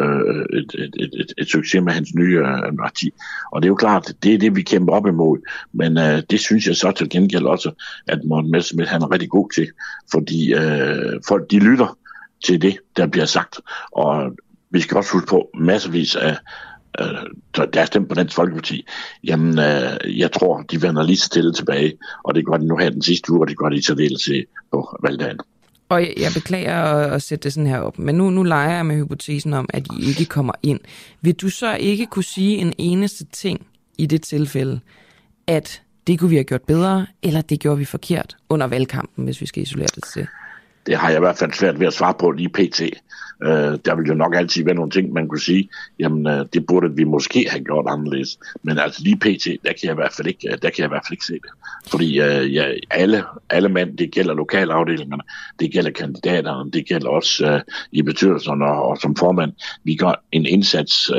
et succes med hans nye parti. Og det er jo klart, det er det, vi kæmper op imod. Men det synes jeg så til gengæld også, at Morten Messerschmidt han er rigtig god til, fordi folk de lytter til det, der bliver sagt. Og vi skal også huske på masservis af der er stemt på Dansk Folkeparti. Jamen, jeg tror, de vender lige stille tilbage, og det gør de nu her den sidste uge, og det gør de i særdeleshed på valgdagen. Og jeg beklager at sætte det sådan her op, men nu leger jeg med hypotesen om, at I ikke kommer ind. Vil du så ikke kunne sige en eneste ting i det tilfælde, at det kunne vi have gjort bedre, eller det gjorde vi forkert under valgkampen, hvis vi skal isolere det til? Det har jeg i hvert fald svært ved at svare på lige pt. Der vil jo nok altid være nogle ting, man kunne sige, jamen det burde vi måske have gjort anderledes. Men altså lige pt, der kan jeg i hvert fald ikke se det. Fordi alle mænd, det gælder lokalafdelingerne, det gælder kandidaterne, det gælder også i bestyrelserne og som formand. Vi gør en indsats,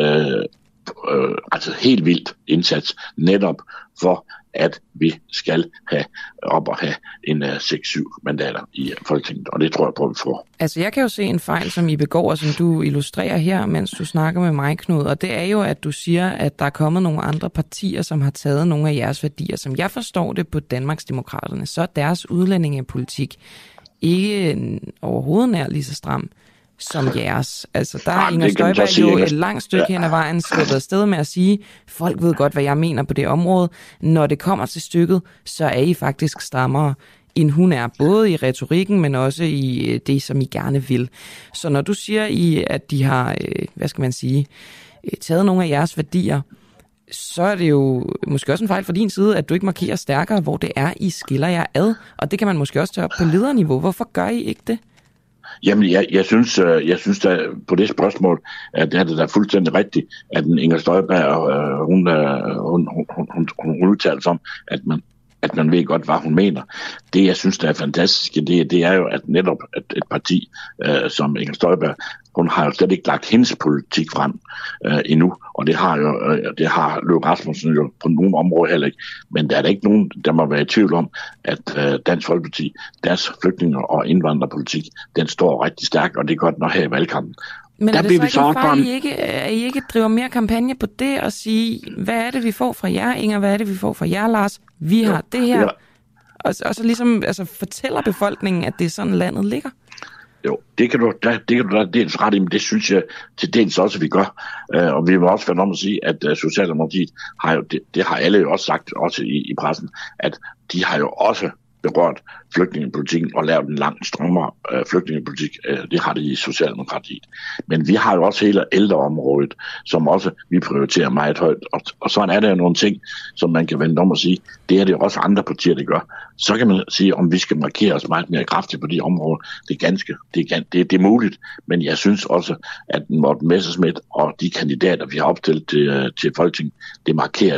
altså helt vildt indsats, netop for at vi skal have en 6-7 mandater i Folketinget, og det tror jeg på, at vi får. Altså jeg kan jo se en fejl, som I begår, som du illustrerer her, mens du snakker med mig, Knud, og det er jo, at du siger, at der er kommet nogle andre partier, som har taget nogle af jeres værdier. Som jeg forstår det på Danmarksdemokraterne, så er deres udlændingepolitik ikke overhovedet nær lige så stram som jeres. Altså der er Inger Støjberg jo et langt stykke hen ad vejen sluppet afsted med at sige, folk ved godt, hvad jeg mener på det område. Når det kommer til stykket, så er I faktisk strammere, end hun er, både i retorikken, men også i det, som I gerne vil. Så når du siger, at de har, taget nogle af jeres værdier, så er det jo måske også en fejl fra din side, at du ikke markerer stærkere, hvor det er, I skiller jer ad. Og det kan man måske også tage op på lederniveau. Hvorfor gør I ikke det? Jamen, jeg synes da på det spørgsmål, at det er da fuldstændig rigtigt, at Inger Støjberg, hun udtaler sig om, at man ved godt, hvad hun mener. Det, jeg synes, der er fantastisk, det er jo, at netop et parti som Inger Støjberg, hun har jo slet ikke lagt hendes politik frem endnu, og det har Løkke Rasmussen jo på nogle områder heller ikke. Men der er der ikke nogen, der må være i tvivl om, at Dansk Folkeparti, deres flygtninge- og indvandrerpolitik, den står rigtig stærkt, og det er godt nok her i valgkampen. Men er det så ikke en fejl, at I ikke driver mere kampagne på det og sige, hvad er det, vi får fra jer, Inger, hvad er det, vi får fra jer, Lars? Vi har det her. Ja. Og så ligesom fortæller befolkningen, at det er sådan, landet ligger. Jo, det kan du da dels ret i, men det synes jeg til dels også, at vi gør. Og vi vil også være om at sige, at Socialdemokratiet har jo, det har alle jo også sagt, også i pressen, at de har jo også berørt flygtningepolitikken og lavet en langt strammere flygtningepolitik. Det har det i Socialdemokratiet. Men vi har jo også hele ældreområdet, som også vi prioriterer meget højt. Og sådan er der jo nogle ting, som man kan vende om og sige, det er det også andre partier, der gør. Så kan man sige, om vi skal markere os meget mere kraftigt på de områder. Det er muligt, men jeg synes også, at Morten Messerschmidt og de kandidater, vi har opstillet til Folketinget, det markerer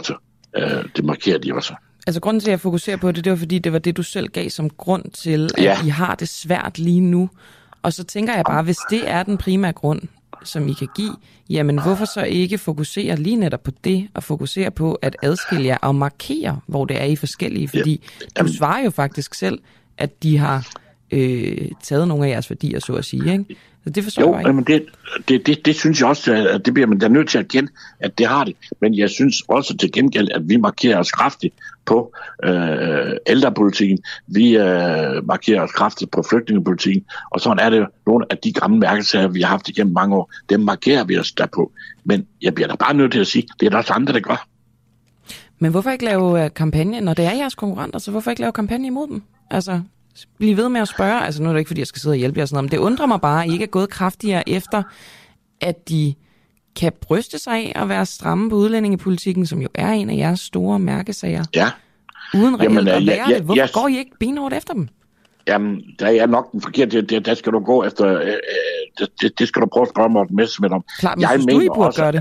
de også. Altså grunden til, at jeg fokuserer på det, det var fordi, det var det, du selv gav som grund til, at I har det svært lige nu. Og så tænker jeg bare, hvis det er den primære grund, som I kan give, jamen hvorfor så ikke fokusere lige netop på det, og fokusere på at adskille jer og markere, hvor det er I forskellige? Fordi du svarer jo faktisk selv, at de har taget nogle af jeres værdier, så at sige, ikke? Så det forstår jeg ikke. Men det synes jeg også, at det bliver man da nødt til at kende, at det har det. Men jeg synes også til gengæld, at vi markerer os kraftigt på ældrepolitikken. Vi markerer os kraftigt på flygtningepolitikken. Og sådan er det jo nogle af de gamle mærkesager, vi har haft igennem mange år. Dem markerer vi os der på. Men jeg bliver da bare nødt til at sige, det er der også andre, der gør. Men hvorfor ikke lave kampagne, når det er jeres konkurrenter, så hvorfor ikke lave kampagne imod dem? Altså, bliv ved med at spørge. Altså, nu er det ikke, fordi jeg skal sidde og hjælpe jer sådan noget, men det undrer mig bare, at I ikke er gået kraftigere efter, at de kan bryste sig af at være stramme på udlændingepolitikken, som jo er en af jeres store mærkesager. Ja. Uden reelt at lære det. Hvorfor går I ikke benhårdt efter dem? Jamen, der er nok den forkerte. Der skal du gå efter. Det skal du prøve at spørge Morten Messerschmidt om. Klart, men synes du, I burde gøre det?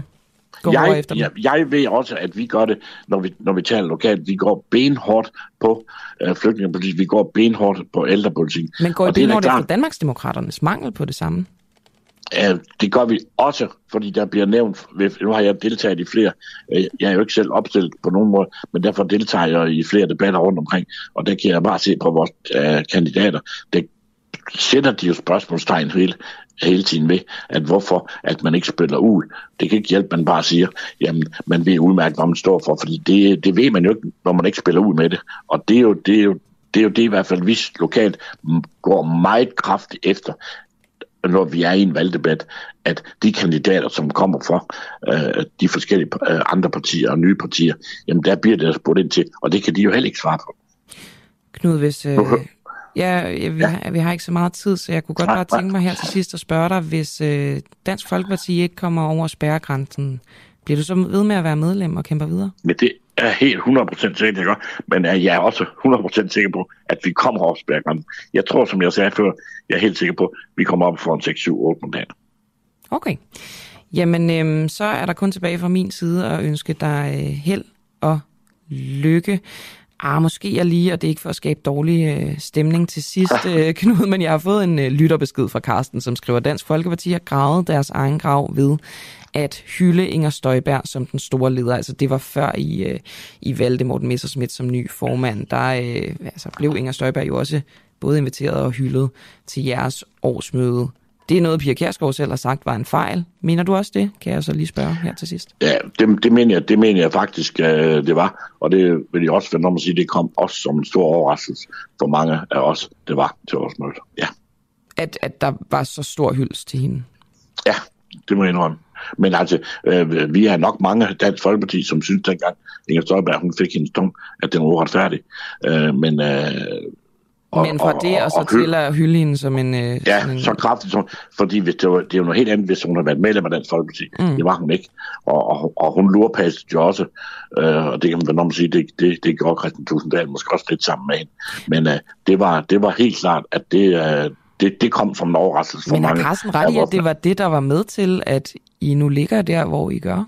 Jeg ved også, at vi gør det, når vi taler lokalt. Vi går benhårdt på flygtningepolitik, vi går benhårdt på ældrepolitik. Men går I benhårdt efter Danmarksdemokraternes mangel på det samme? Det gør vi også, fordi der bliver nævnt, nu har jeg deltaget i flere, jeg er jo ikke selv opstillet på nogen måde, men derfor deltager jeg i flere debatter rundt omkring, og der kan jeg bare se på vores kandidater, det sætter de jo spørgsmålstegn hele tiden ved, at hvorfor at man ikke spiller ud. Det kan ikke hjælpe, man bare siger, jamen, man ved udmærket, hvad man står for, fordi det ved man jo ikke, når man ikke spiller ud med det. Og det er jo det i hvert fald, vi lokalt går meget kraftigt efter, når vi er i en valgdebat, at de kandidater, som kommer fra de forskellige andre partier og nye partier, jamen der bliver det spurgt ind til, og det kan de jo heller ikke svare på. Knud, hvis... vi har ikke så meget tid, så jeg kunne godt bare tænke mig her til sidst at spørge dig, hvis Dansk Folkeparti ikke kommer over spærregrænsen, bliver du så ved med at være medlem og kæmper videre? er helt 100% sikker, det gør, men jeg er også 100% sikker på, at vi kommer over spærgrænsen. Jeg tror, som jeg sagde før, jeg er helt sikker på, at vi kommer op for en 6-7-8 mandater. Okay. Jamen, så er der kun tilbage fra min side at ønske dig held og lykke. Måske jeg lige, og det er ikke for at skabe dårlig stemning til sidst, Knud, men jeg har fået en lytterbesked fra Carsten, som skriver, Dansk Folkeparti har gravet deres egen grav ved at hylde Inger Støjberg som den store leder. Altså det var før I valgte Morten Messerschmidt som ny formand. Der blev Inger Støjberg jo også både inviteret og hyldet til jeres årsmøde. Det er noget, Pia Kjærsgaard selv har sagt var en fejl. Mener du også det? Kan jeg så lige spørge her til sidst? Ja, det mener jeg faktisk, det var. Og det vil jeg også finde, når man siger, det kom også som en stor overraskelse for mange af os, det var til årsmødet. Ja. At der var så stor hyldest til hende? Ja, det må jeg indrømme. Men altså, vi har nok mange Dansk Folkeparti, som synes dengang, Inger Støjberg, hun fik hendes tung, at den var uretfærdig. Men fra det og så til at hylde hende som en... så kraftigt, fordi det er jo noget helt andet, hvis hun har været medlem af Dansk Folkeparti. Det var hun ikke. Og hun lurpassede jo også, og det kan man nok sige, det gjorde Christian Tusinddal måske også lidt sammen med hende. Men det var helt klart, at det kom som en overraskelse for mange. Men har Carsten ret i, at det var det, der var med til, at I nu ligger der, hvor I gør?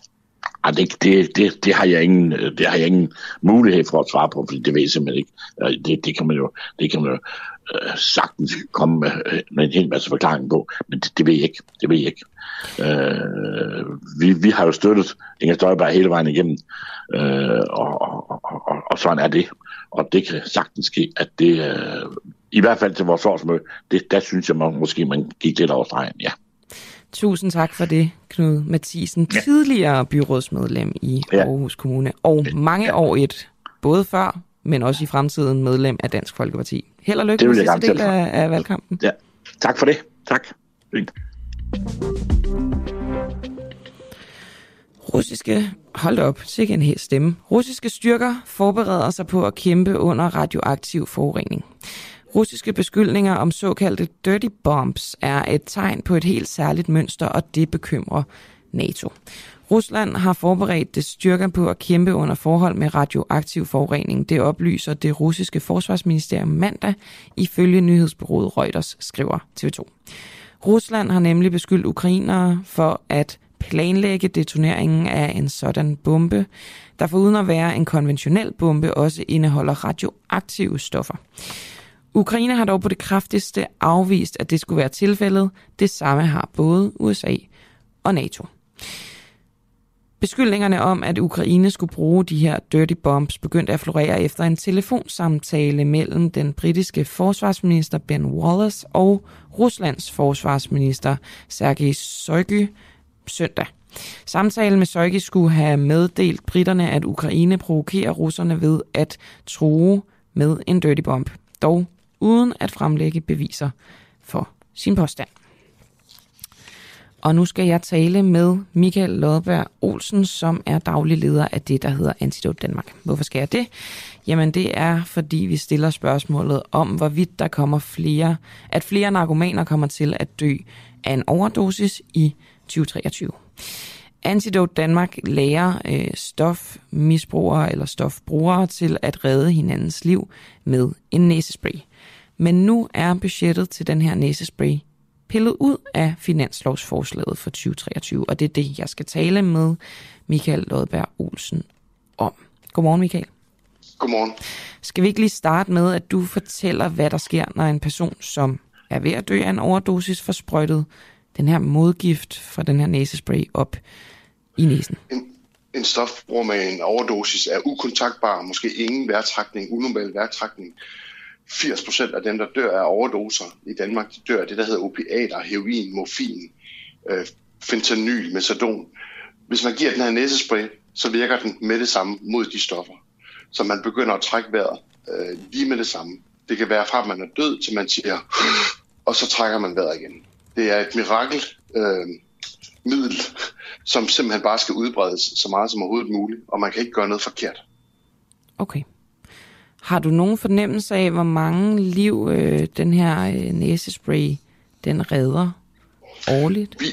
Det har jeg ingen mulighed for at svare på, fordi det ved jeg simpelthen ikke. Det kan man jo sagtens komme med en hel masse forklaring på, men det ved jeg ikke. Vi har jo støttet Inger Støjberg hele vejen igennem, og sådan er det. Og det kan sagtens ske, at det, i hvert fald til vores årsmøde, der synes jeg måske, man gik lidt over stregen, ja. Tusind tak for det, Knud Matthiesen, tidligere byrådsmedlem i Aarhus Kommune, og mange år både før, men også i fremtiden medlem af Dansk Folkeparti. Held og lykke med sidste del af valgkampen. Ja, tak for det. Tak. Sikke en hel stemme. Russiske styrker forbereder sig på at kæmpe under radioaktiv forurening. Russiske beskyldninger om såkaldte dirty bombs er et tegn på et helt særligt mønster, og det bekymrer NATO. Rusland har forberedt det styrker på at kæmpe under forhold med radioaktiv forurening. Det oplyser det russiske forsvarsministerium mandag, ifølge nyhedsbureauet Reuters, skriver TV2. Rusland har nemlig beskyldt ukrainere for at planlægge detoneringen af en sådan bombe, der foruden at være en konventionel bombe også indeholder radioaktive stoffer. Ukraine har dog på det kraftigste afvist, at det skulle være tilfældet. Det samme har både USA og NATO. Beskyldningerne om, at Ukraine skulle bruge de her dirty bombs, begyndte at florere efter en telefonsamtale mellem den britiske forsvarsminister Ben Wallace og Ruslands forsvarsminister Sergej Shoigu søndag. Samtalen med Shoigu skulle have meddelt briterne, at Ukraine provokerer russerne ved at true med en dirty bomb, dog uden at fremlægge beviser for sin påstand. Og nu skal jeg tale med Michael Lodberg Olsen, som er daglig leder af det, der hedder Antidote Danmark. Hvorfor skal jeg det? Jamen det er, fordi vi stiller spørgsmålet om, hvorvidt der kommer flere narkomaner kommer til at dø af en overdosis i 2023. Antidote Danmark lærer stofmisbrugere eller stofbrugere til at redde hinandens liv med en næsespray. Men nu er budgettet til den her næsespray pillet ud af finanslovsforslaget for 2023, og det er det, jeg skal tale med Michael Lodberg Olsen om. Godmorgen, Michael. Godmorgen. Skal vi ikke lige starte med, at du fortæller, hvad der sker, når en person, som er ved at dø af en overdosis, får sprøjtet den her modgift fra den her næsespray op i næsen? En stofbruger med en overdosis er ukontaktbar, måske ingen vejrtrækning, unormal vejrtrækning. 80% af dem, der dør af overdoser i Danmark, de dør af det, der hedder opiater, heroin, morfin, fentanyl, metadon. Hvis man giver den her næsespray, så virker den med det samme mod de stoffer. Så man begynder at trække vejret lige med det samme. Det kan være fra, at man er død, til man siger, og så trækker man vejret igen. Det er et mirakelmiddel, som simpelthen bare skal udbredes så meget som overhovedet muligt, og man kan ikke gøre noget forkert. Okay. Har du nogen fornemmelse af, hvor mange liv den her næsespray, den redder årligt?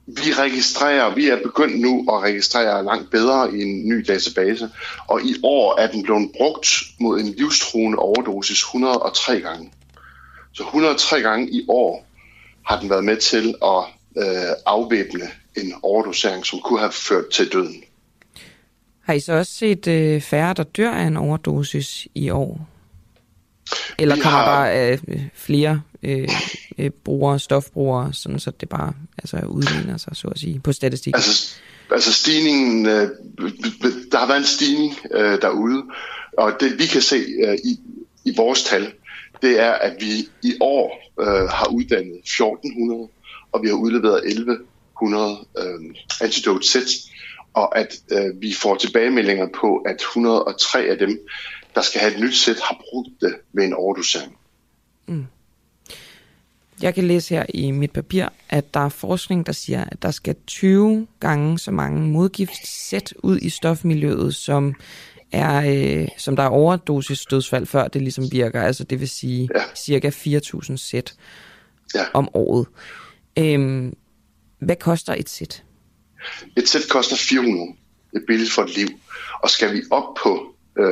Vi er begyndt nu at registrere langt bedre i en ny database, og i år er den blevet brugt mod en livstruende overdosis 103 gange. Så 103 gange i år har den været med til at afvæbne en overdosering, som kunne have ført til døden. Har I så også set færre, der dør af en overdosis i år? Eller kommer der flere stofbrugere, sådan så det bare udligner sig, så at sige, på statistikken? Altså stigningen, der har været en stigning derude, og det vi kan se i vores tal, det er, at vi i år har uddannet 1400, og vi har udleveret 1100 antidote sets, og at vi får tilbagemeldinger på, at 103 af dem, der skal have et nyt sæt, har brugt det ved en overdosering. Mm. Jeg kan læse her i mit papir, at der er forskning, der siger, at der skal 20 gange så mange modgiftssæt ud i stofmiljøet, som der er overdosisdødsfald, før det ligesom virker. Altså det vil sige cirka 4.000 sæt om året. Hvad koster et sæt? Et sæt koster 400. Det er billigt for et liv. Og skal vi op på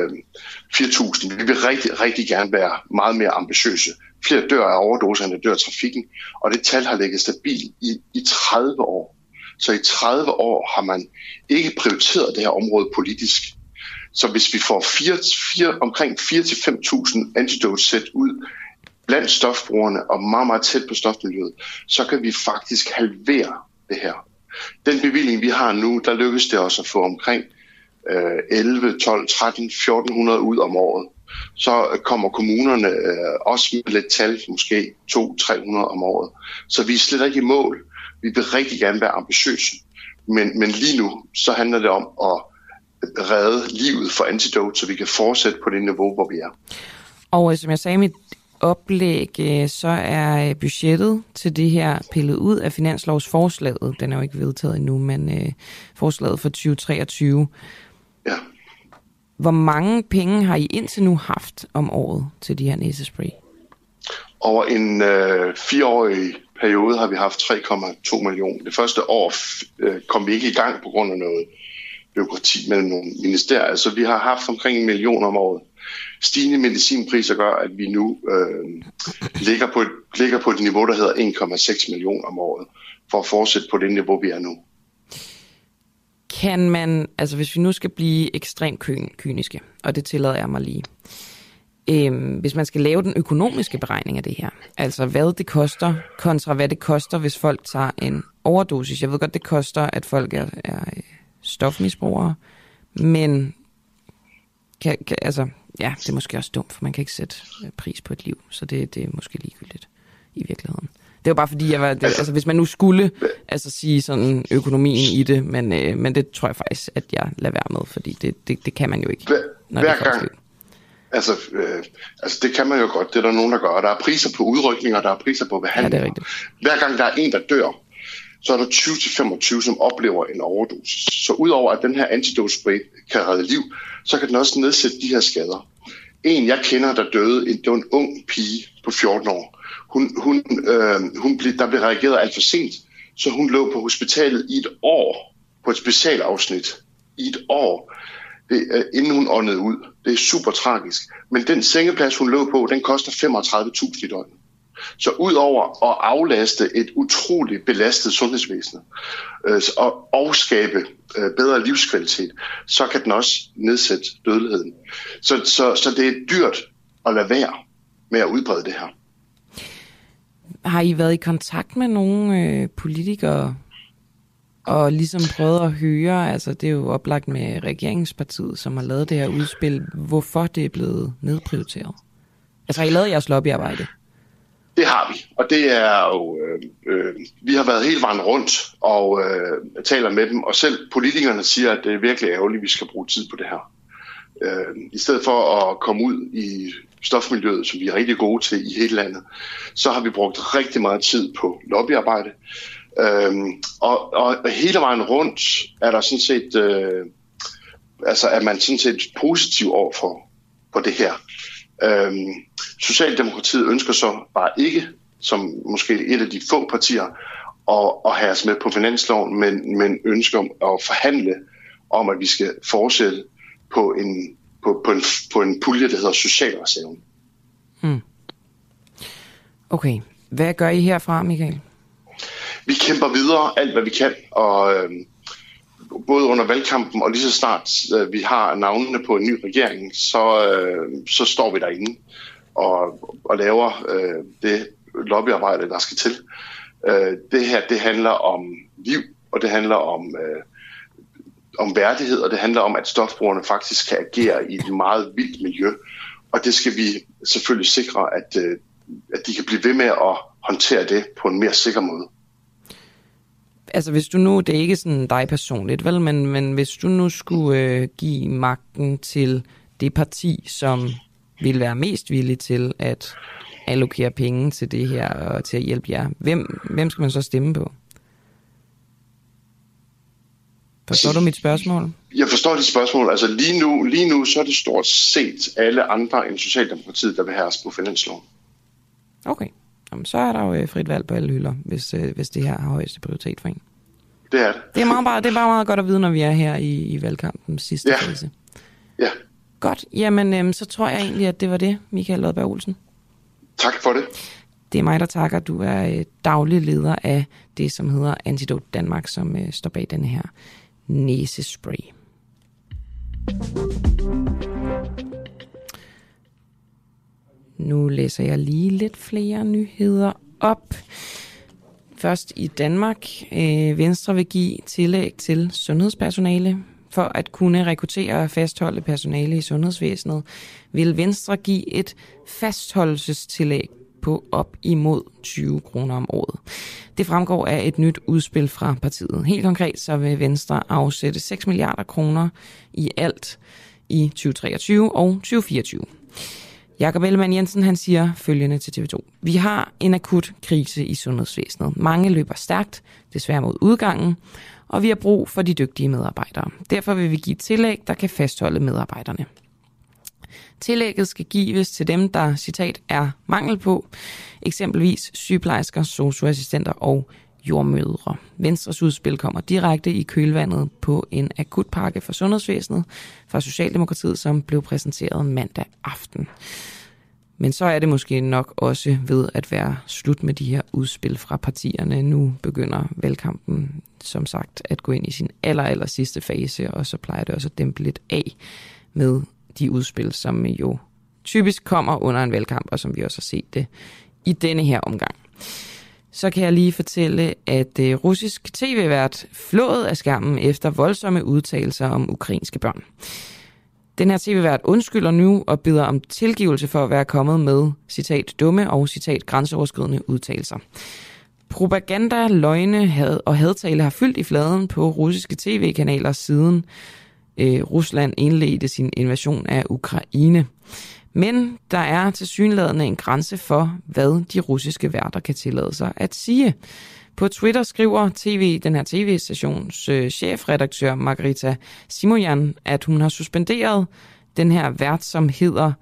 4.000, vi vil rigtig, rigtig gerne være meget mere ambitiøse. Flere dør af overdoser, end der dør af trafikken. Og det tal har ligget stabilt i 30 år. Så i 30 år har man ikke prioriteret det her område politisk. Så hvis vi får omkring 4.000-5.000 antidote-sæt ud blandt stofbrugerne og meget, meget tæt på stofmiljøet, så kan vi faktisk halvere det her. Den bevilling, vi har nu, der lykkes det også at få omkring 11, 12, 13, 1.400 ud om året. Så kommer kommunerne også med lidt tal, måske 200-300 om året. Så vi er slet ikke i mål. Vi vil rigtig gerne være ambitiøse. Men lige nu, så handler det om at redde livet for antidote, så vi kan fortsætte på det niveau, hvor vi er. Og som jeg sagde i mit oplæg, så er budgettet til det her pillet ud af finanslovsforslaget. Den er jo ikke vedtaget endnu, men forslaget for 2023. Ja. Hvor mange penge har I indtil nu haft om året til de her næsespray? Over en 4-årig periode har vi haft 3,2 millioner. Det første år kom vi ikke i gang på grund af noget bureaukrati mellem nogle ministerier. Altså vi har haft omkring 1 million om året. Stigende medicinpriser gør, at vi nu ligger på et niveau, der hedder 1,6 millioner om året, for at fortsætte på det niveau, vi er nu. Kan man, altså hvis vi nu skal blive ekstremt kyniske, og det tillader jeg mig lige, hvis man skal lave den økonomiske beregning af det her, altså hvad det koster, kontra hvad det koster, hvis folk tager en overdosis. Jeg ved godt, det koster, at folk er stofmisbrugere, men altså, ja, det er måske også dumt, for man kan ikke sætte pris på et liv, så det er måske ligegyldigt i virkeligheden. Det var bare fordi, altså hvis man nu skulle sige sådan økonomien i det, men det tror jeg faktisk, at jeg lader være med, fordi det kan man jo ikke. Hver gang. Altså det kan man jo godt, det er der nogen, der gør. Der er priser på udrykninger, der er priser på behandling. Ja, det er rigtigt. Hver gang der er en, der dør, så er der 20-25, som oplever en overdosis. Så udover at den her antidote spray kan redde liv, så kan den også nedsætte de her skader. En, jeg kender, der døde, det var en ung pige på 14 år. Der blev reageret alt for sent, så hun lå på hospitalet i et år, på et specialafsnit, i et år, inden hun åndede ud. Det er super tragisk. Men den sengeplads, hun lå på, den koster 35.000 i døgnet. Så udover at aflaste et utroligt belastet sundhedsvæsen og skabe bedre livskvalitet, så kan den også nedsætte dødeligheden. Så det er dyrt at lade være med at udbrede det her. Har I været i kontakt med nogle politikere og ligesom prøvet at høre, altså det er jo oplagt med regeringspartiet, som har lavet det her udspil, hvorfor det er blevet nedprioriteret? Altså har I lavet jeres lobbyarbejde? Det har vi, og det er jo, vi har været hele vejen rundt og taler med dem, og selv politikerne siger, at det er virkelig ærgerligt, at vi skal bruge tid på det her. I stedet for at komme ud i stofmiljøet, som vi er rigtig gode til i hele landet, så har vi brugt rigtig meget tid på lobbyarbejde. Og hele vejen rundt er der sådan set, er man sådan set positiv over for det her. Socialdemokratiet ønsker så bare ikke, som måske et af de få partier, at have os med på finansloven, men ønsker om at forhandle om, at vi skal fortsætte på en pulje, der hedder Socialreserven. Okay. Hvad gør I herfra, Michael? Vi kæmper videre alt, hvad vi kan, og både under valgkampen og lige så snart vi har navnene på en ny regering, så står vi derinde og laver det lobbyarbejde, der skal til. Det her, det handler om liv, og det handler om værdighed, og det handler om, at stofbrugerne faktisk kan agere i et meget vildt miljø. Og det skal vi selvfølgelig sikre, at de kan blive ved med at håndtere det på en mere sikker måde. Altså hvis du nu, det er ikke sådan dig personligt, vel, men hvis du nu skulle give magten til det parti, som vil være mest villig til at allokere penge til det her og til at hjælpe jer, hvem skal man så stemme på? Forstår du mit spørgsmål? Jeg forstår dit spørgsmål. Altså lige nu så er det stort set alle andre end Socialdemokratiet, der vil have os på finansloven. Okay. Jamen, så er der jo frit valg på alle hylder, hvis det her har højeste prioritet for en. Det er det. Det er bare meget godt at vide, når vi er her i valgkampens sidste fase. Ja. Godt. Jamen, så tror jeg egentlig, at det var det, Michael Lodberg Olsen. Tak for det. Det er mig, der takker. Du er daglig leder af det, som hedder Antidot Danmark, som står bag den her næsespray. Nu læser jeg lige lidt flere nyheder op. Først i Danmark. Venstre vil give tillæg til sundhedspersonale. For at kunne rekruttere og fastholde personale i sundhedsvæsenet, vil Venstre give et fastholdelsestillæg på op imod 20 kroner om året. Det fremgår af et nyt udspil fra partiet. Helt konkret så vil Venstre afsætte 6 milliarder kroner i alt i 2023 og 2024. Jakob Ellemann-Jensen han siger følgende til TV2. Vi har en akut krise i sundhedsvæsenet. Mange løber stærkt, desværre mod udgangen, og vi har brug for de dygtige medarbejdere. Derfor vil vi give tillæg, der kan fastholde medarbejderne. Tillægget skal gives til dem, der, citat, er mangel på, eksempelvis sygeplejersker, sosu-assistenter og jordmødre. Venstres udspil kommer direkte i kølvandet på en akutpakke for sundhedsvæsenet fra Socialdemokratiet, som blev præsenteret mandag aften. Men så er det måske nok også ved at være slut med de her udspil fra partierne. Nu begynder valgkampen, som sagt, at gå ind i sin aller sidste fase, og så plejer det også at dæmpe lidt af med de udspil, som jo typisk kommer under en valgkamp, og som vi også har set det i denne her omgang. Så kan jeg lige fortælle, at russisk tv-vært flået af skærmen efter voldsomme udtalelser om ukrainske børn. Den her tv-vært undskylder nu og beder om tilgivelse for at være kommet med, citat, dumme og citat, grænseoverskridende udtalelser. Propaganda, løgne og hadtale har fyldt i fladen på russiske tv-kanaler siden Rusland indledte sin invasion af Ukraine. Men der er tilsyneladende en grænse for, hvad de russiske værter kan tillade sig at sige. På Twitter skriver den her tv-stations chefredaktør Margarita Simojan, at hun har suspenderet den her vært, som hedder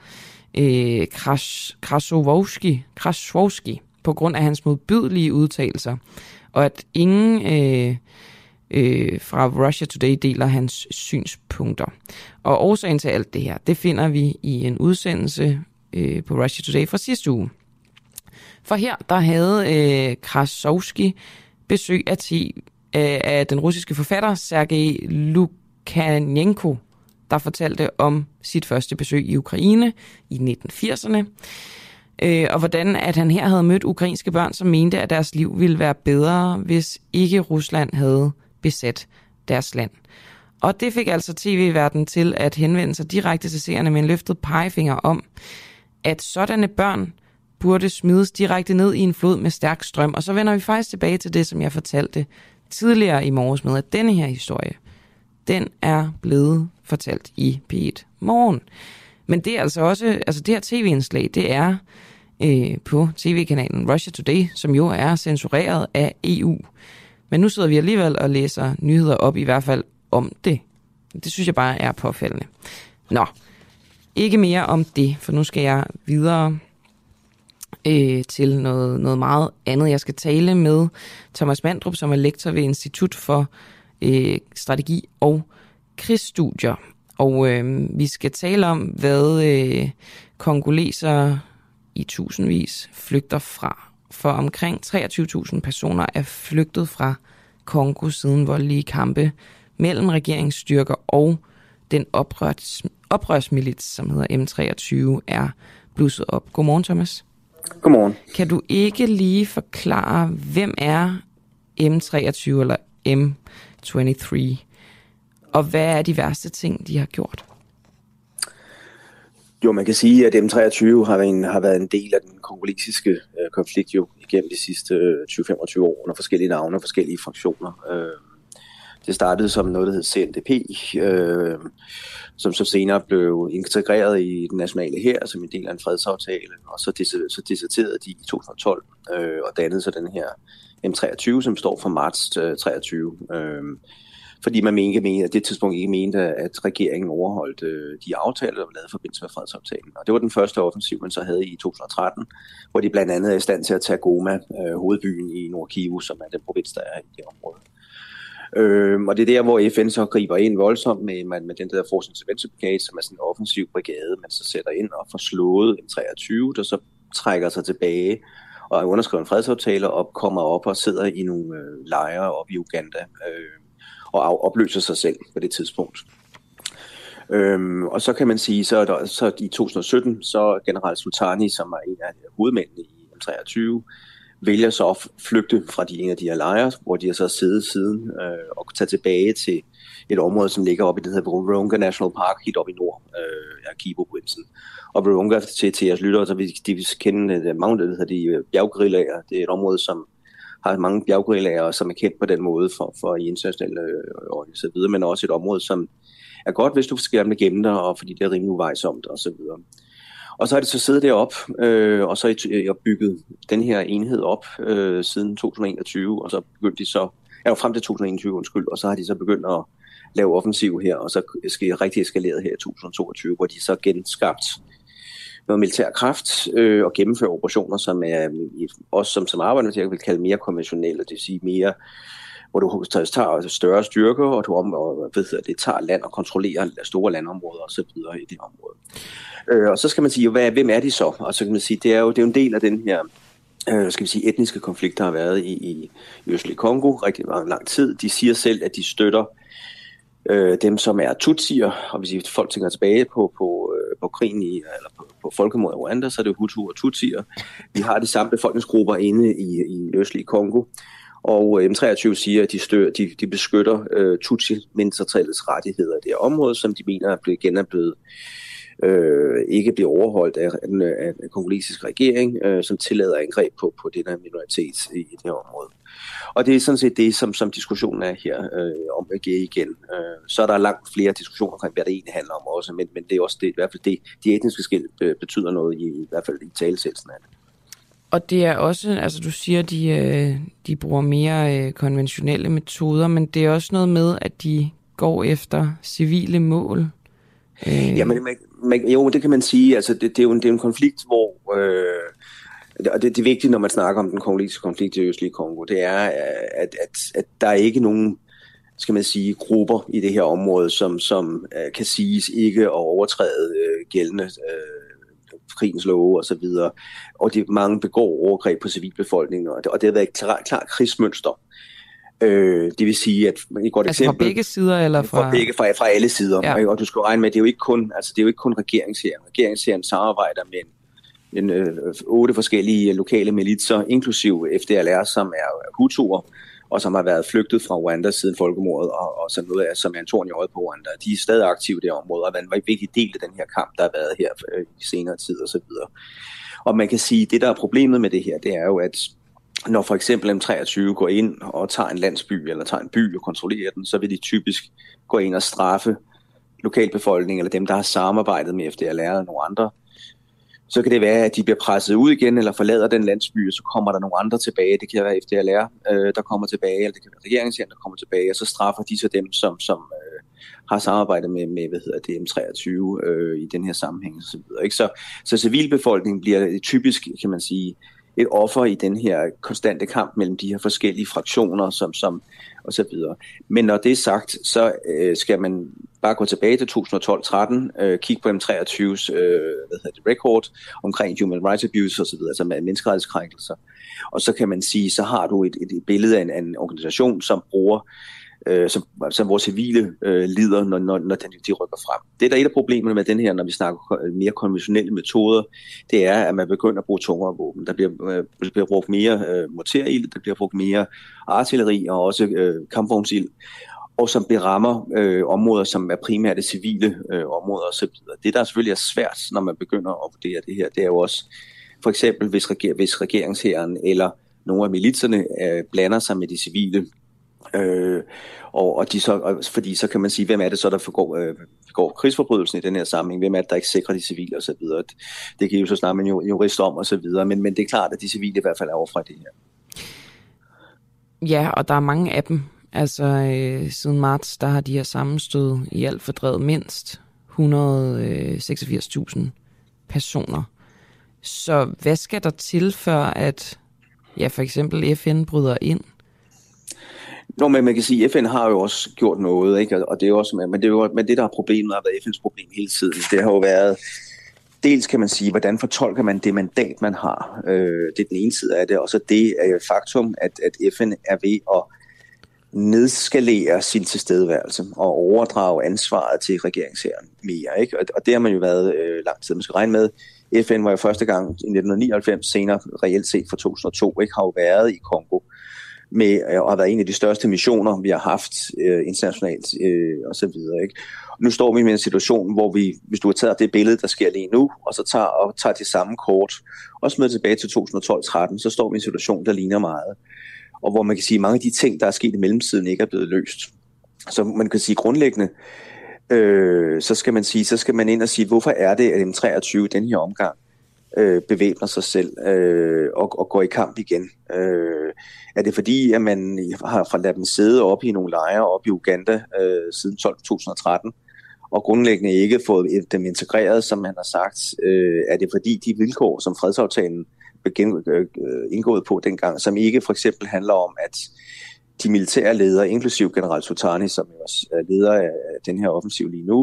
Krasovski på grund af hans modbydelige udtalelser, og at ingen fra Russia Today deler hans synspunkter. Og årsagen til alt det her, det finder vi i en udsendelse på Russia Today fra sidste uge. For her, der havde Krasovski besøg af den russiske forfatter Sergej Lukasjenko, der fortalte om sit første besøg i Ukraine i 1980'erne. Og hvordan at han her havde mødt ukrainske børn, som mente, at deres liv ville være bedre, hvis ikke Rusland havde besat deres land. Og det fik altså tv-verden til at henvende sig direkte til seerne med en løftet pegefinger om, at sådanne børn burde smides direkte ned i en flod med stærk strøm. Og så vender vi faktisk tilbage til det, som jeg fortalte tidligere i morges med, at denne her historie, den er blevet fortalt i P1 Morgen. Men det er altså også, det her tv-indslag, det er på tv-kanalen Russia Today, som jo er censureret af EU. Men nu sidder vi alligevel og læser nyheder op, i hvert fald om det. Det synes jeg bare er påfaldende. Nå, ikke mere om det, for nu skal jeg videre til noget meget andet. Jeg skal tale med Thomas Mandrup, som er lektor ved Institut for Strategi og Krigsstudier. Og vi skal tale om, hvad kongolesere i tusindvis flygter fra. For omkring 23.000 personer er flygtet fra Kongo siden voldelige kampe mellem regeringsstyrker og den oprørsmilits, som hedder M23, er blusset op. Godmorgen, Thomas. Godmorgen. Kan du ikke lige forklare, hvem er M23 eller M23, og hvad er de værste ting, de har gjort? Jo, man kan sige, at M23 har været en del af den kongolesiske konflikt jo igennem de sidste 20-25 år under forskellige navne og forskellige fraktioner. Det startede som noget, der hed CNDP, som så senere blev integreret i den nationale hær som en del af en fredsaftale, og så deserterede de i 2012 og dannede så den her M23, som står for marts 23. Fordi man at det tidspunkt ikke mente, at regeringen overholdt de aftaler, der var lavet i forbindelse med fredsaftalen. Og det var den første offensiv, man så havde i 2013, hvor de blandt andet er i stand til at tage Goma, hovedbyen i Nord-Kivu, som er den provins, der er i det område. Og det er der, hvor FN så griber ind voldsomt med den der Force Intervention Brigade, som er sådan en offensiv brigade, man så sætter ind og får slået M23, der så trækker sig tilbage og underskriver en fredsaftale og kommer op og sidder i nogle lejre op i Uganda, og opløser sig selv på det tidspunkt. Og så kan man sige, så i 2017, så general Sultani, som er en af hovedmændene i M23, vælger så at flygte fra en af de her lejre, hvor de har så siddet siden, og tage tilbage til et område, som ligger oppe i det hedder Virunga National Park, helt oppe i nord af Kivu-provinsen. Og Virunga, til jeres lyttere, så vil de kende mange, der hedder de bjerggorillaer. Det er et område, som har mange bjerggorillaer, som er kendt på den måde for i internationale organisationer, men også et område, som er godt, hvis du skal med gemme dig, og fordi det er rimelig uvejsomt og så videre. Og så har de så siddet derop, og så har bygget den her enhed op siden 2021, og så begyndte de så, frem til 2021, og så har de så begyndt at lave offensiv her, og så skal rigtig eskaleret her i 2022, hvor de så genskabt noget militær kraft og gennemføre operationer, som er også som arbejder med det, jeg vil kalde mere konventionelle, det vil sige mere, hvor du tager større styrker, og du tager land og kontrollerer store landområder og så videre i det område. Og så skal man sige, hvem er de så? Og så kan man sige, det er jo en del af den her etniske konflikt, der har været i østlige Kongo rigtig lang tid. De siger selv, at de støtter dem, som er Tutsier, og hvis folk tænker tilbage på krigen eller på folkemordet i Rwanda, så er det Hutu og Tutsier. Vi har de samme befolkningsgrupper inde i østlige Kongo, og M23 siger, at de beskytter Tutsi-mindretallets rettigheder i det her område, som de mener ikke bliver overholdt af den kongolesiske regering, som tillader angreb på den her minoritet i det her område. Og det er sådan set det, som diskussionen er her om igen. Så er der langt flere diskussioner omkring, hvad det egentlig handler om også, men det er også det, i hvert fald det, de etniske skel betyder noget, i hvert fald i talesættelsen af det. Og det er også, altså du siger, de bruger mere konventionelle metoder, men det er også noget med, at de går efter civile mål. Jamen, jo, det kan man sige. Altså, det er jo en konflikt, hvor og det er vigtigt, når man snakker om den kongolesiske konflikt i østlige Kongo, det er, at der er ikke nogen, skal man sige, grupper i det her område, som kan siges ikke at overtræde gældende krigens love og så videre. Og mange begår overgreb på civilbefolkningen, og det har været et klart krigsmønster. Det vil sige, at et godt eksempel... fra begge sider, eller fra... Fra alle sider. Ja. Og du skal regne med, at det er jo ikke kun regeringsherren. Regeringsherren samarbejder med 8 forskellige lokale militser, inklusiv FDLR, som er Hutuer, og som har været flygtet fra Rwanda siden folkemordet, og som noget af, som er en torn i øjet på Rwanda. De er stadig aktive i det område, og var en vigtig del af den her kamp, der har været her i senere tid og så videre. Og man kan sige, at det, der er problemet med det her, det er jo, at når for eksempel M23 går ind og tager en landsby, eller tager en by og kontrollerer den, så vil de typisk gå ind og straffe lokalbefolkningen, eller dem, der har samarbejdet med FDLR og nogle andre. Så kan det være, at de bliver presset ud igen, eller forlader den landsby, og så kommer der nogle andre tilbage. Det kan være FDLR, der kommer tilbage, eller det kan være regeringsherren, der kommer tilbage, og så straffer de så dem, som har samarbejdet med M23 i den her sammenhæng og så videre. Ikke? Så civilbefolkningen bliver typisk, kan man sige, et offer i den her konstante kamp mellem de her forskellige fraktioner, som og så videre. Men når det er sagt, så skal man bare gå tilbage til 2012-13, kigge på M23's record omkring human rights abuse og så videre, altså menneskerettighedskrænkelser. Og så kan man sige, så har du et billede af en organisation, som bruger som vores civile lider, når de rykker frem. Det, der er et af problemerne med den her, når vi snakker mere konventionelle metoder, det er, at man begynder at bruge tungere våben. Der bliver brugt mere morterild, der bliver brugt mere artilleri og også kampvognsild, og som berammer områder, som er primært det civile områder osv. Det, der selvfølgelig er svært, når man begynder at vurdere det her, det er jo også, for eksempel hvis regeringshæren eller nogle af militserne blander sig med de civile, og de så, fordi så kan man sige, hvem er det så, der begår krigsforbrydelsen i den her sammenhæng, hvem er det, der ikke sikrer de civile og så videre. Det kan jo så snart man jo jurist om og så videre, men det er klart, at de civile i hvert fald er overfra det her. Ja, og der er mange af dem. Altså siden marts, der har de her sammenstød i alt fordrevet mindst 186.000 personer. Så hvad skal der til, før at for eksempel FN bryder ind? Nå, men man kan sige, at FN har jo også gjort noget, ikke? Og det er jo også, men det der er problemet, har været FN's problem hele tiden. Det har jo været, dels kan man sige, hvordan fortolker man det mandat, man har. Det er den ene side af det, og så det faktum, at FN er ved at nedskalere sin tilstedeværelse og overdrage ansvaret til regeringshæren mere, ikke? Og det har man jo været lang tid. Man skal regne med, FN var jo første gang i 1999, senere reelt set fra 2002, ikke, har jo været i Kongo med og har været en af de største missioner, vi har haft internationalt og så videre, ikke? Nu står vi med en situation, hvor vi, hvis du har taget det billede, der sker lige nu, og så tager de samme kort, og smider tilbage til 2012-13, så står vi i en situation, der ligner meget. Og hvor man kan sige, at mange af de ting, der er sket i mellemtiden, ikke er blevet løst. Så man kan sige grundlæggende, så skal man ind og sige, hvorfor er det, at M23 den her omgang bevæbner sig selv og går i kamp igen? Er det fordi, at man har ladet dem sidde oppe i nogle lejre oppe i Uganda siden 2013, og grundlæggende ikke fået dem integreret, som man har sagt? Er det fordi de vilkår, som fredsaftalen indgået på dengang, som ikke for eksempel handler om, at de militære ledere, inklusiv general Sultani, som også er leder af den her offensiv lige nu,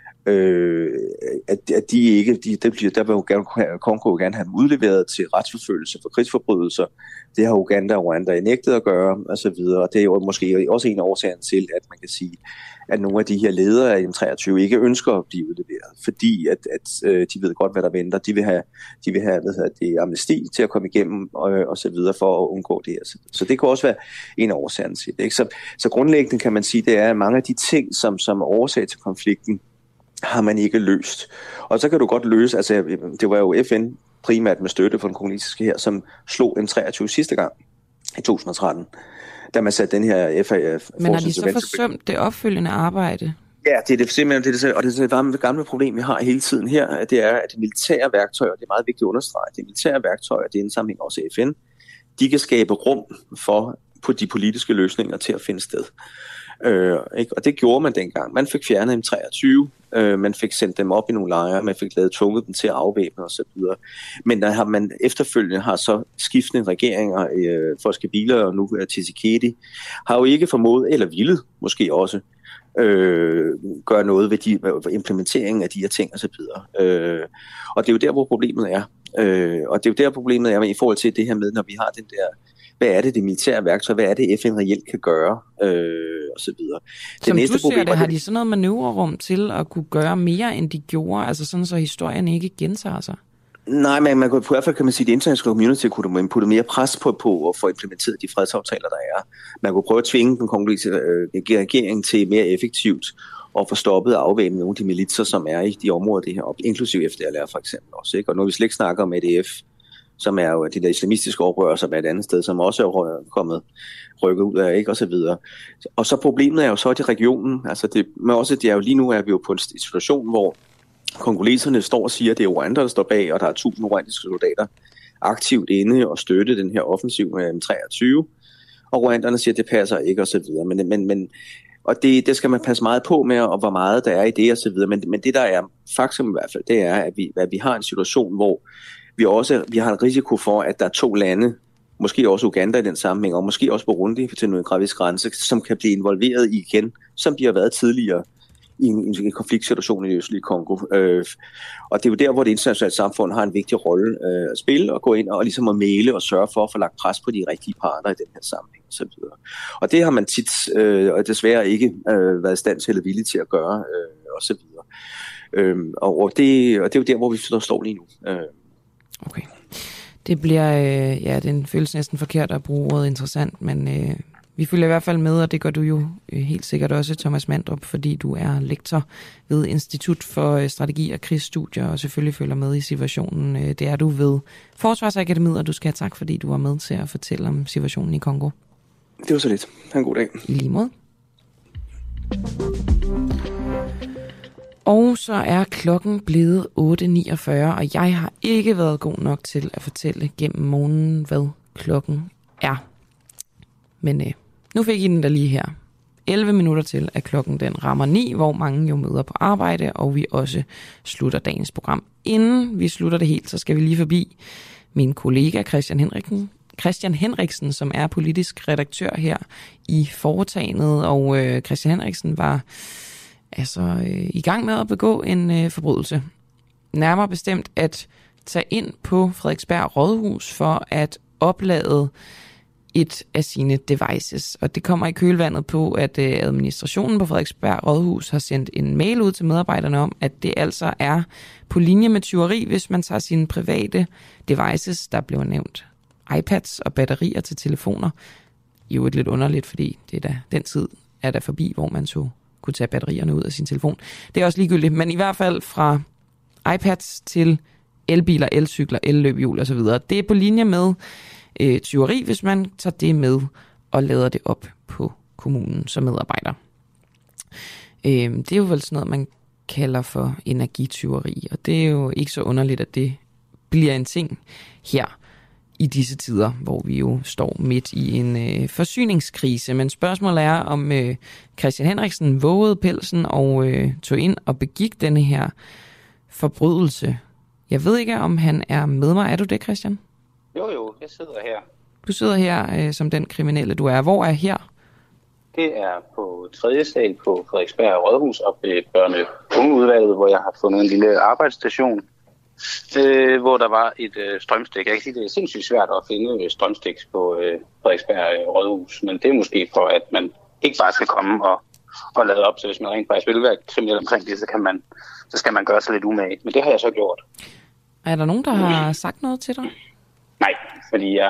at de ikke, der vil Kongo gerne have dem udleveret til retsforfølgelse for krigsforbrydelser. Det har Uganda og Rwanda nægtet at gøre, og så videre. Og det er jo måske også en af årsagen til, at man kan sige, at nogle af de her ledere af M23 ikke ønsker at blive udleveret, fordi at de ved godt, hvad der venter. De vil have det amnesti til at komme igennem og så videre for at undgå det her. Så det kan også være en af årsagen til det, ikke? Så grundlæggende kan man sige, det er, at mange af de ting, som er årsag til konflikten, har man ikke løst. Og så kan du godt løse, altså det var jo FN primært med støtte for den kommunistiske her, som slog M23 sidste gang i 2013, da man satte den her FAF. Men har de så forsømt det opfølgende arbejde? Ja, det er simpelthen det, og det er det gamle problem, vi har hele tiden her, det er, at de militære værktøjer, det er meget vigtigt at understrege, de militære værktøjer, det er en sammenhæng også af FN, de kan skabe rum for på de politiske løsninger til at finde sted. Og det gjorde man dengang. Man fik fjernet M23, man fik sendt dem op i nogle lejre, man fik tvunget dem til at afvæbne og så videre. Men der har man efterfølgende har så skiftende regeringer, for Kabila og nu Tshisekedi, har jo ikke formået, eller ville måske også, gøre noget ved implementeringen af de her ting og så videre. Og det er jo der, hvor problemet er. Og det er jo der, problemet er i forhold til det her med, når vi har den der, hvad er det militære værktøj, hvad er det FN reelt kan gøre, og så videre. Som næste du ser det, har de sådan noget manøvrerum til at kunne gøre mere, end de gjorde, altså sådan, så historien ikke gentager sig? Nej, men man kunne, i hvert fald kan man sige, at det internationale community kunne putte mere pres på at få implementeret de fredsaftaler, der er. Man kunne prøve at tvinge den kongolesiske regering til mere effektivt og få stoppet og afvæbne nogle af de militser, som er i de områder, det her op, inklusiv FDLR for eksempel også, ikke? Og nu vi slet ikke snakker om ADF, som er jo de der islamistiske oprør, som er et andet sted, som også er rykket ud af, ikke, og så videre. Og så problemet er jo så, at i regionen, altså det er jo lige nu, er vi jo på en situation, hvor kongoleserne står og siger, at det er Rwanda, der står bag, og der er 1000 rwandiske soldater aktivt inde og støtte den her offensiv med M23, og rwanderne siger, at det passer ikke, og så videre. Og det skal man passe meget på med, og hvor meget der er i det og så videre. Men det der er faktum i hvert fald, det er, at vi har en situation, hvor vi har en risiko for, at der er 2 lande, måske også Uganda i den sammenhæng, og måske også Burundi til en gravis grænse, som kan blive involveret igen, som de har været tidligere i en konfliktsituation i det østlige Kongo. Og det er jo der, hvor det internationale samfund har en vigtig rolle at spille, og gå ind og ligesom at mægle og sørge for at få lagt pres på de rigtige parter i den her sammenhæng og så videre. Og det har man tit og desværre ikke været i stand til eller villig til at gøre og så videre. Og det er jo der, hvor vi står lige nu. Okay. Det bliver, den føles næsten forkert at bruge ordet interessant, men vi følger i hvert fald med, og det gør du jo helt sikkert også, Thomas Mandrup, fordi du er lektor ved Institut for Strategi og Krigsstudier, og selvfølgelig følger med i situationen. Det er du ved Forsvarsakademiet, og du skal have tak, fordi du var med til at fortælle om situationen i Kongo. Det var så lidt. Ha' en god dag. I lige måde. Og så er klokken blevet 8.49, og jeg har ikke været god nok til at fortælle gennem morgenen, hvad klokken er. Men nu fik I den der lige her. 11 minutter til, at klokken den rammer 9, hvor mange jo møder på arbejde, og vi også slutter dagens program. Inden vi slutter det helt, så skal vi lige forbi min kollega Christian Henriksen, som er politisk redaktør her i Foretagendet, og Christian Henriksen var i gang med at begå en forbrydelse. Nærmere bestemt at tage ind på Frederiksberg Rådhus for at oplade et af sine devices. Og det kommer i kølvandet på, at administrationen på Frederiksberg Rådhus har sendt en mail ud til medarbejderne om, at det altså er på linje med tyveri, hvis man tager sine private devices, der blev nævnt iPads og batterier til telefoner. Jo, et lidt underligt, fordi det er den tid er der forbi, hvor man så kunne tage batterierne ud af sin telefon. Det er også ligegyldigt, men i hvert fald fra iPads til elbiler, elcykler, elløbehjul osv. Det er på linje med tyveri, hvis man tager det med og lader det op på kommunen som medarbejder. Det er jo vel sådan noget, man kalder for energityveri, og det er jo ikke så underligt, at det bliver en ting her i disse tider, hvor vi jo står midt i en forsyningskrise. Men spørgsmålet er, om Christian Henriksen vågede pelsen og tog ind og begik denne her forbrydelse. Jeg ved ikke, om han er med mig. Er du det, Christian? Jo, jeg sidder her. Du sidder her som den kriminelle, du er. Hvor er her? Det er på 3. sal på Frederiksberg Rådhus op ved børne-ungeudvalget, hvor jeg har fundet en lille arbejdsstation, hvor der var et strømstik. Jeg kan sige, det er sindssygt svært at finde strømstiks på Frederiksberg Rådhus, men det er måske for, at man ikke bare skal komme og lade op, så hvis man rent faktisk vil være kriminel omkring det, så skal man gøre sig lidt umage. Men det har jeg så gjort. Er der nogen, der har sagt noget til dig? Nej, fordi jeg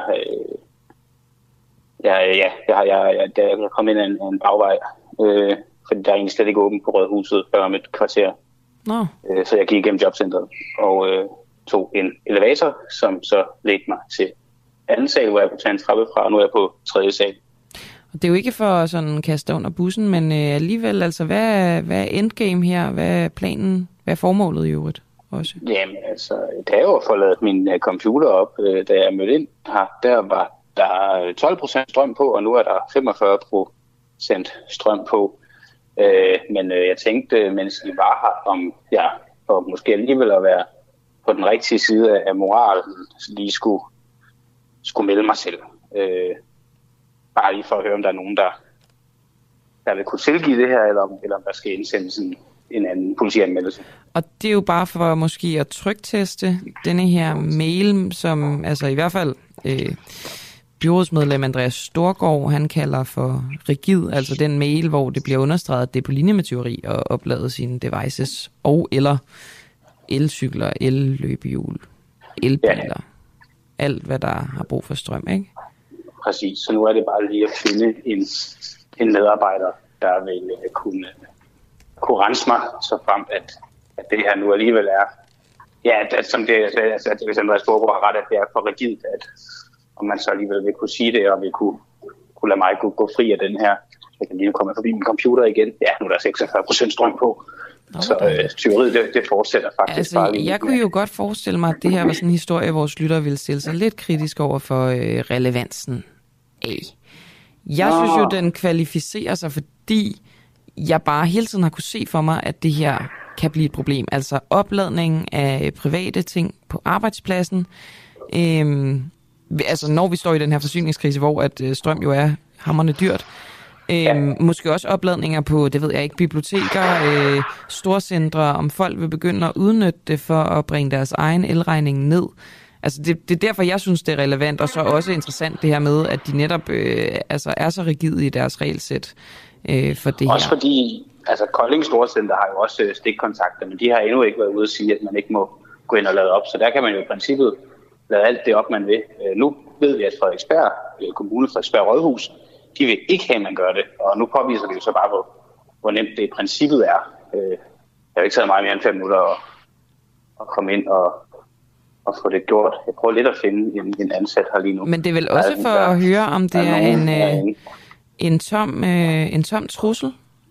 er kommet ind af en bagvej, fordi der er egentlig slet ikke åbent på Rådhuset før om et kvarter. No. Så jeg gik igennem jobcentret og tog en elevator, som så ledte mig til 2. sal, hvor jeg kunne tage en trappe fra, og nu er jeg på 3. sal. Det er jo ikke for sådan at kaste under bussen, men alligevel, altså, hvad er endgame her? Hvad er planen? Hvad er formålet i øvrigt også? Jamen, altså, da jeg jo forladet min computer op, da jeg mødte ind her, der var der 12% strøm på, og nu er der 45% strøm på. Men jeg tænkte, mens vi var her, om jeg og måske alligevel at være på den rigtige side af moralen, lige skulle melde mig selv. Bare lige for at høre, om der er nogen, der vil kunne tilgive det her, eller om der skal indsendes en anden politianmeldelse. Og det er jo bare for måske at trykteste denne her mail, som altså i hvert fald byrådsmedlem Andreas Storgård, han kalder for rigid, altså den mail, hvor det bliver understreget, at det er på linje med tyveri og oplade sine devices og eller elcykler, elløbehjul, elbiler, alt hvad der har brug for strøm, ikke? Præcis, så nu er det bare lige at finde en medarbejder, der vil kunne rense mig, så frem at det her nu alligevel er, som det, altså, hvis Andreas Storgård har ret, at det er for rigidt, at om man så alligevel vil kunne sige det, og vil kunne lade mig gå fri af den her. Jeg kan lige komme forbi min computer igen. Ja, nu er der 46% strøm på. Så tyveriet, det fortsætter faktisk. Altså, jeg kunne jo godt forestille mig, at det her var sådan en historie, hvor lyttere ville stille sig lidt kritisk over for relevansen af. Jeg synes jo, den kvalificerer sig, fordi jeg bare hele tiden har kunne se for mig, at det her kan blive et problem. Altså opladning af private ting på arbejdspladsen. Altså når vi står i den her forsyningskrise, hvor at strøm jo er hamrende dyrt. Måske også opladninger på, det ved jeg ikke, biblioteker, storcentre, om folk vil begynde at udnytte det for at bringe deres egen elregning ned. Altså det er derfor, jeg synes, det er relevant, og så også interessant det her med, at de netop er så rigide i deres regelsæt for det her. Også fordi, altså Kolding Storcenter har jo også stikkontakter, men de har endnu ikke været ude at sige, at man ikke må gå ind og lade op. Så der kan man jo i princippet lade alt det op, man vil. Nu ved vi, at Frederiksberg, kommune Frederiksberg Rådhus, de vil ikke have, at man gør det. Og nu påviser det jo så bare, hvor nemt det i princippet er. Det har jo ikke taget meget mere end 5 minutter at komme ind og få det gjort. Jeg prøver lidt at finde en ansat her lige nu. Men det er vel også for at høre, om det er en tom trussel?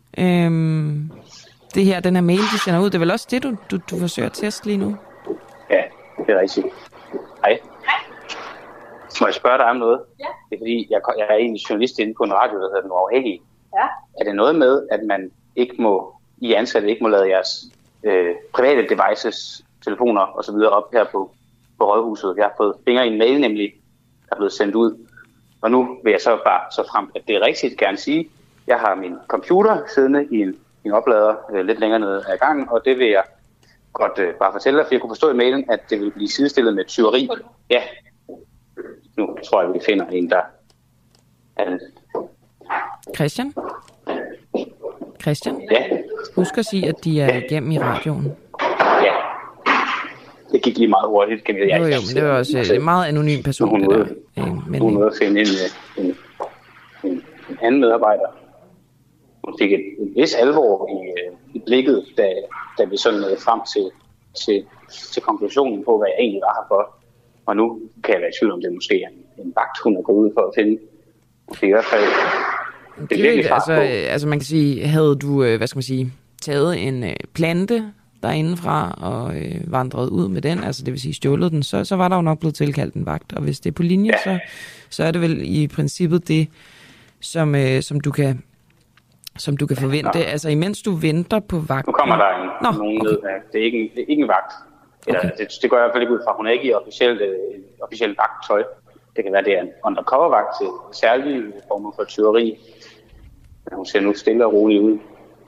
Det her, den her mail, de sender ud, det er vel også det, du forsøger at teste lige nu? Ja, det er rigtigt. Hej. Må jeg spørge dig om noget? Ja. Det er fordi, jeg er egentlig journalist inde på en radio, der hedder Den Uafhængige. Ja. Er det noget med, at man ikke må, I ansatte ikke må lade jeres private devices, telefoner og så videre op her på Rådhuset? Jeg har fået fingre i en mail, nemlig, der er blevet sendt ud. Og nu vil jeg så bare så frem, at det er rigtigt, gerne sige. Jeg har min computer siddende i en oplader lidt længere nede ad gangen, og det vil jeg godt bare fortælle dig, for jeg kunne forstå i mailen, at det vil blive sidestillet med tyveri. Ja. Nu tror jeg, vi finder en, der er... Christian? Ja? Husk at sige, at de er igennem i radioen. Ja. Det gik lige meget hurtigt, kan jeg men det var også en meget anonym person, hun det der. Hun nåede at finde en anden medarbejder. Hun fik en vis alvor i blikket, da vi sådan nåede frem til konklusionen på, hvad jeg egentlig var her for. Og nu kan jeg være i tvivl om, det måske er en vagt, hun er gået ud for at finde. Det er i hvert fald... Det er virkelig altså man kan sige, havde du, taget en plante derindefra og vandret ud med den, altså det vil sige stjålet den, så var der jo nok blevet tilkaldt en vagt. Og hvis det er på linje, så er det vel i princippet det, som du kan forvente. Altså imens du venter på vagten... Nu kommer der nogen ned. Det er ikke en vagt. Okay. Det går jeg i hvert fald ikke ud fra. Hun er ikke i officielt vagttøj. Det kan være, det er en undercover-vagt til særlige former for tyveri. Men hun ser nu stille og roligt ud.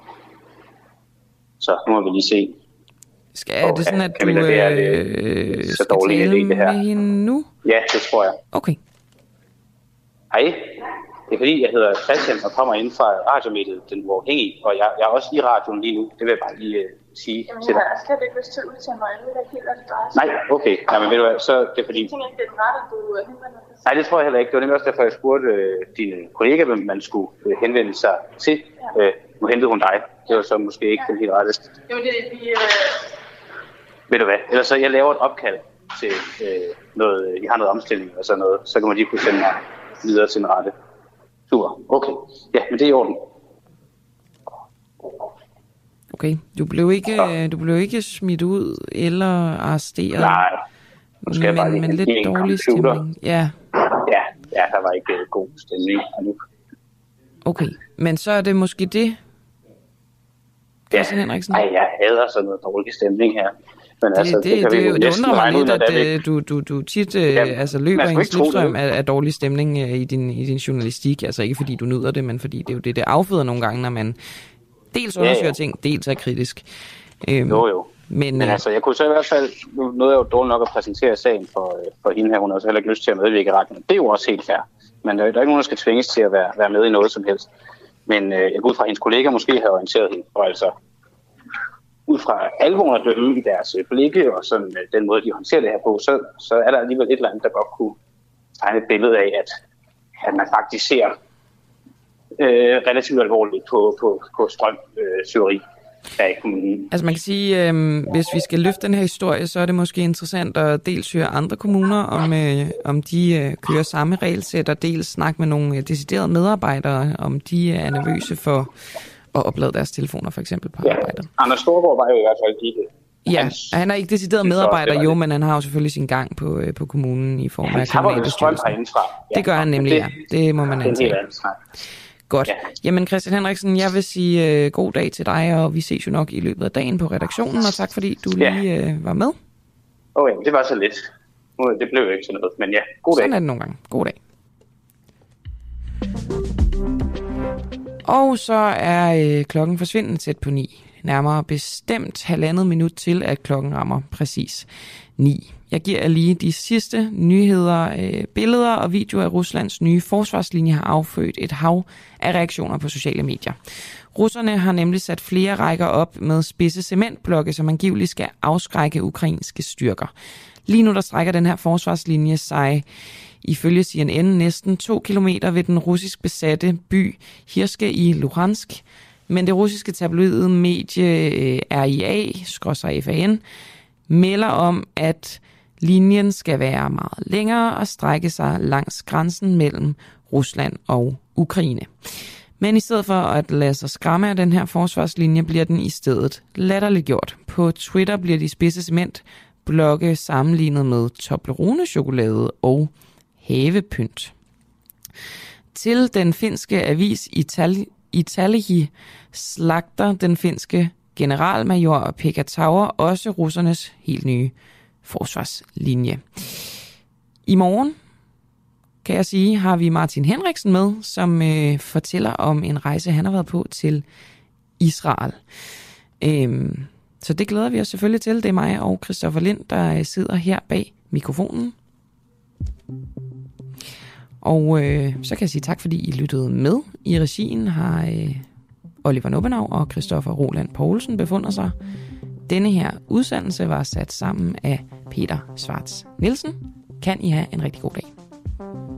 Så nu må vi lige se. Er det sådan, at du skal tale med hende nu? Ja, det tror jeg. Okay. Hej. Det er fordi, jeg hedder Christian og kommer ind fra radiomediet Den Uafhængige, og jeg er også i radioen lige nu. Det vil jeg bare lige sige til dig. Jeg har slet ikke lyst til at udtale mig. Jeg ved ikke helt, hvad det drejer sig. Nej, okay. Nej, men ved du hvad, så det er fordi... Jeg tænker ikke, det er den rette, du henvender dig til. Nej, det tror jeg heller ikke. Det var nemlig også derfor, jeg spurgte dine kollegaer, hvem man skulle henvende sig til. Ja. Nu hentede hun dig. Det var så måske ikke den helt rette. Jo, det er vi... Ved du hvad, ellers så jeg laver et opkald til noget... I har noget omstilling og sådan noget. Så kan man lige kunne sende mig videre til den rette. Super, okay. Ja, men det er i orden. Okay, du blev ikke smidt ud eller arresteret? Nej, nu skal jeg bare lige men lidt dårlig stemning. Ja, der var ikke god stemning nu. Okay, men så er det måske det, Christian Henriksen? Nej, jeg hader sådan noget dårlig stemning her. Men det undrer mig lidt, at du tit løber i en slipstrøm af dårlig stemning i din journalistik. Altså ikke fordi du nyder det, men fordi det er jo det afføder nogle gange, når man dels undersøger ting, dels er kritisk. Jo. Men altså, jeg kunne så i hvert fald, nu nåede jeg jo dårligt nok at præsentere sagen for hende her. Hun har også heller ikke lyst til at medvirke i radioen. Det er jo også helt fair. Men der er ikke nogen, der skal tvinges til at være med i noget som helst. Men jeg går ud fra, at hendes kollega måske havde orienteret hende, og altså ud fra alvoren at dømme i deres blikke, og sådan den måde, de håndterer det her på, så er der alligevel et eller andet, der godt kunne tegne et billede af, at man faktisk ser relativt alvorligt på strømtyveri af kommunen. Altså man kan sige, hvis vi skal løfte den her historie, så er det måske interessant at dels høre andre kommuner, om de kører samme regelsæt, og dels snakke med nogle deciderede medarbejdere, om de er nervøse for at oplade deres telefoner for eksempel på arbejdet. Anders Storgård var jo i hvert fald ikke... Ja, han er ikke decideret medarbejder, men han har jo selvfølgelig sin gang på kommunen i form af kommunalbestyrelsen. Det gør han nemlig, det må man antage. Godt. Ja. Jamen Christian Henriksen, jeg vil sige god dag til dig, og vi ses jo nok i løbet af dagen på redaktionen, og tak fordi du lige var med. Okay, det var så lidt. Det blev jo ikke sådan noget, men ja, god dag. Sådan er det nogle gange. God dag. Og så er klokken forsvindende tæt på 9. Nærmere bestemt 1,5 minut til, at klokken rammer præcis 9. Jeg giver lige de sidste nyheder, billeder og videoer af Ruslands nye forsvarslinje har affødt et hav af reaktioner på sociale medier. Russerne har nemlig sat flere rækker op med spidse cementblokke, som angiveligt skal afskrække ukrainske styrker. Lige nu der strækker den her forsvarslinje sig ifølge CNN næsten 2 kilometer ved den russisk besatte by Hirske i Luhansk. Men det russiske tabloide medie RIA-FAN melder om, at linjen skal være meget længere og strække sig langs grænsen mellem Rusland og Ukraine. Men i stedet for at lade sig skræmme af den her forsvarslinje, bliver den i stedet latterliggjort. På Twitter bliver de spidse cementblokke sammenlignet med Toblerone-chokolade og havepynt. Til den finske avis Italihi slagter den finske generalmajor Pekka Tauer også russernes helt nye forsvarslinje. I morgen, kan jeg sige, har vi Martin Henriksen med, som fortæller om en rejse, han har været på til Israel. Så det glæder vi os selvfølgelig til. Det er mig og Christoffer Lind, der sidder her bag mikrofonen. Og så kan jeg sige tak, fordi I lyttede med. I regien har Oliver Nubbenau og Christoffer Roland Poulsen befundet sig. Denne her udsendelse var sat sammen af Peter Schwartz Nielsen. Kan I have en rigtig god dag.